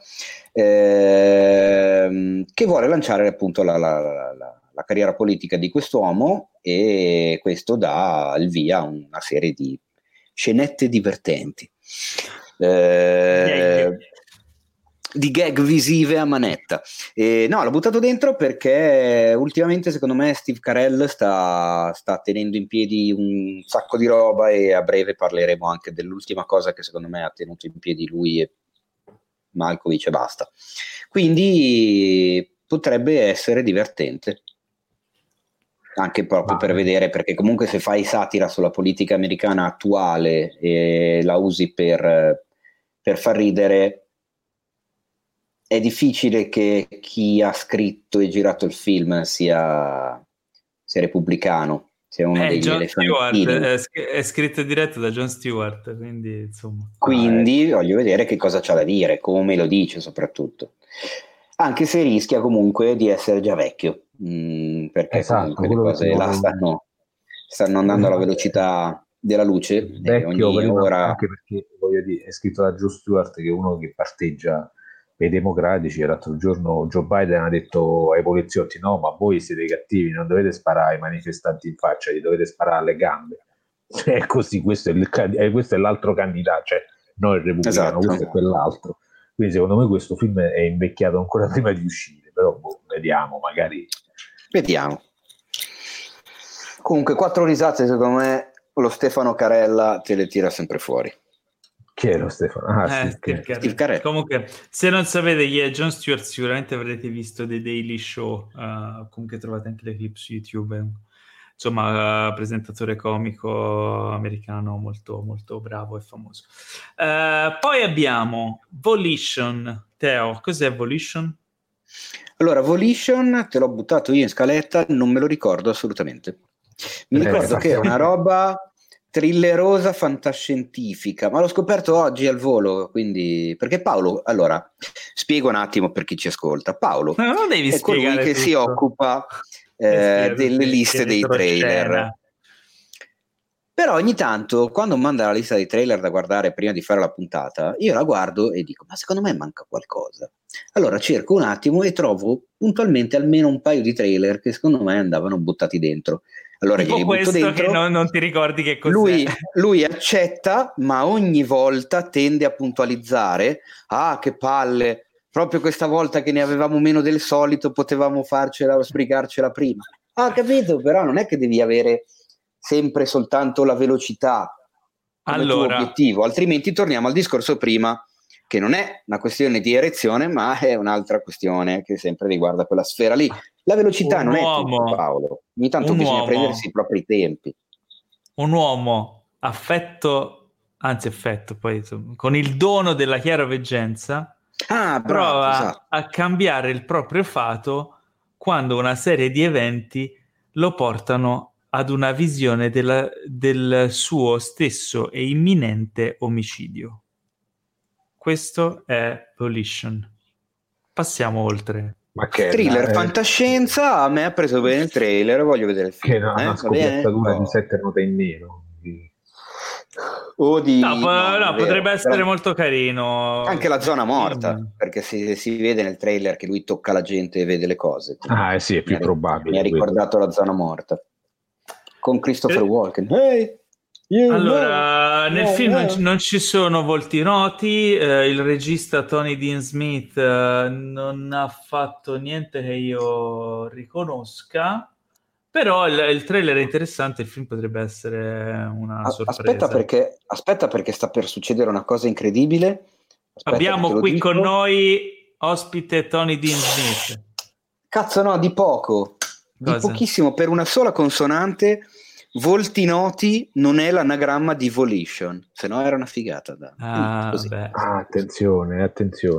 che vuole lanciare appunto la carriera politica di quest'uomo, e questo dà il via a una serie di scenette divertenti. Di gag visive a manetta. No, l'ho buttato dentro perché ultimamente secondo me Steve Carell sta tenendo in piedi un sacco di roba, e a breve parleremo anche dell'ultima cosa che secondo me ha tenuto in piedi lui e Malkovich e basta. Quindi potrebbe essere divertente, anche proprio per vedere, perché comunque se fai satira sulla politica americana attuale e la usi per far ridere, è difficile che chi ha scritto e girato il film sia repubblicano, sia uno degli elefantini. È scritto e diretto da Jon Stewart, quindi insomma. Quindi voglio vedere che cosa c'ha da dire, come lo dice soprattutto. Anche se rischia comunque di essere già vecchio, perché comunque le cose là stanno andando alla velocità della luce. Vecchio, ora... anche perché, voglio dire, è scritto da Jon Stewart, che è uno che parteggia i democratici. L'altro giorno Joe Biden ha detto ai poliziotti: no, ma voi siete cattivi, non dovete sparare ai manifestanti in faccia, gli dovete sparare alle gambe. È così, questo è l'altro candidato, cioè non il repubblicano, questo è quell'altro. Quindi secondo me questo film è invecchiato ancora prima di uscire, però vediamo, magari. Vediamo. Comunque 4 risate, secondo me lo Stefano Carella te le tira sempre fuori. Chi è lo Stefano? Steve Carell. Comunque, se non sapete chi è Jon Stewart, sicuramente avrete visto The Daily Show. Comunque trovate anche le clip su YouTube. Insomma, presentatore comico americano molto, molto bravo e famoso. Poi abbiamo Volition. Teo, cos'è Volition? Allora, Volition te l'ho buttato io in scaletta, non me lo ricordo assolutamente. Mi ricordo che è una roba thrillerosa fantascientifica, ma l'ho scoperto oggi al volo, quindi perché Paolo, allora spiego un attimo per chi ci ascolta. Paolo non devi è colui che si occupa delle liste dei trailer, però ogni tanto quando manda la lista dei trailer da guardare prima di fare la puntata, io la guardo e dico: ma secondo me manca qualcosa. Allora cerco un attimo e trovo puntualmente almeno un paio di trailer che secondo me andavano buttati dentro. Allora tipo glieli butto dentro, che non ti ricordi che cos'è. Lui accetta, ma ogni volta tende a puntualizzare: ah, che palle, proprio questa volta che ne avevamo meno del solito potevamo sbrigarcela prima. Ah, capito, però non è che devi avere sempre soltanto la velocità come tuo obiettivo, altrimenti torniamo al discorso prima, che non è una questione di erezione, ma è un'altra questione che sempre riguarda quella sfera lì. La velocità non è tutto, Paolo. Ogni tanto bisogna prendersi i propri tempi. Un uomo poi insomma, con il dono della chiaroveggenza prova a cambiare il proprio fato quando una serie di eventi lo portano ad una visione del suo stesso e imminente omicidio. Questo è Volition. Passiamo oltre. Ma che thriller fantascienza, a me ha preso bene il trailer, voglio vedere il film. Che è una scopiattatura di 7 note in nero. Potrebbe essere molto carino. Anche la zona morta, perché si vede nel trailer che lui tocca la gente e vede le cose. Sì, è più probabile. Mi ha ricordato la zona morta con Christopher Walken. Nel film non ci sono volti noti, il regista Tony Dean Smith non ha fatto niente che io riconosca, però il trailer è interessante, il film potrebbe essere una sorpresa. Aspetta perché sta per succedere una cosa incredibile. Abbiamo qui con noi ospite Tony Dean Smith. Cazzo no, di poco. Di pochissimo, per una sola consonante. Volti noti non è l'anagramma di Volition, se no era una figata. Attenzione.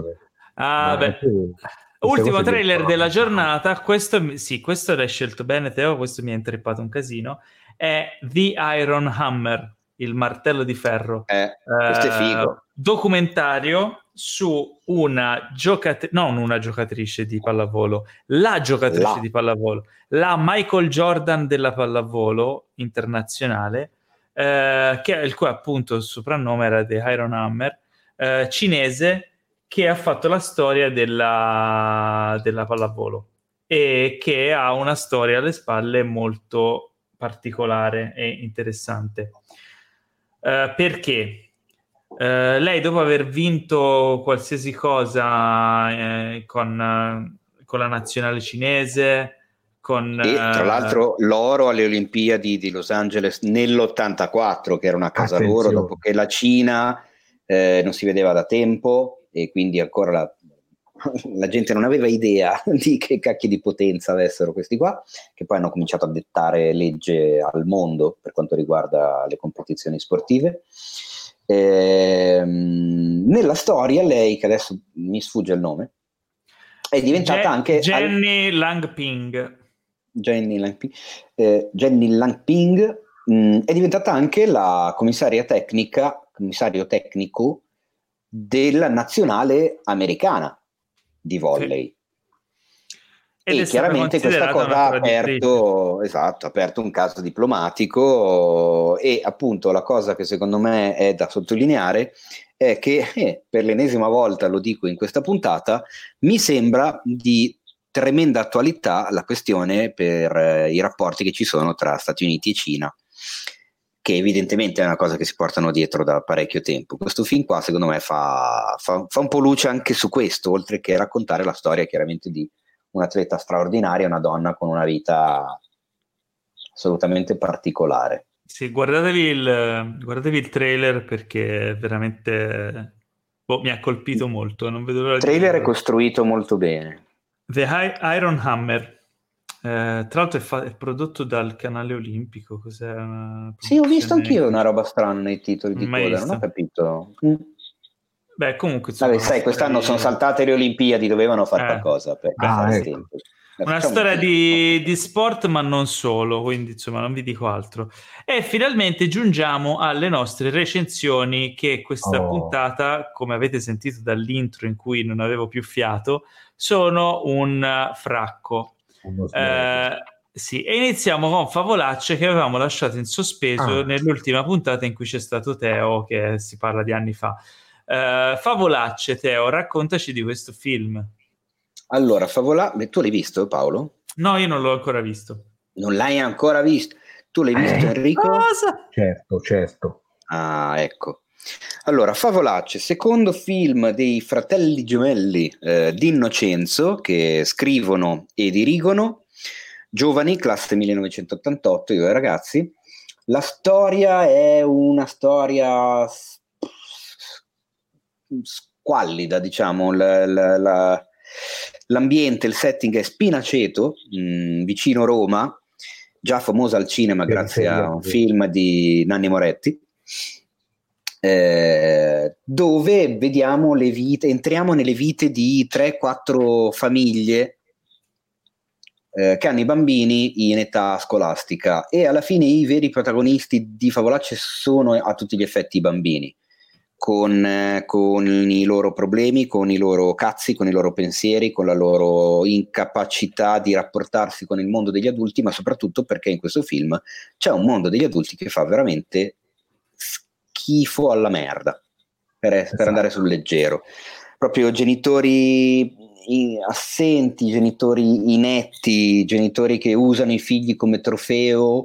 Ultimo trailer della giornata, questo l'hai scelto bene Teo, questo mi ha intrippato un casino, è The Iron Hammer, il martello di ferro. Questo è figo. Documentario su una giocatrice di pallavolo, di pallavolo, la Michael Jordan della pallavolo internazionale, il cui appunto il soprannome era The Iron Hammer, cinese, che ha fatto la storia della pallavolo e che ha una storia alle spalle molto particolare e interessante. Perché? Lei, dopo aver vinto qualsiasi cosa con la nazionale cinese, e tra l'altro l'oro alle Olimpiadi di Los Angeles nell'84, che era una casa loro, dopo che la Cina non si vedeva da tempo e quindi ancora la gente non aveva idea di che cacchio di potenza avessero questi qua, che poi hanno cominciato a dettare legge al mondo per quanto riguarda le competizioni sportive. Nella storia lei, che adesso mi sfugge il nome, è diventata anche Jenny Langping. Jenny Langping è diventata anche la commissario tecnico della nazionale americana di volley. E chiaramente questa cosa ha aperto un caso diplomatico, e appunto la cosa che secondo me è da sottolineare è che, per l'ennesima volta lo dico in questa puntata, mi sembra di tremenda attualità la questione per i rapporti che ci sono tra Stati Uniti e Cina, che evidentemente è una cosa che si portano dietro da parecchio tempo. Questo film qua secondo me fa un po' luce anche su questo, oltre che raccontare la storia chiaramente di un'atleta straordinaria, una donna con una vita assolutamente particolare. Sì, guardatevi il trailer, perché veramente mi ha colpito molto. Non vedo l'ora. Il trailer è costruito molto bene. The Iron Hammer. Tra l'altro è prodotto dal canale olimpico. Cos'è? Sì, ho visto anch'io una roba strana nei titoli di coda, visto. non ho capito. Beh, comunque insomma, vabbè, sai, quest'anno sono saltate le Olimpiadi, dovevano fare qualcosa per fare il tempo. Una storia di sport, ma non solo, quindi insomma non vi dico altro. E finalmente giungiamo alle nostre recensioni, che questa puntata, come avete sentito dall'intro in cui non avevo più fiato, sono un fracco. Sì, e iniziamo con Favolacce, che avevamo lasciato in sospeso nell'ultima puntata in cui c'è stato Teo, che si parla di anni fa. Favolacce, Teo, raccontaci di questo film. Allora, tu l'hai visto, Paolo? No, io non l'ho ancora visto. Non l'hai ancora visto? Tu l'hai visto, Enrico? Cosa? Certo. Ah, ecco. Allora, Favolacce, secondo film dei fratelli gemelli di Innocenzo, che scrivono e dirigono, giovani, classe 1988, io e ragazzi. La storia è una storia squallida, diciamo. L'ambiente, il setting è Spinaceto, vicino Roma, già famosa al cinema grazie a un film di Nanni Moretti, dove vediamo le vite, entriamo nelle vite di 3-4 famiglie che hanno i bambini in età scolastica, e alla fine i veri protagonisti di Favolacce sono a tutti gli effetti i bambini, con i loro problemi, con i loro cazzi, con i loro pensieri, con la loro incapacità di rapportarsi con il mondo degli adulti, ma soprattutto perché in questo film c'è un mondo degli adulti che fa veramente schifo alla merda, per andare sul leggero. Proprio genitori assenti, genitori inetti, genitori che usano i figli come trofeo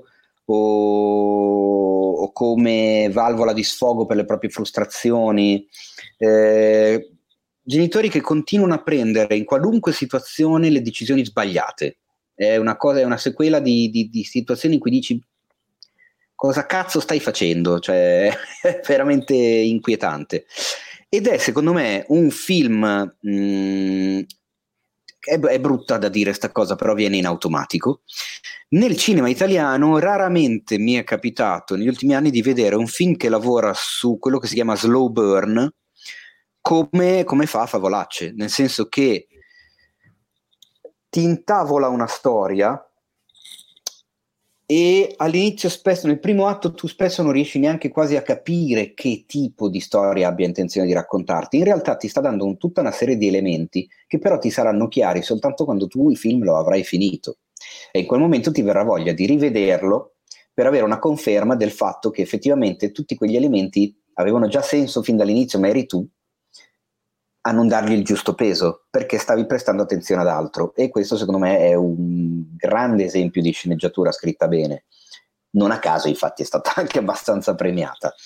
o come valvola di sfogo per le proprie frustrazioni, genitori che continuano a prendere in qualunque situazione le decisioni sbagliate. È una sequela di situazioni in cui dici: cosa cazzo stai facendo? Cioè, è veramente inquietante. Ed è, secondo me, un film è brutta da dire sta cosa, però viene in automatico. Nel cinema italiano raramente mi è capitato negli ultimi anni di vedere un film che lavora su quello che si chiama slow burn come fa Favolacce, nel senso che ti intavola una storia e all'inizio, spesso nel primo atto, tu spesso non riesci neanche quasi a capire che tipo di storia abbia intenzione di raccontarti. In realtà ti sta dando tutta una serie di elementi che però ti saranno chiari soltanto quando tu il film lo avrai finito, e in quel momento ti verrà voglia di rivederlo per avere una conferma del fatto che effettivamente tutti quegli elementi avevano già senso fin dall'inizio, ma eri tu a non dargli il giusto peso perché stavi prestando attenzione ad altro. E questo secondo me è un grande esempio di sceneggiatura scritta bene. Non a caso infatti è stata anche abbastanza premiata.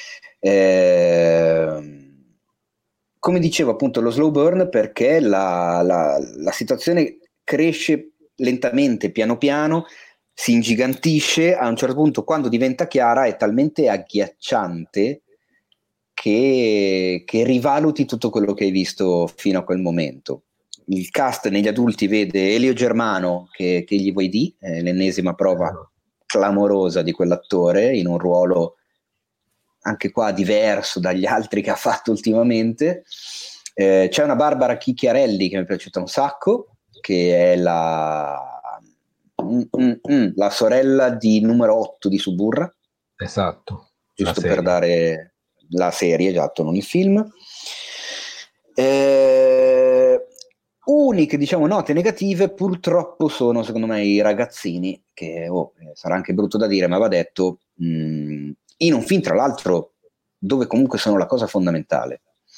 Come dicevo, appunto, lo slow burn, perché la situazione cresce lentamente, piano piano, si ingigantisce, a un certo punto quando diventa chiara è talmente agghiacciante che rivaluti tutto quello che hai visto fino a quel momento. Il cast negli adulti vede Elio Germano, che gli vuoi di, l'ennesima prova clamorosa di quell'attore, in un ruolo anche qua diverso dagli altri che ha fatto ultimamente. C'è una Barbara Chicchiarelli che mi è piaciuta un sacco, che è la sorella di numero 8 di Suburra. Esatto. Giusto per dare la serie, esatto, non il film. Uniche, diciamo, note negative purtroppo sono, secondo me, i ragazzini, che sarà anche brutto da dire, ma va detto, in un film tra l'altro dove comunque sono la cosa fondamentale.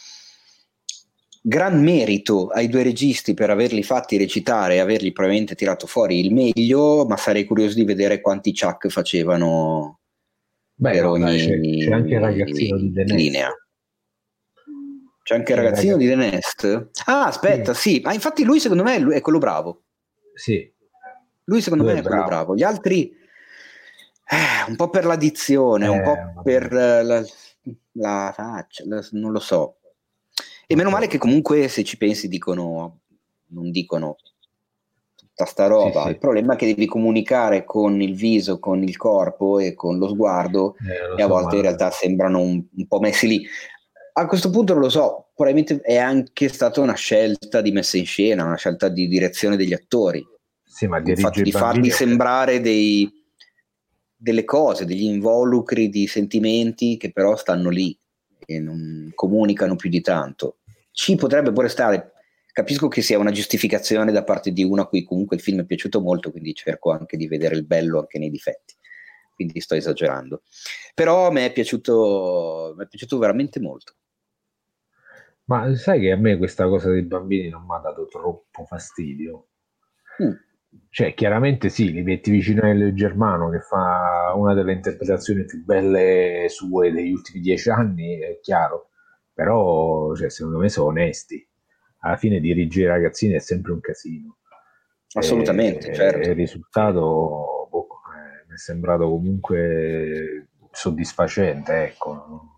Gran merito ai due registi per averli fatti recitare e avergli probabilmente tirato fuori il meglio, ma sarei curioso di vedere quanti Chuck facevano per ogni c'è anche il ragazzino di The linea. C'è anche il ragazzino di The Nest? Ah, aspetta, sì. Ma infatti lui secondo me è quello bravo. Sì. Lui secondo me è quello bravo. Gli altri un po' per l'addizione, un po' per la faccia, non lo so. E meno male che comunque se ci pensi non dicono tutta sta roba. Sì. Il problema è che devi comunicare con il viso, con il corpo e con lo sguardo e a volte in realtà sembrano un po' messi lì. A questo punto non lo so, probabilmente è anche stata una scelta di messa in scena, una scelta di direzione degli attori. Sì, ma il fatto di farli sembrare delle cose, degli involucri di sentimenti che però stanno lì e non comunicano più di tanto. Ci potrebbe pure stare, capisco che sia una giustificazione da parte di uno a cui comunque il film è piaciuto molto, quindi cerco anche di vedere il bello anche nei difetti, quindi sto esagerando, però mi è piaciuto veramente molto. Ma sai che a me questa cosa dei bambini non mi ha dato troppo fastidio. Cioè, chiaramente sì, li metti vicino a Elio Germano che fa una delle interpretazioni più belle sue degli ultimi 10 anni, è chiaro, però cioè, secondo me sono onesti. Alla fine dirigere i ragazzini è sempre un casino. Assolutamente, certo. Il risultato mi è sembrato comunque soddisfacente, ecco.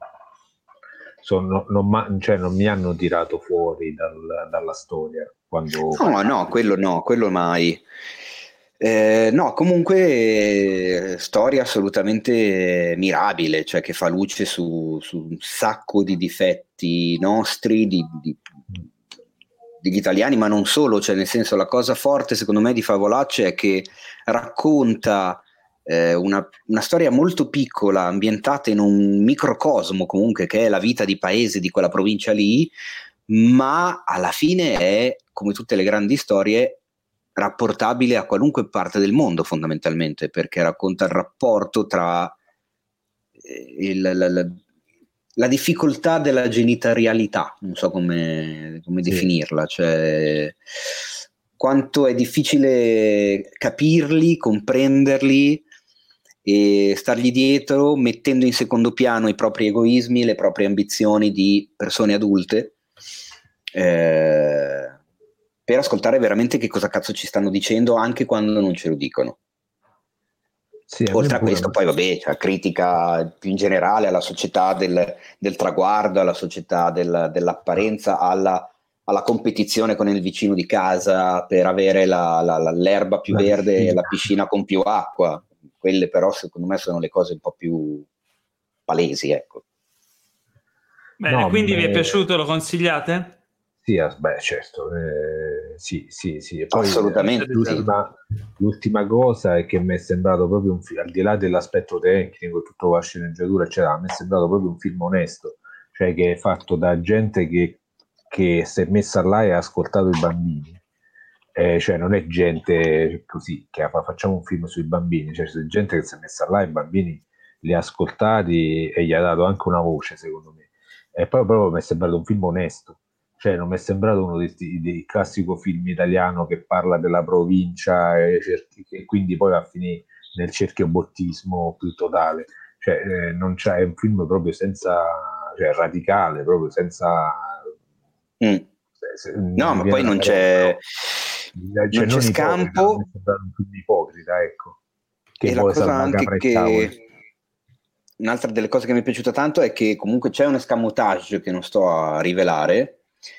Non mi hanno tirato fuori dalla storia quando... No, quello mai. No, comunque storia assolutamente mirabile, cioè che fa luce su un sacco di difetti nostri, degli italiani, ma non solo, cioè nel senso la cosa forte secondo me di Favolacce è che racconta una storia molto piccola ambientata in un microcosmo comunque che è la vita di paese di quella provincia lì, ma alla fine è, come tutte le grandi storie, rapportabile a qualunque parte del mondo fondamentalmente, perché racconta il rapporto tra la difficoltà della genitorialità, non so come definirla, cioè quanto è difficile capirli, comprenderli e stargli dietro mettendo in secondo piano i propri egoismi, le proprie ambizioni di persone adulte, per ascoltare veramente che cosa cazzo ci stanno dicendo anche quando non ce lo dicono. Sì, oltre a questo poi vabbè, cioè, critica più in generale alla società del traguardo, alla società dell'apparenza, alla competizione con il vicino di casa per avere l'erba più verde e la piscina con più acqua. Quelle però secondo me sono le cose un po' più palesi, ecco. Bene, quindi vi è piaciuto, lo consigliate? Sì, certo, sì. E poi, assolutamente. L'ultima cosa è che mi è sembrato proprio un film, al di là dell'aspetto tecnico, tutto la sceneggiatura, eccetera, mi è sembrato proprio un film onesto, cioè che è fatto da gente che si è messa là e ha ascoltato i bambini. Cioè non è gente così che facciamo un film sui bambini, cioè c'è gente che si è messa là e i bambini li ha ascoltati e gli ha dato anche una voce, secondo me. E poi proprio mi è sembrato un film onesto, cioè non mi è sembrato uno dei classico film italiano che parla della provincia e quindi poi va a finire nel cerchiobottismo più totale, cioè non c'è, è un film proprio senza, cioè radicale, proprio senza no, ma poi non c'è non c'è scampo, mi sembra un film ipocrita, ecco, che la cosa anche che un'altra delle cose che mi è piaciuta tanto è che comunque c'è un escamotage che non sto a rivelare,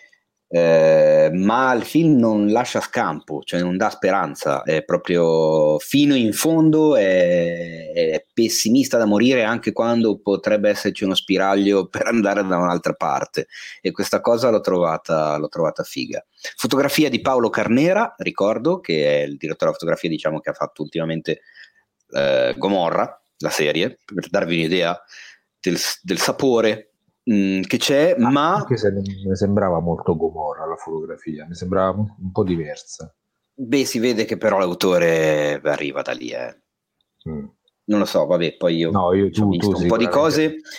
ma il film non lascia scampo, cioè non dà speranza, è proprio fino in fondo, è pessimista da morire anche quando potrebbe esserci uno spiraglio per andare da un'altra parte, e questa cosa l'ho trovata figa. Fotografia di Paolo Carnera, ricordo, che è il direttore della fotografia, diciamo, che ha fatto ultimamente Gomorra, la serie, per darvi un'idea del sapore che c'è, ma anche se non mi sembrava molto Gomorra la fotografia, mi sembrava un po' diversa. Beh, si vede che però l'autore arriva da lì, non lo so, vabbè, poi io ho visto un po' di cose.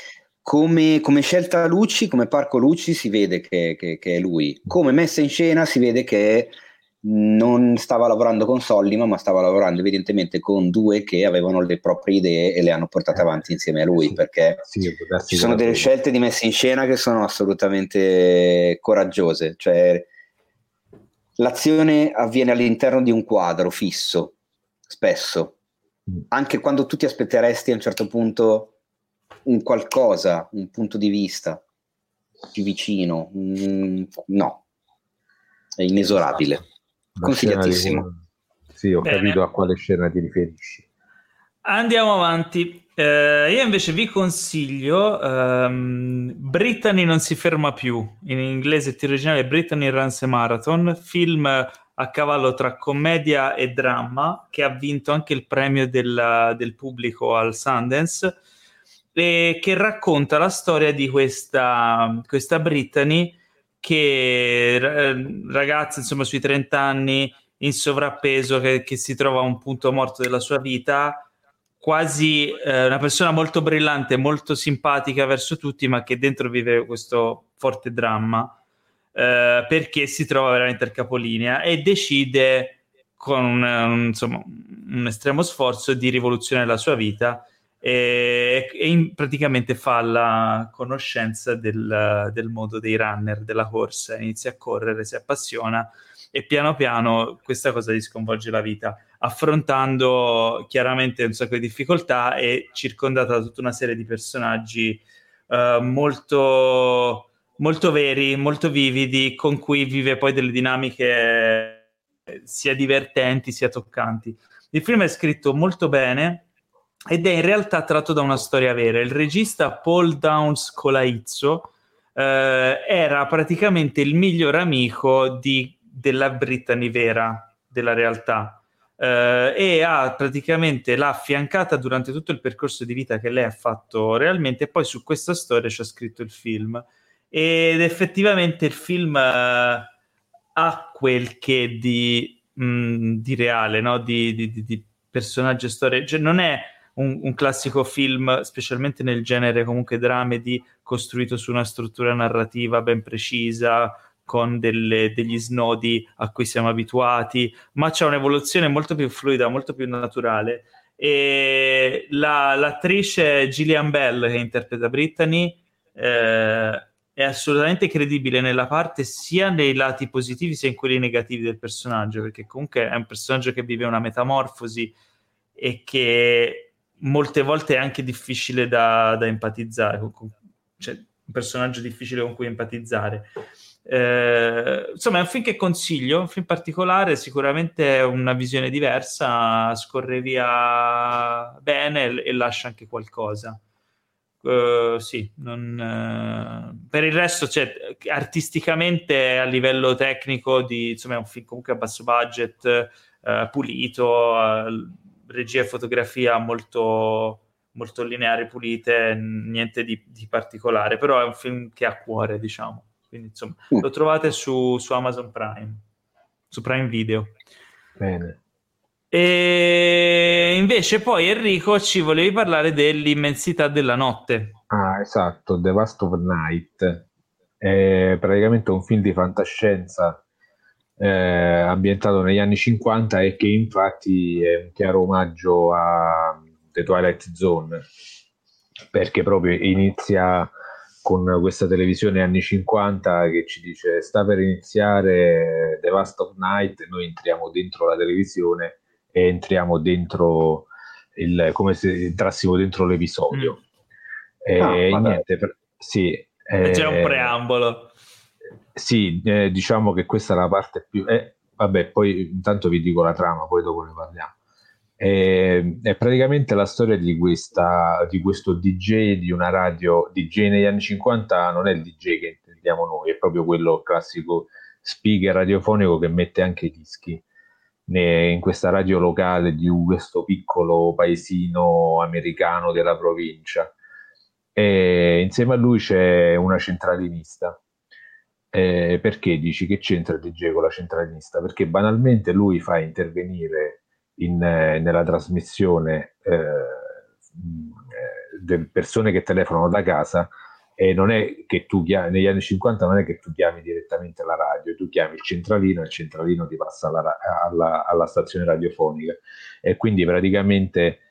come scelta Lucci, come parco Lucci, si vede che è lui. Come messa in scena si vede che non stava lavorando con Sollima, ma stava lavorando evidentemente con due che avevano le proprie idee e le hanno portate avanti insieme a lui, perché ci sono delle scelte di messa in scena che sono assolutamente coraggiose. Cioè, l'azione avviene all'interno di un quadro fisso, spesso, anche quando tu ti aspetteresti a un certo punto un qualcosa, un punto di vista più vicino. No, è inesorabile. Consigliatissimo. Sì, ho capito a quale scena ti riferisci. Andiamo avanti. Io invece vi consiglio Brittany non si ferma più, in inglese il titolo originale è Brittany Runs a Marathon, film a cavallo tra commedia e dramma, che ha vinto anche il premio del pubblico al Sundance, e che racconta la storia di questa Brittany, che ragazza insomma sui 30 anni, in sovrappeso, che si trova a un punto morto della sua vita, quasi una persona molto brillante, molto simpatica verso tutti, ma che dentro vive questo forte dramma, perché si trova veramente al capolinea e decide con un estremo sforzo di rivoluzionare la sua vita e praticamente fa la conoscenza del mondo dei runner, della corsa, inizia a correre, si appassiona e piano piano questa cosa gli sconvolge la vita, affrontando chiaramente un sacco di difficoltà e circondata da tutta una serie di personaggi molto, molto veri, molto vividi, con cui vive poi delle dinamiche sia divertenti sia toccanti. Il film è scritto molto bene ed è in realtà tratto da una storia vera. Il regista Paul Downs Colaizzo era praticamente il miglior amico della Brittany vera, della realtà, e l'ha affiancata durante tutto il percorso di vita che lei ha fatto realmente, e poi su questa storia ci ha scritto il film, ed effettivamente il film ha quel che di reale, no? di personaggio e storia, cioè non è un classico film, specialmente nel genere comunque dramedy, costruito su una struttura narrativa ben precisa, con degli snodi a cui siamo abituati, ma c'è un'evoluzione molto più fluida, molto più naturale. E l'attrice Gillian Bell, che interpreta Brittany, è assolutamente credibile nella parte, sia nei lati positivi sia in quelli negativi del personaggio, perché comunque è un personaggio che vive una metamorfosi e che molte volte è anche difficile da empatizzare, cioè un personaggio difficile con cui empatizzare. Insomma è un film che consiglio, un film particolare, sicuramente è una visione diversa, scorre via bene e lascia anche qualcosa. Sì, per il resto, cioè, artisticamente a livello tecnico insomma è un film comunque a basso budget, pulito, regia e fotografia molto, molto lineari, pulite, niente di particolare, però è un film che ha cuore, diciamo. Quindi insomma lo trovate su Amazon Prime, su Prime Video. Bene. E invece poi Enrico ci volevi parlare dell'Immensità della notte. Ah, esatto, The Vast of Night è praticamente un film di fantascienza ambientato negli anni 50 e che infatti è un chiaro omaggio a The Twilight Zone, perché proprio inizia con questa televisione anni 50 che ci dice sta per iniziare The Vast of Night, noi entriamo dentro la televisione e entriamo dentro come se entrassimo dentro l'episodio. Niente, sì, è già un preambolo. Sì, diciamo che questa è la parte più... vabbè, poi intanto vi dico la trama, poi dopo ne parliamo. È praticamente la storia di questo DJ di una radio. DJ negli anni 50 non è il DJ che intendiamo noi, è proprio quello classico speaker radiofonico che mette anche i dischi in questa radio locale di questo piccolo paesino americano della provincia. E insieme a lui c'è una centralinista. Perché dici che c'entra il DJ con la centralinista? Perché banalmente lui fa intervenire nella trasmissione persone che telefonano da casa, e non è che tu chiami, negli anni 50 non è che tu chiami direttamente la radio, tu chiami il centralino e il centralino ti passa alla stazione radiofonica, e quindi praticamente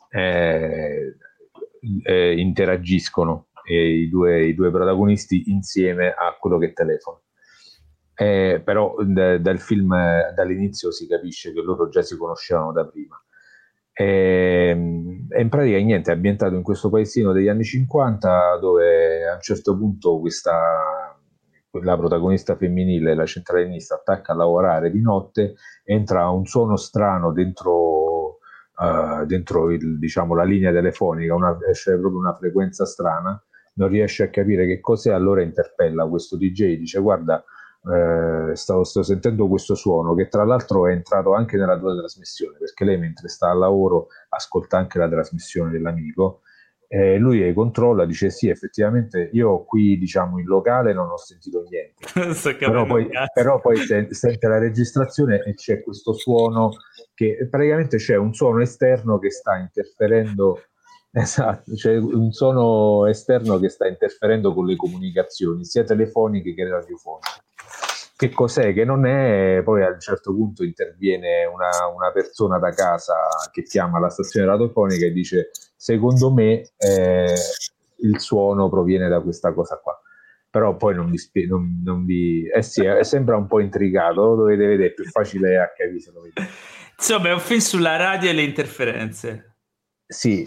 interagiscono i due protagonisti insieme a quello che telefona. Però dal film, dall'inizio si capisce che loro già si conoscevano da prima. E in pratica niente, è ambientato in questo paesino degli anni 50, dove a un certo punto la protagonista femminile, la centralinista, attacca a lavorare di notte, entra un suono strano dentro diciamo, la linea telefonica, esce proprio una frequenza strana, non riesce a capire che cos'è, allora interpella questo DJ, dice: guarda, sto sentendo questo suono, che tra l'altro è entrato anche nella tua trasmissione, perché lei mentre sta al lavoro ascolta anche la trasmissione dell'amico. Lui controlla, dice: sì, effettivamente io qui, diciamo, in locale non ho sentito niente, però poi sente la registrazione e c'è questo suono, che praticamente c'è un suono esterno che sta interferendo. Esatto, c'è un suono esterno che sta interferendo con le comunicazioni sia telefoniche che radiofoniche. Che cos'è? Che non è. Poi a un certo punto interviene una persona da casa che chiama la stazione radiofonica e dice: secondo me il suono proviene da questa cosa qua. Però poi non vi sembra un po' intricato, lo dovete vedere, è più facile a capire se lo vedete. Insomma, è un film sulla radio e le interferenze. Sì,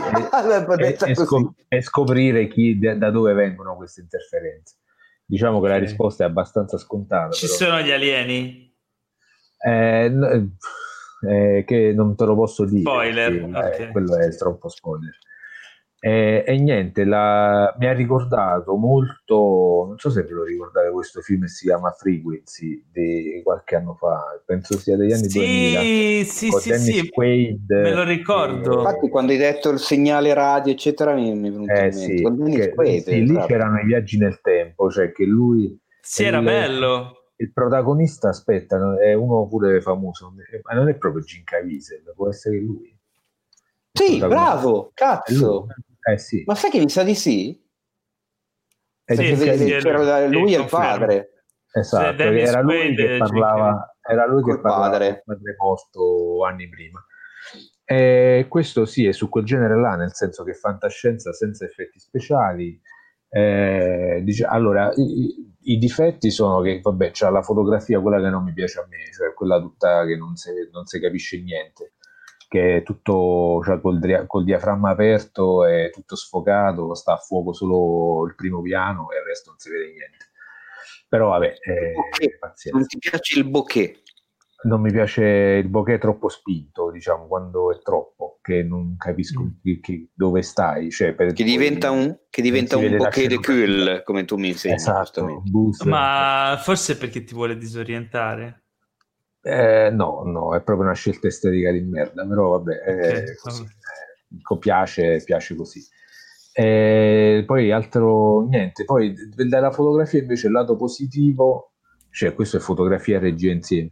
e scoprire da dove vengono queste interferenze. Diciamo che la risposta è abbastanza scontata. Ci sono gli alieni? Che non te lo posso dire. Spoiler. Okay. Quello è troppo spoiler. E niente, mi ha ricordato molto, non so se ve lo ricordate, questo film si chiama Frequency, di qualche anno fa, penso sia degli anni 2000. Sì, Quaid, me lo ricordo. Infatti quando hai detto il segnale radio eccetera mi è venuto in mente. Lì c'erano i viaggi nel tempo, cioè che lui era bello. Il protagonista, aspetta, è uno pure famoso, ma non è proprio Jim Caviezel, può essere lui. Sì, bravo, cazzo. Sì. Ma sai che mi sa di sì? C'era lui e il padre. Esatto, era lui che parlava, padre morto anni prima. Questo sì, è su quel genere là, nel senso che fantascienza senza effetti speciali. Allora, i difetti sono che, vabbè, c'ha la fotografia, quella che non mi piace a me, cioè quella tutta che non si capisce niente, che è tutto, cioè, col diaframma aperto, è tutto sfocato, sta a fuoco solo il primo piano e il resto non si vede niente. Però vabbè, pazienza. Non ti piace il bokeh? Non mi piace il bokeh troppo spinto, diciamo, quando è troppo, che non capisco dove stai, cioè, che diventa un bokeh de cul, come tu mi insegni. Esatto, ma forse è perché ti vuole disorientare. No, è proprio una scelta estetica di merda, però vabbè, così. Piace così. Poi altro niente, poi dalla fotografia invece il lato positivo, cioè questo è fotografia e regia insieme,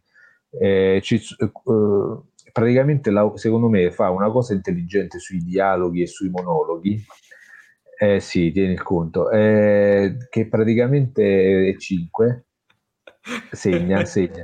praticamente secondo me fa una cosa intelligente sui dialoghi e sui monologhi, sì, tieni il conto, che praticamente è 5, segna.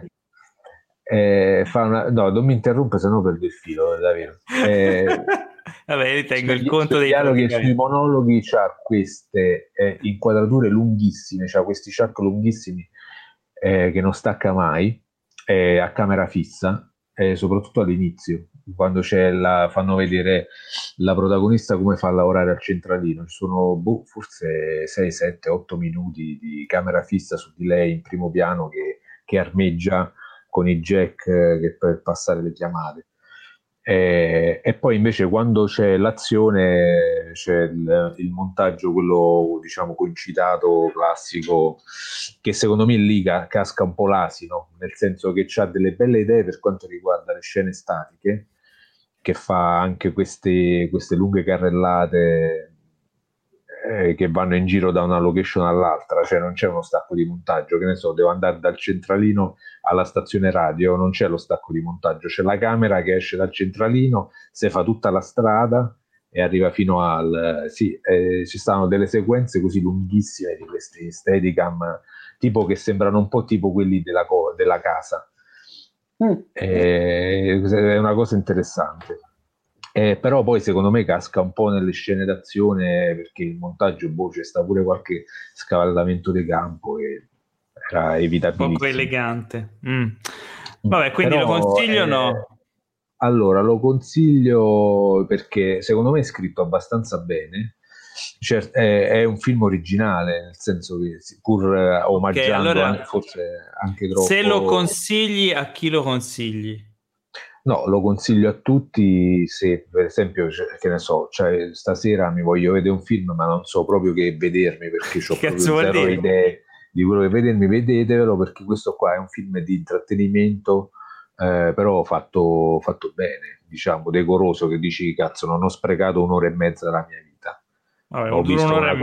No, non mi interrompe, sennò perdo il filo, davvero. Vabbè, tengo il conto dei dialoghi e sui monologhi, c'ha queste inquadrature lunghissime, c'ha questi shot lunghissimi che non stacca mai, a camera fissa, soprattutto all'inizio, quando fanno vedere la protagonista come fa a lavorare al centralino. Ci sono forse 6, 7, 8 minuti di camera fissa su di lei in primo piano che armeggia con i jack per passare le chiamate, e poi invece quando c'è l'azione c'è il montaggio, quello diciamo concitato, classico, che secondo me lì casca un po' l'asino, nel senso che c'ha delle belle idee per quanto riguarda le scene statiche, che fa anche queste lunghe carrellate che vanno in giro da una location all'altra, cioè non c'è uno stacco di montaggio, che ne so, devo andare dal centralino alla stazione radio, non c'è lo stacco di montaggio, c'è la camera che esce dal centralino, si fa tutta la strada e arriva fino al... ci stanno delle sequenze così lunghissime di questi Steadicam, tipo che sembrano un po' tipo quelli della casa. È una cosa interessante. Però poi secondo me casca un po' nelle scene d'azione, perché il montaggio c'è sta pure qualche scavallamento di campo e era evitabilissimo. Poco elegante. Vabbè, quindi però, lo consiglio o no? Allora, lo consiglio perché secondo me è scritto abbastanza bene. È un film originale, nel senso che pur omaggiando allora, forse anche troppo... Se lo consigli, a chi lo consigli? No, lo consiglio a tutti se per esempio, che ne so, stasera mi voglio vedere un film ma non so proprio che vedermi perché ho proprio zero idee di quello che vedermi, vedetevelo perché questo qua è un film di intrattenimento, però fatto bene, diciamo, decoroso, che dici cazzo non ho sprecato un'ora e mezza della mia vita. Vabbè, ho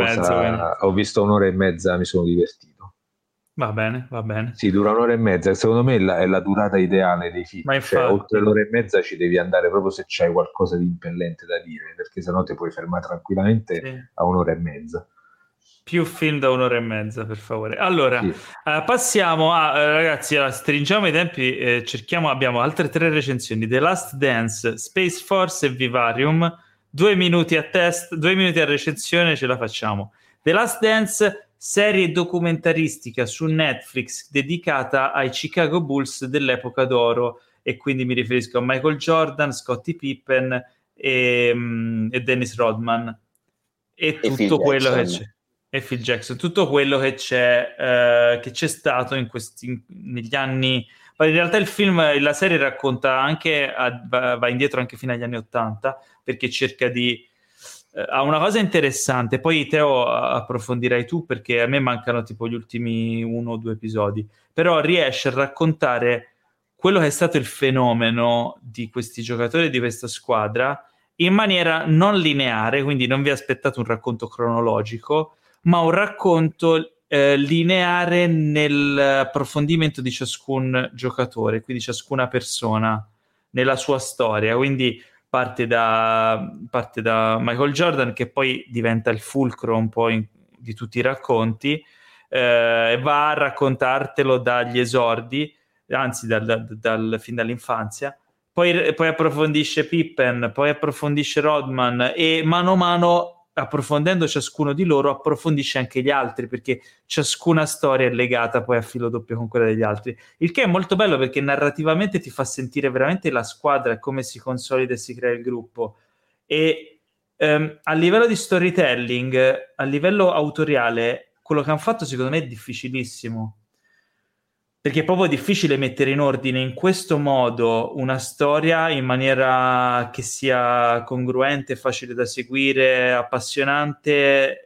visto un'ora e mezza, mi sono divertito. Va bene. Sì, dura un'ora e mezza, secondo me è la durata ideale dei film. Ma infatti, oltre l'ora e mezza ci devi andare proprio se c'hai qualcosa di impellente da dire, perché sennò ti puoi fermare tranquillamente a un'ora e mezza. Più film da un'ora e mezza, per favore. Allora, passiamo ragazzi, stringiamo i tempi, abbiamo altre 3 recensioni: The Last Dance, Space Force e Vivarium. 2 minuti a test, 2 minuti a recensione, ce la facciamo. The Last Dance, serie documentaristica su Netflix dedicata ai Chicago Bulls dell'epoca d'oro, e quindi mi riferisco a Michael Jordan, Scottie Pippen e Dennis Rodman e tutto quello che c'è, e Phil Jackson, tutto quello che c'è stato negli anni. In realtà il film, la serie racconta anche, va indietro anche fino agli anni 80, perché cerca di ha una cosa interessante, poi Teo approfondirai tu perché a me mancano tipo gli ultimi 1 o 2 episodi, però riesce a raccontare quello che è stato il fenomeno di questi giocatori e di questa squadra in maniera non lineare, quindi non vi aspettate un racconto cronologico, ma un racconto lineare nell'approfondimento di ciascun giocatore, quindi ciascuna persona nella sua storia, quindi parte da Michael Jordan, che poi diventa il fulcro un po' di tutti i racconti, e va a raccontartelo dagli esordi, anzi fin dall'infanzia, poi approfondisce Pippen, poi approfondisce Rodman, e mano a mano, approfondendo ciascuno di loro, approfondisce anche gli altri, perché ciascuna storia è legata poi a filo doppio con quella degli altri, il che è molto bello perché narrativamente ti fa sentire veramente la squadra e come si consolida e si crea il gruppo. E a livello di storytelling, a livello autoriale, quello che hanno fatto secondo me è difficilissimo, perché è proprio difficile mettere in ordine in questo modo una storia in maniera che sia congruente, facile da seguire, appassionante,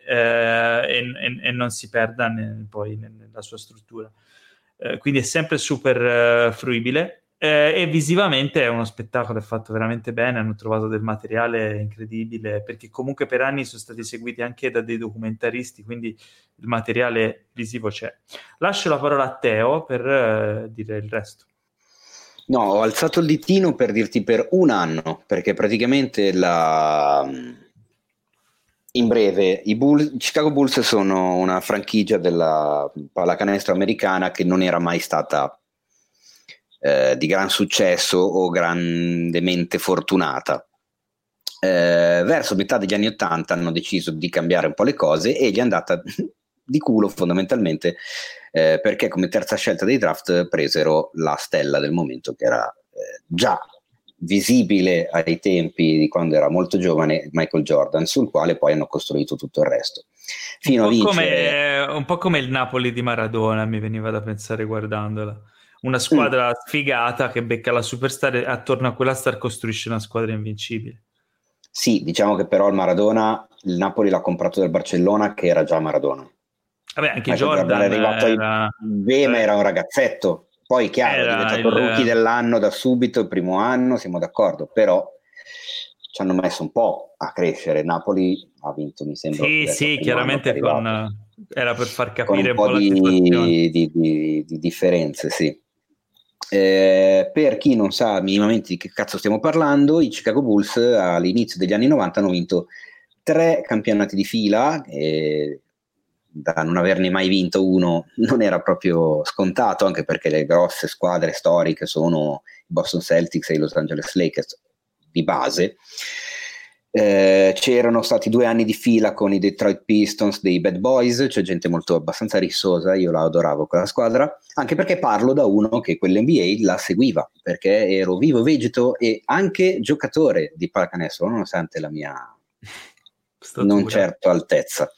e non si perda poi nella sua struttura. Quindi è sempre super fruibile, e visivamente è uno spettacolo, è fatto veramente bene, hanno trovato del materiale incredibile, perché comunque per anni sono stati seguiti anche da dei documentaristi, quindi il materiale visivo c'è. Lascio la parola a Teo per dire il resto. No, ho alzato il ditino per dirti per un anno, perché praticamente in breve, i Chicago Bulls sono una franchigia della pallacanestro americana che non era mai stata di gran successo o grandemente fortunata. Verso metà degli anni 80 hanno deciso di cambiare un po' le cose e gli è andata di culo fondamentalmente, perché come terza scelta dei draft presero la stella del momento, che era già visibile ai tempi di quando era molto giovane, Michael Jordan, sul quale poi hanno costruito tutto il resto. Fino a vincere... un po' come il Napoli di Maradona, mi veniva da pensare guardandola. Una squadra sfigata che becca la superstar e attorno a quella star costruisce una squadra invincibile. Sì, diciamo che però il Napoli l'ha comprato dal Barcellona, che era già Maradona. Vabbè, anche Jordan è arrivato era un ragazzetto. Poi chiaro, è diventato il rookie dell'anno da subito, il primo anno, siamo d'accordo, però ci hanno messo un po' a crescere. Napoli ha vinto, mi sembra. Sì, chiaramente era per far capire un po' la situazione. di differenze, sì. Per chi non sa minimamente di che cazzo stiamo parlando, i Chicago Bulls all'inizio degli anni 90 hanno vinto 3 campionati di fila, e da non averne mai vinto uno non era proprio scontato, anche perché le grosse squadre storiche sono i Boston Celtics e i Los Angeles Lakers di base. C'erano stati 2 anni di fila con i Detroit Pistons dei Bad Boys, cioè gente molto abbastanza rissosa, io la adoravo quella squadra, anche perché parlo da uno che quell'NBA la seguiva, perché ero vivo vegeto e anche giocatore di pallacanestro, nonostante la mia statura. Non certo altezza.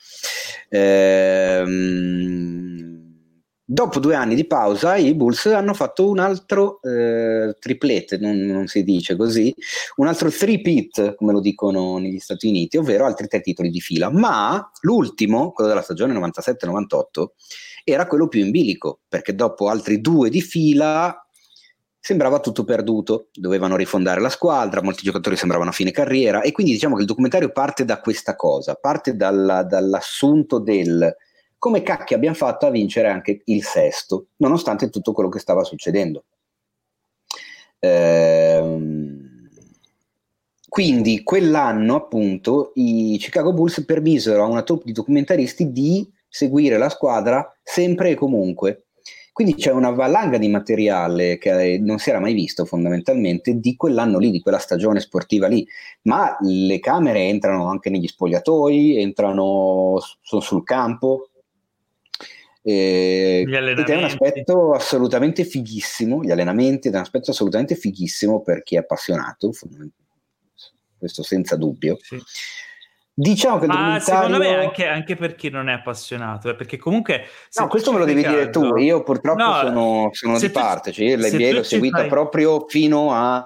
Dopo 2 anni di pausa i Bulls hanno fatto un altro triplete, non si dice così, un altro three-peat come lo dicono negli Stati Uniti, ovvero altri 3 titoli di fila, ma l'ultimo, quello della stagione 97-98, era quello più in bilico, perché dopo altri 2 di fila sembrava tutto perduto, dovevano rifondare la squadra, molti giocatori sembravano a fine carriera, e quindi diciamo che il documentario parte da questa cosa, parte dall'assunto del come cacchio abbiamo fatto a vincere anche il 6º, nonostante tutto quello che stava succedendo. Quindi quell'anno appunto i Chicago Bulls permisero a una troupe di documentaristi di seguire la squadra sempre e comunque. Quindi c'è una valanga di materiale che non si era mai visto fondamentalmente di quell'anno lì, di quella stagione sportiva lì, ma le camere entrano anche negli spogliatoi, sono sul campo, ed è un aspetto assolutamente fighissimo, gli allenamenti ed è un aspetto assolutamente fighissimo per chi è appassionato, questo senza dubbio. Sì. Diciamo che secondo me anche per chi non è appassionato, perché comunque no, questo me lo devi dire tu, io purtroppo sono di parte, cioè io l'NBA l'ho seguita proprio fino a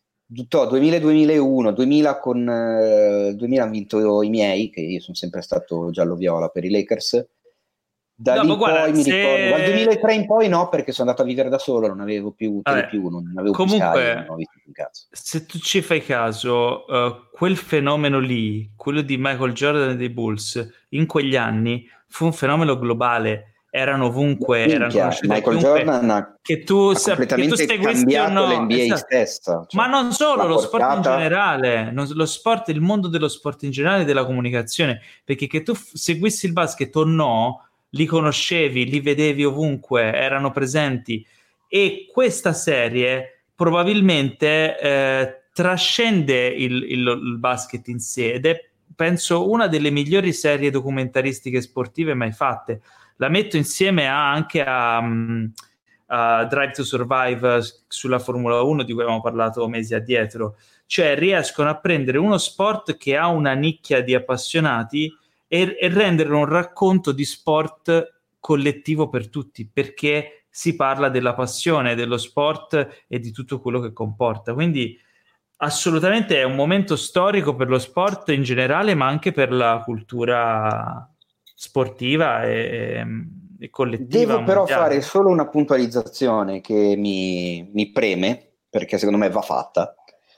2000-2001, 2000 con 2000 hanno vinto i miei, che io sono sempre stato giallo-viola per i Lakers. Da lì poi mi ricordo, dal 2003 in poi no, perché sono andato a vivere da solo, non avevo più non avevo comunque, più Sky, non ho visto più cazzo. Se tu ci fai caso, quel fenomeno lì, quello di Michael Jordan e dei Bulls, in quegli anni fu un fenomeno globale, erano ovunque, erano conosciuti Michael Jordan ha completamente cambiato l'NBA stessa. Cioè, ma non solo, lo sport in generale, lo sport, il mondo dello sport in generale e della comunicazione, perché che tu seguissi il basket o no, li conoscevi, li vedevi ovunque, erano presenti, e questa serie probabilmente trascende il basket in sé ed è, penso, una delle migliori serie documentaristiche sportive mai fatte. La metto insieme anche a Drive to Survive sulla Formula 1 di cui abbiamo parlato mesi addietro, cioè riescono a prendere uno sport che ha una nicchia di appassionati e rendere un racconto di sport collettivo per tutti, perché si parla della passione dello sport e di tutto quello che comporta. Quindi assolutamente è un momento storico per lo sport in generale, ma anche per la cultura sportiva e collettiva. Devo però fare solo una puntualizzazione che mi preme, perché secondo me va fatta,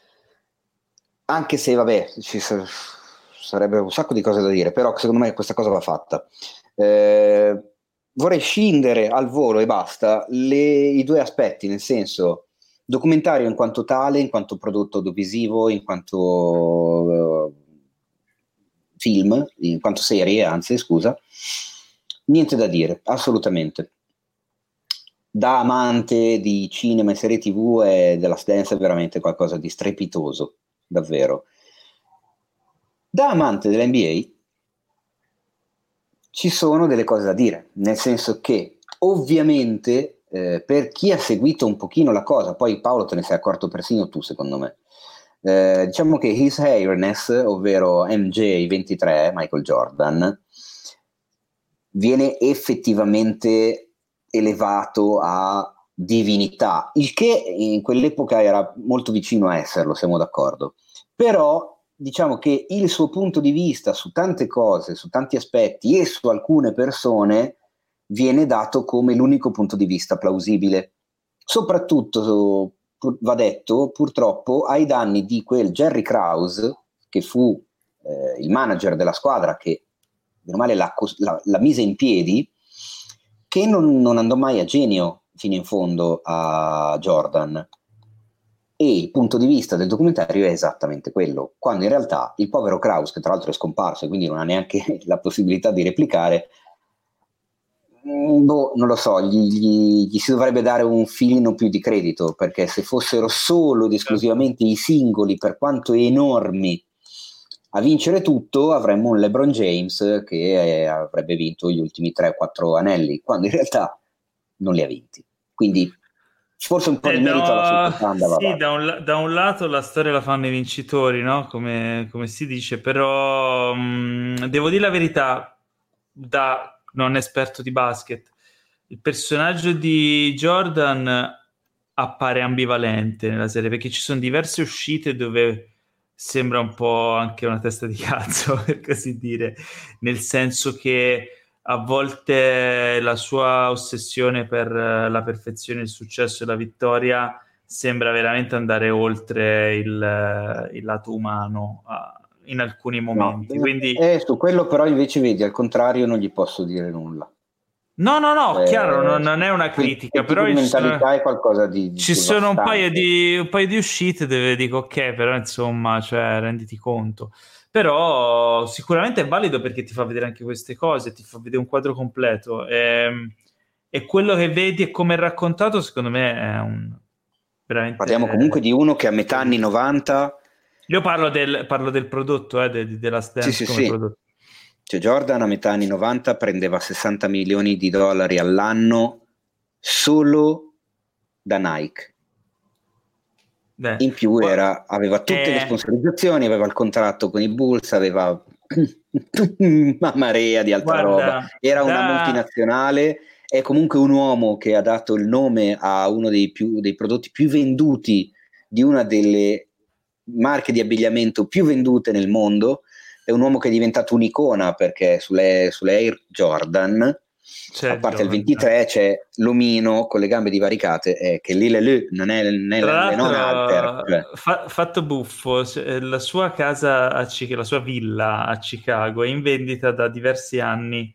anche se vabbè sarebbe un sacco di cose da dire, però secondo me questa cosa va fatta. Vorrei scindere al volo e basta i 2 aspetti, nel senso documentario in quanto tale, in quanto prodotto audiovisivo, in quanto film, in quanto serie, anzi scusa, niente da dire, assolutamente. Da amante di cinema e serie TV e della Dance è veramente qualcosa di strepitoso, davvero. Da amante dell'NBA ci sono delle cose da dire, nel senso che ovviamente per chi ha seguito un pochino la cosa, poi Paolo te ne sei accorto persino tu secondo me, diciamo che His Highness, ovvero MJ23, Michael Jordan, viene effettivamente elevato a divinità, il che in quell'epoca era molto vicino a esserlo, siamo d'accordo, però diciamo che il suo punto di vista su tante cose, su tanti aspetti e su alcune persone viene dato come l'unico punto di vista plausibile. Soprattutto, va detto, purtroppo ai danni di quel Jerry Krause, che fu il manager della squadra che meno male la mise in piedi, che non andò mai a genio fino in fondo a Jordan, e il punto di vista del documentario è esattamente quello, quando in realtà il povero Krauss, che tra l'altro è scomparso e quindi non ha neanche la possibilità di replicare, non lo so, gli si dovrebbe dare un filino più di credito, perché se fossero solo ed esclusivamente i singoli, per quanto enormi, a vincere tutto, avremmo un LeBron James che avrebbe vinto gli ultimi 3-4 anelli, quando in realtà non li ha vinti. Quindi forse un po' di merito alla società andava sì, da un lato la storia la fanno i vincitori, no? Come si dice, però devo dire la verità, da non esperto di basket, il personaggio di Jordan appare ambivalente nella serie, perché ci sono diverse uscite dove sembra un po' anche una testa di cazzo, per così dire, nel senso che a volte la sua ossessione per la perfezione, il successo e la vittoria sembra veramente andare oltre il lato umano in alcuni momenti. No, quindi su quello però invece vedi, al contrario non gli posso dire nulla. No, chiaro, non è una critica, però mentalità è qualcosa di ci sono un paio di uscite dove dico ok, però insomma, cioè, renditi conto. Però sicuramente è valido perché ti fa vedere anche queste cose, ti fa vedere un quadro completo e quello che vedi e come è raccontato secondo me è veramente... Parliamo comunque di uno che a metà anni 90... Io parlo del prodotto, della Dance sì, come prodotto. Cioè Jordan a metà anni 90 prendeva $60 milioni all'anno solo da Nike. In più aveva tutte le sponsorizzazioni, aveva il contratto con i Bulls, aveva una marea di altra roba. Era una multinazionale, è comunque un uomo che ha dato il nome a uno dei prodotti più venduti di una delle marche di abbigliamento più vendute nel mondo. È un uomo che è diventato un'icona, perché sulle Air Jordan, a parte il 23, c'è l'omino con le gambe divaricate, che lì non è non alter. Fatto buffo, la sua casa la sua villa a Chicago è in vendita da diversi anni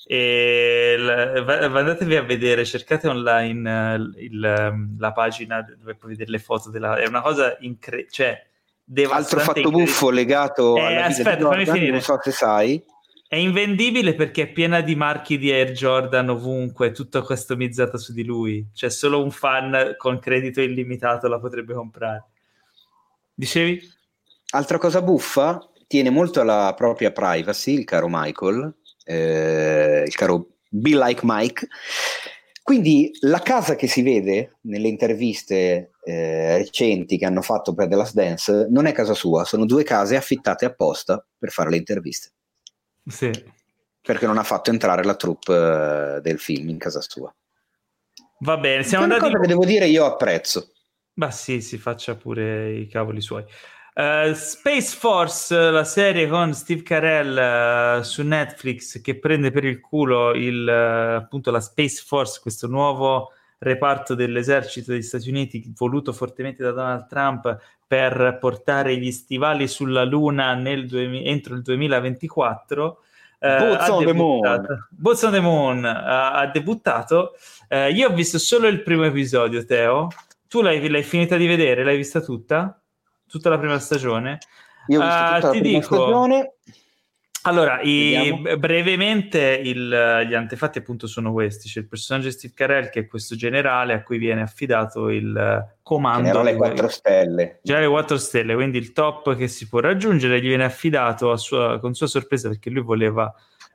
e andatevi a vedere, cercate online la pagina dove puoi vedere le foto è una cosa incredibile, cioè altro fatto buffo legato alla vita di Jordan, fammi finire. Non so se sai, è invendibile perché è piena di marchi di Air Jordan ovunque, tutto customizzato su di lui, cioè solo un fan con credito illimitato la potrebbe comprare. Dicevi? Altra cosa buffa, tiene molto alla propria privacy il caro Michael, il caro Be Like Mike. Quindi la casa che si vede nelle interviste recenti che hanno fatto per The Last Dance non è casa sua, sono 2 case affittate apposta per fare le interviste. Sì. Perché non ha fatto entrare la troupe del film in casa sua. Va bene, siamo andati... cosa che devo dire io apprezzo. Ma sì, si faccia pure i cavoli suoi. Space Force, la serie con Steve Carell su Netflix, che prende per il culo appunto la Space Force, questo nuovo reparto dell'esercito degli Stati Uniti voluto fortemente da Donald Trump per portare gli stivali sulla Luna entro il 2024. Boots on the Moon ha debuttato. Io ho visto solo il primo episodio, Teo. Tu l'hai finita di vedere? L'hai vista tutta? Tutta la prima stagione? Io ho visto tutta la prima stagione. Allora, brevemente gli antefatti appunto sono questi. C'è il personaggio di Steve Carell, che è questo generale a cui viene affidato il comando. Generale 4 stelle. Generale 4 stelle, quindi il top che si può raggiungere, gli viene affidato con sua sorpresa, perché lui voleva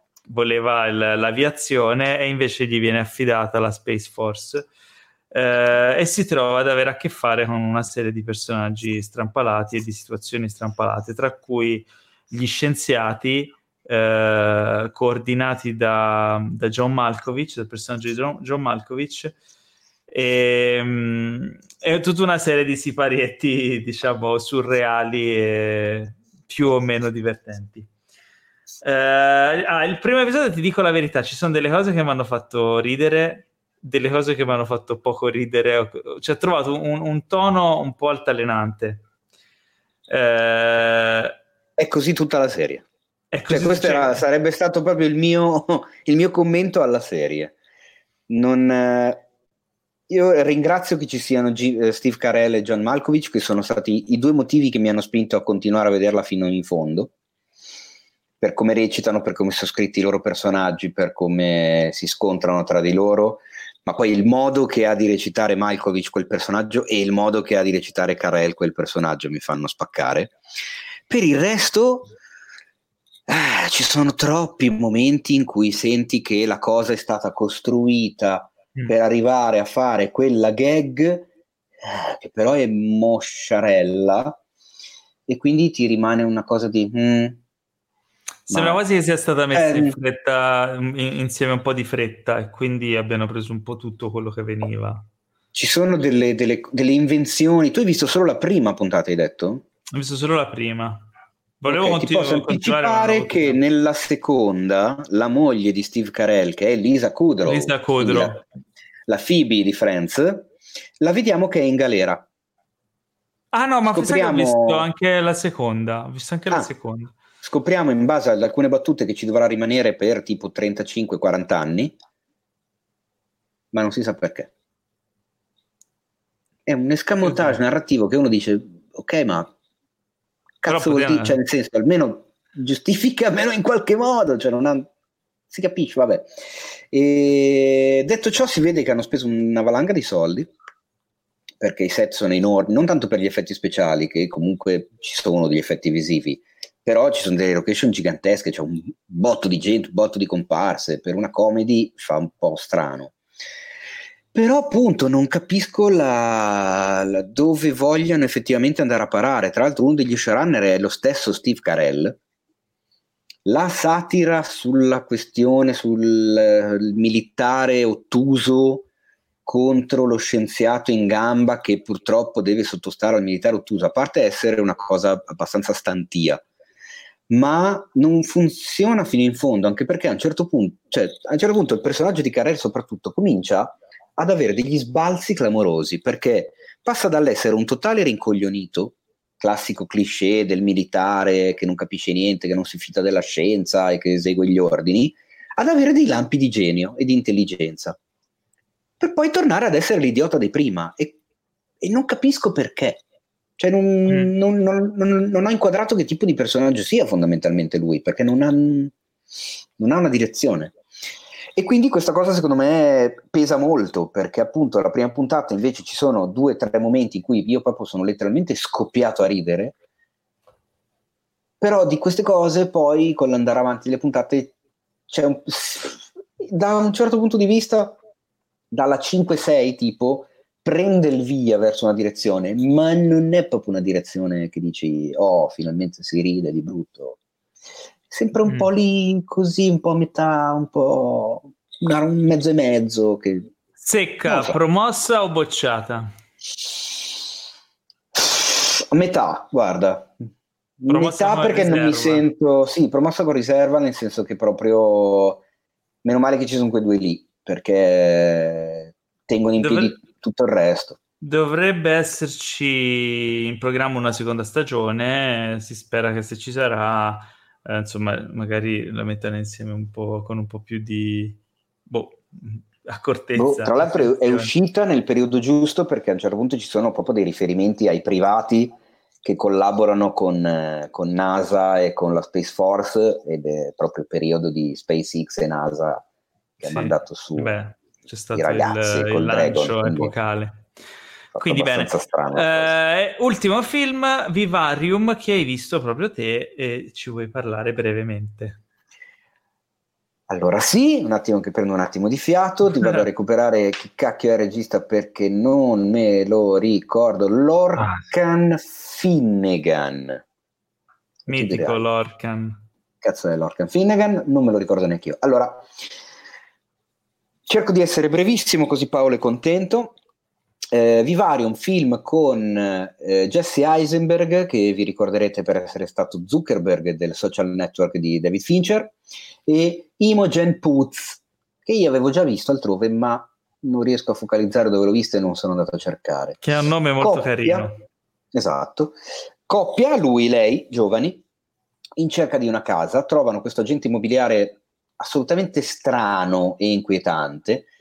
l'aviazione e invece gli viene affidata la Space Force. E si trova ad avere a che fare con una serie di personaggi strampalati e di situazioni strampalate, tra cui gli scienziati coordinati da John Malkovich, dal personaggio di John Malkovich, e tutta una serie di siparietti, diciamo, surreali e più o meno divertenti. Il primo episodio, ti dico la verità, ci sono delle cose che mi hanno fatto ridere, delle cose che mi hanno fatto poco ridere, cioè ho trovato un tono un po' altalenante. È così tutta la serie. Questo sarebbe stato proprio il mio commento alla serie. Io ringrazio che ci siano Steve Carell e John Malkovich, che sono stati i due motivi che mi hanno spinto a continuare a vederla fino in fondo, per come recitano, per come sono scritti i loro personaggi, per come si scontrano tra di loro, ma poi il modo che ha di recitare Malkovich quel personaggio e il modo che ha di recitare Carell quel personaggio mi fanno spaccare. Per il resto ci sono troppi momenti in cui senti che la cosa è stata costruita per arrivare a fare quella gag che però è mosciarella, e quindi ti rimane una cosa di sembra quasi che sia stata messa in fretta, insieme un po' di fretta, e quindi abbiano preso un po' tutto quello che veniva. Ci sono delle invenzioni. Tu hai visto solo la prima puntata, hai detto? Ho visto solo la prima. Volevo ti posso anticipare che nella seconda la moglie di Steve Carell, che è Lisa Kudrow, la Phoebe di Friends, la vediamo che è in galera. Ah no, ma sai che ho visto anche la seconda. Ho visto anche la seconda. Scopriamo in base ad alcune battute che ci dovrà rimanere per tipo 35-40 anni, ma non si sa perché. È un escamotage narrativo che uno dice, ok, ma cazzo vuol dire? Cioè, nel senso, almeno giustifica almeno in qualche modo, cioè si capisce, vabbè. E detto ciò, si vede che hanno speso una valanga di soldi, perché i set sono enormi, non tanto per gli effetti speciali, che comunque ci sono degli effetti visivi, però ci sono delle location gigantesche, c'è un botto di gente, un botto di comparse. Per una comedy fa un po' strano. Però appunto non capisco dove vogliano effettivamente andare a parare. Tra l'altro uno degli showrunner è lo stesso Steve Carell. La satira sulla questione sul militare ottuso contro lo scienziato in gamba che purtroppo deve sottostare al militare ottuso, a parte essere una cosa abbastanza stantia, ma non funziona fino in fondo, anche perché a un certo punto il personaggio di Carell soprattutto comincia ad avere degli sbalzi clamorosi, perché passa dall'essere un totale rincoglionito, classico cliché del militare che non capisce niente, che non si fida della scienza e che esegue gli ordini, ad avere dei lampi di genio e di intelligenza, per poi tornare ad essere l'idiota di prima, e non capisco perché. Cioè non ho inquadrato che tipo di personaggio sia fondamentalmente lui, perché non ha una direzione. E quindi questa cosa secondo me pesa molto, perché appunto la prima puntata invece ci sono 2 o 3 momenti in cui io proprio sono letteralmente scoppiato a ridere, però di queste cose poi con l'andare avanti delle puntate da un certo punto di vista, dalla 5-6 tipo, prende il via verso una direzione, ma non è proprio una direzione che dici finalmente si ride di brutto. Sempre un po' lì così, un po' a metà, un po' un mezzo e mezzo. Secca, promossa o bocciata? A metà, guarda. Promossa metà perché riserva. Non mi sento... Sì, promossa con riserva, nel senso che proprio... Meno male che ci sono quei 2 lì, perché tengono in piedi tutto il resto. Dovrebbe esserci in programma una seconda stagione, si spera che se ci sarà... insomma, magari la mettano insieme un po' con un po' più di accortezza. Tra l'altro è uscita nel periodo giusto, perché a un certo punto ci sono proprio dei riferimenti ai privati che collaborano con NASA e con la Space Force, ed è proprio il periodo di SpaceX e NASA che ha mandato su c'è stato i ragazzi il lancio Dragon, epocale. Quindi bene, strano, ultimo film, Vivarium, che hai visto proprio te e ci vuoi parlare brevemente? Allora sì, un attimo che prendo un attimo di fiato, ti vado a recuperare chi cacchio è il regista perché non me lo ricordo. Lorcan Finnegan. Mitico Lorcan. Cazzo è Lorcan Finnegan? Non me lo ricordo neanche io. Allora, cerco di essere brevissimo così Paolo è contento. Vivarium, film con Jesse Eisenberg, che vi ricorderete per essere stato Zuckerberg del social network di David Fincher, e Imogen Poots, che io avevo già visto altrove, ma non riesco a focalizzare dove l'ho visto e non sono andato a cercare. Che ha un nome molto carino. Esatto. Coppia, lui, lei, giovani, in cerca di una casa, trovano questo agente immobiliare assolutamente strano e inquietante,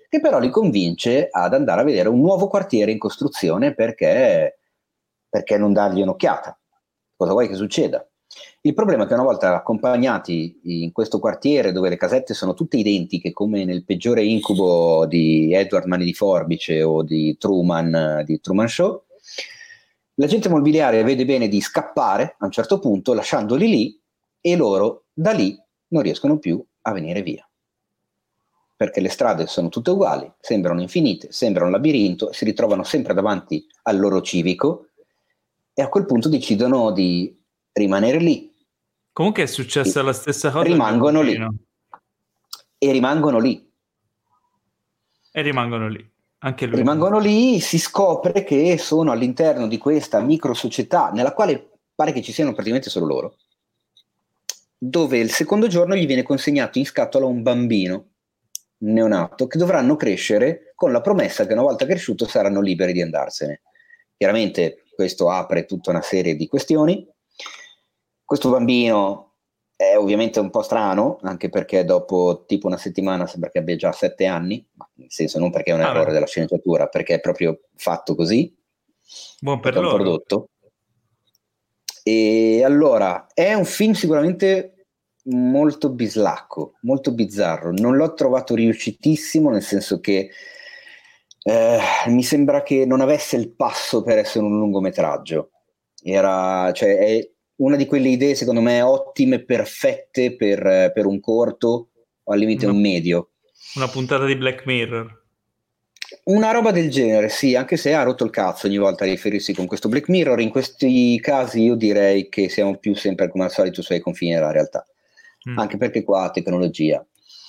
che però li convince ad andare a vedere un nuovo quartiere in costruzione perché non dargli un'occhiata. Cosa vuoi che succeda? Il problema è che una volta accompagnati in questo quartiere dove le casette sono tutte identiche, come nel peggiore incubo di Edward Mani di Forbice o di Truman Show, l'agente immobiliare vede bene di scappare a un certo punto lasciandoli lì, e loro da lì non riescono più a venire via, perché le strade sono tutte uguali, sembrano infinite, sembrano un labirinto, si ritrovano sempre davanti al loro civico e a quel punto decidono di rimanere lì. Comunque è successa la stessa cosa. Rimangono lì. E rimangono lì. Anche lui. Rimangono lì, si scopre che sono all'interno di questa micro società nella quale pare che ci siano praticamente solo loro, dove il secondo giorno gli viene consegnato in scatola un bambino neonato che dovranno crescere con la promessa che una volta cresciuto saranno liberi di andarsene. Chiaramente questo apre tutta una serie di questioni. Questo bambino è ovviamente un po' strano, anche perché dopo tipo una settimana sembra che abbia già 7 anni, ma nel senso non perché è un errore della sceneggiatura, perché è proprio fatto così. Buon per loro. Prodotto. E allora, è un film sicuramente molto bislacco, molto bizzarro. Non l'ho trovato riuscitissimo, nel senso che mi sembra che non avesse il passo per essere un lungometraggio. È una di quelle idee, secondo me, ottime, perfette per un corto o al limite un medio. Una puntata di Black Mirror. Una roba del genere, sì, anche se ha rotto il cazzo ogni volta a riferirsi con questo Black Mirror. In questi casi io direi che siamo più sempre, come al solito, sui confini della realtà. Anche perché qua tecnologia.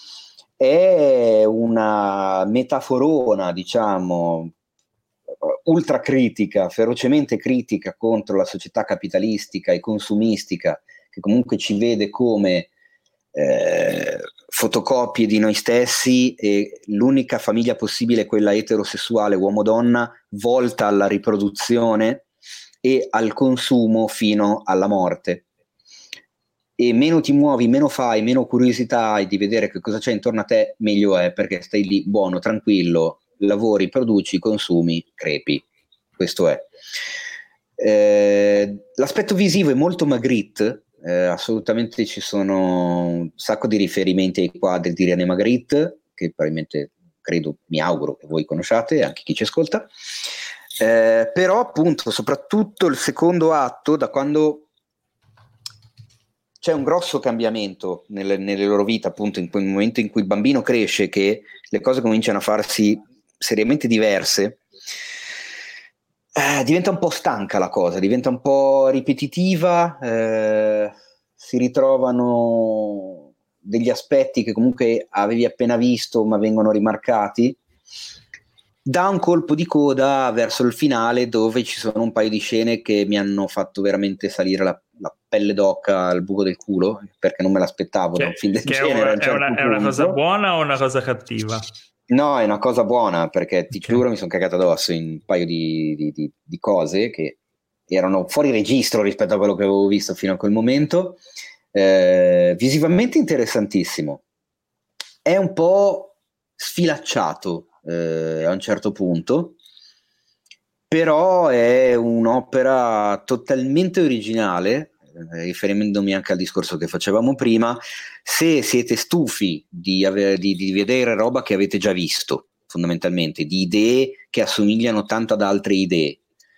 È una metaforona, diciamo, ultra critica, ferocemente critica contro la società capitalistica e consumistica, che comunque ci vede come fotocopie di noi stessi, e l'unica famiglia possibile è quella eterosessuale uomo-donna, volta alla riproduzione e al consumo fino alla morte. E meno ti muovi, meno fai, meno curiosità hai di vedere che cosa c'è intorno a te, meglio è, perché stai lì buono, tranquillo, lavori, produci, consumi, crepi. Questo è. L'aspetto visivo è molto Magritte, assolutamente ci sono un sacco di riferimenti ai quadri di René Magritte, che probabilmente, mi auguro che voi conosciate, anche chi ci ascolta. Però appunto, soprattutto il secondo atto, da quando c'è un grosso cambiamento nelle loro vite, appunto in quel momento in cui il bambino cresce, che le cose cominciano a farsi seriamente diverse, diventa un po' stanca la cosa, diventa un po' ripetitiva, si ritrovano degli aspetti che comunque avevi appena visto ma vengono rimarcati. Da un colpo di coda verso il finale, dove ci sono un paio di scene che mi hanno fatto veramente salire la pelle d'oca al buco del culo, perché non me l'aspettavo da un film del genere. È una cosa buona o una cosa cattiva? No, è una cosa buona, perché ti giuro mi sono cagato addosso in un paio di cose che erano fuori registro rispetto a quello che avevo visto fino a quel momento. Visivamente interessantissimo, è un po' sfilacciato a un certo punto, però è un'opera totalmente originale, riferendomi anche al discorso che facevamo prima. Se siete stufi di vedere roba che avete già visto, fondamentalmente, di idee che assomigliano tanto ad altre idee,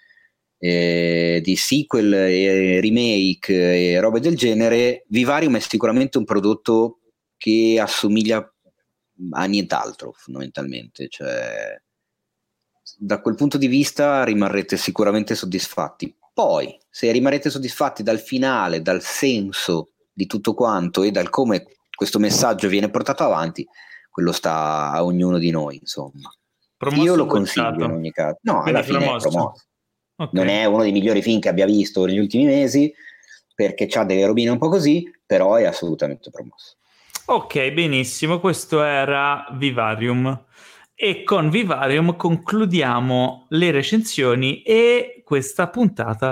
di sequel e remake e robe del genere, Vivarium è sicuramente un prodotto che assomiglia a nient'altro, fondamentalmente. Cioè, da quel punto di vista rimarrete sicuramente soddisfatti. Poi, se rimarrete soddisfatti dal finale, dal senso di tutto quanto e dal come questo messaggio viene portato avanti, quello sta a ognuno di noi, insomma. Promosso, io lo consiglio in ogni caso. No, quindi alla fine è promosso. Okay. Non è uno dei migliori film che abbia visto negli ultimi mesi, perché c'ha delle robine un po' così, però è assolutamente promosso. Ok, benissimo, questo era Vivarium. E con Vivarium concludiamo le recensioni e questa puntata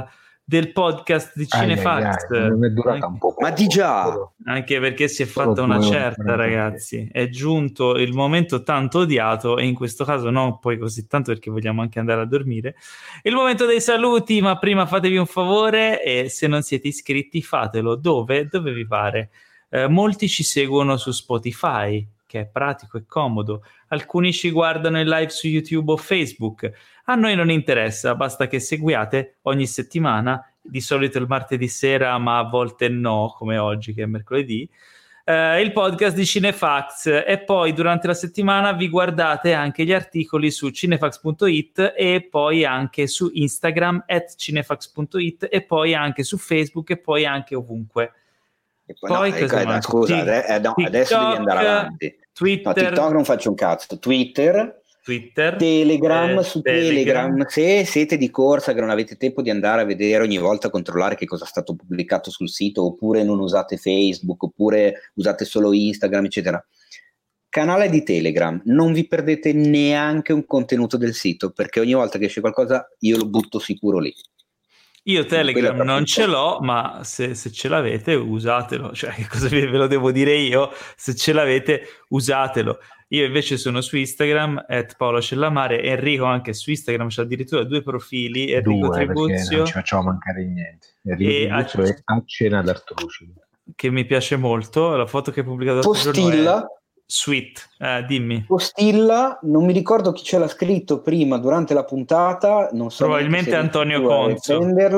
del podcast di Cinefax. Non è durata un po'. Ma di già! Anche perché si è fatta una certa, ragazzi. È giunto il momento tanto odiato, e in questo caso non poi così tanto, perché vogliamo anche andare a dormire. Il momento dei saluti, ma prima fatevi un favore, e se non siete iscritti fatelo. Dove vi pare. Molti ci seguono su Spotify, che è pratico e comodo. Alcuni ci guardano in live su YouTube o Facebook. A noi non interessa, basta che seguiate ogni settimana, di solito il martedì sera, ma a volte no, come oggi che è mercoledì, il podcast di Cinefax, e poi durante la settimana vi guardate anche gli articoli su cinefax.it e poi anche su Instagram @cinefax.it e poi anche su Facebook e poi anche ovunque. E poi scusa, adesso devi andare avanti. Twitter, TikTok non faccio un cazzo. Twitter, Telegram, su Telegram. Se siete di corsa che non avete tempo di andare a vedere ogni volta, controllare che cosa è stato pubblicato sul sito, oppure non usate Facebook, oppure usate solo Instagram, eccetera, canale di Telegram, non vi perdete neanche un contenuto del sito, perché ogni volta che esce qualcosa io lo butto sicuro lì. Io Telegram non ce l'ho, ma se ce l'avete usatelo, cioè che cosa ve lo devo dire io? Se ce l'avete usatelo. Io invece sono su Instagram @paolocellamare, Enrico anche su Instagram c'ha addirittura 2 profili, Enrico Tribuzio, non ci facciamo mancare niente, Enrico Tribuzio è a cena d'Artrucci, che mi piace molto, la foto che hai pubblicato Postilla Sweet, dimmi. Postilla, non mi ricordo chi ce l'ha scritto prima durante la puntata, non so, probabilmente Antonio Conzo,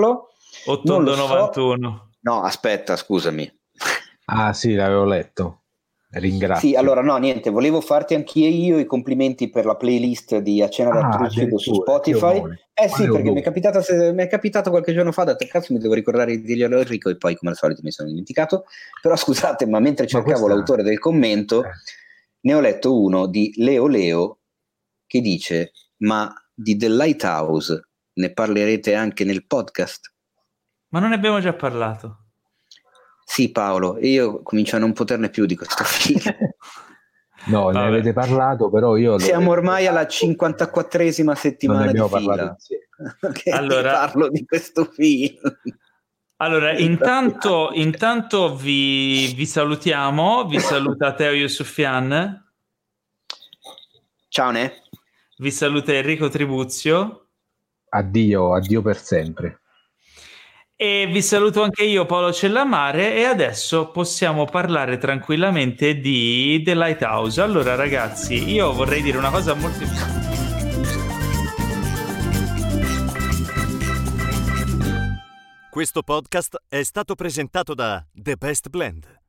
891. No, aspetta, scusami. Ah sì, l'avevo letto. Ringrazio. Sì, allora no, niente, volevo farti anche io i complimenti per la playlist di A Cena d'Artrucci su Spotify. Sì, perché mi è capitato qualche giorno fa, ho detto cazzo mi devo ricordare di dirglielo a Enrico e poi come al solito mi sono dimenticato, però scusate, ma mentre cercavo l'autore del commento ne ho letto uno di Leo che dice: ma di The Lighthouse ne parlerete anche nel podcast? Ma non ne abbiamo già parlato? Sì, Paolo, io comincio a non poterne più di questo film. No, ne avete parlato, però io... Siamo ormai alla 54esima settimana di fila. Allora, parlo di questo film. Allora, intanto vi salutiamo, vi saluta Teo Yusufian. Ciao Ne. Vi saluta Enrico Tribuzio. Addio per sempre. E vi saluto anche io, Paolo Cellamare, e adesso possiamo parlare tranquillamente di The Lighthouse. Allora ragazzi, io vorrei dire una cosa molto importante. Questo podcast è stato presentato da The Best Blend.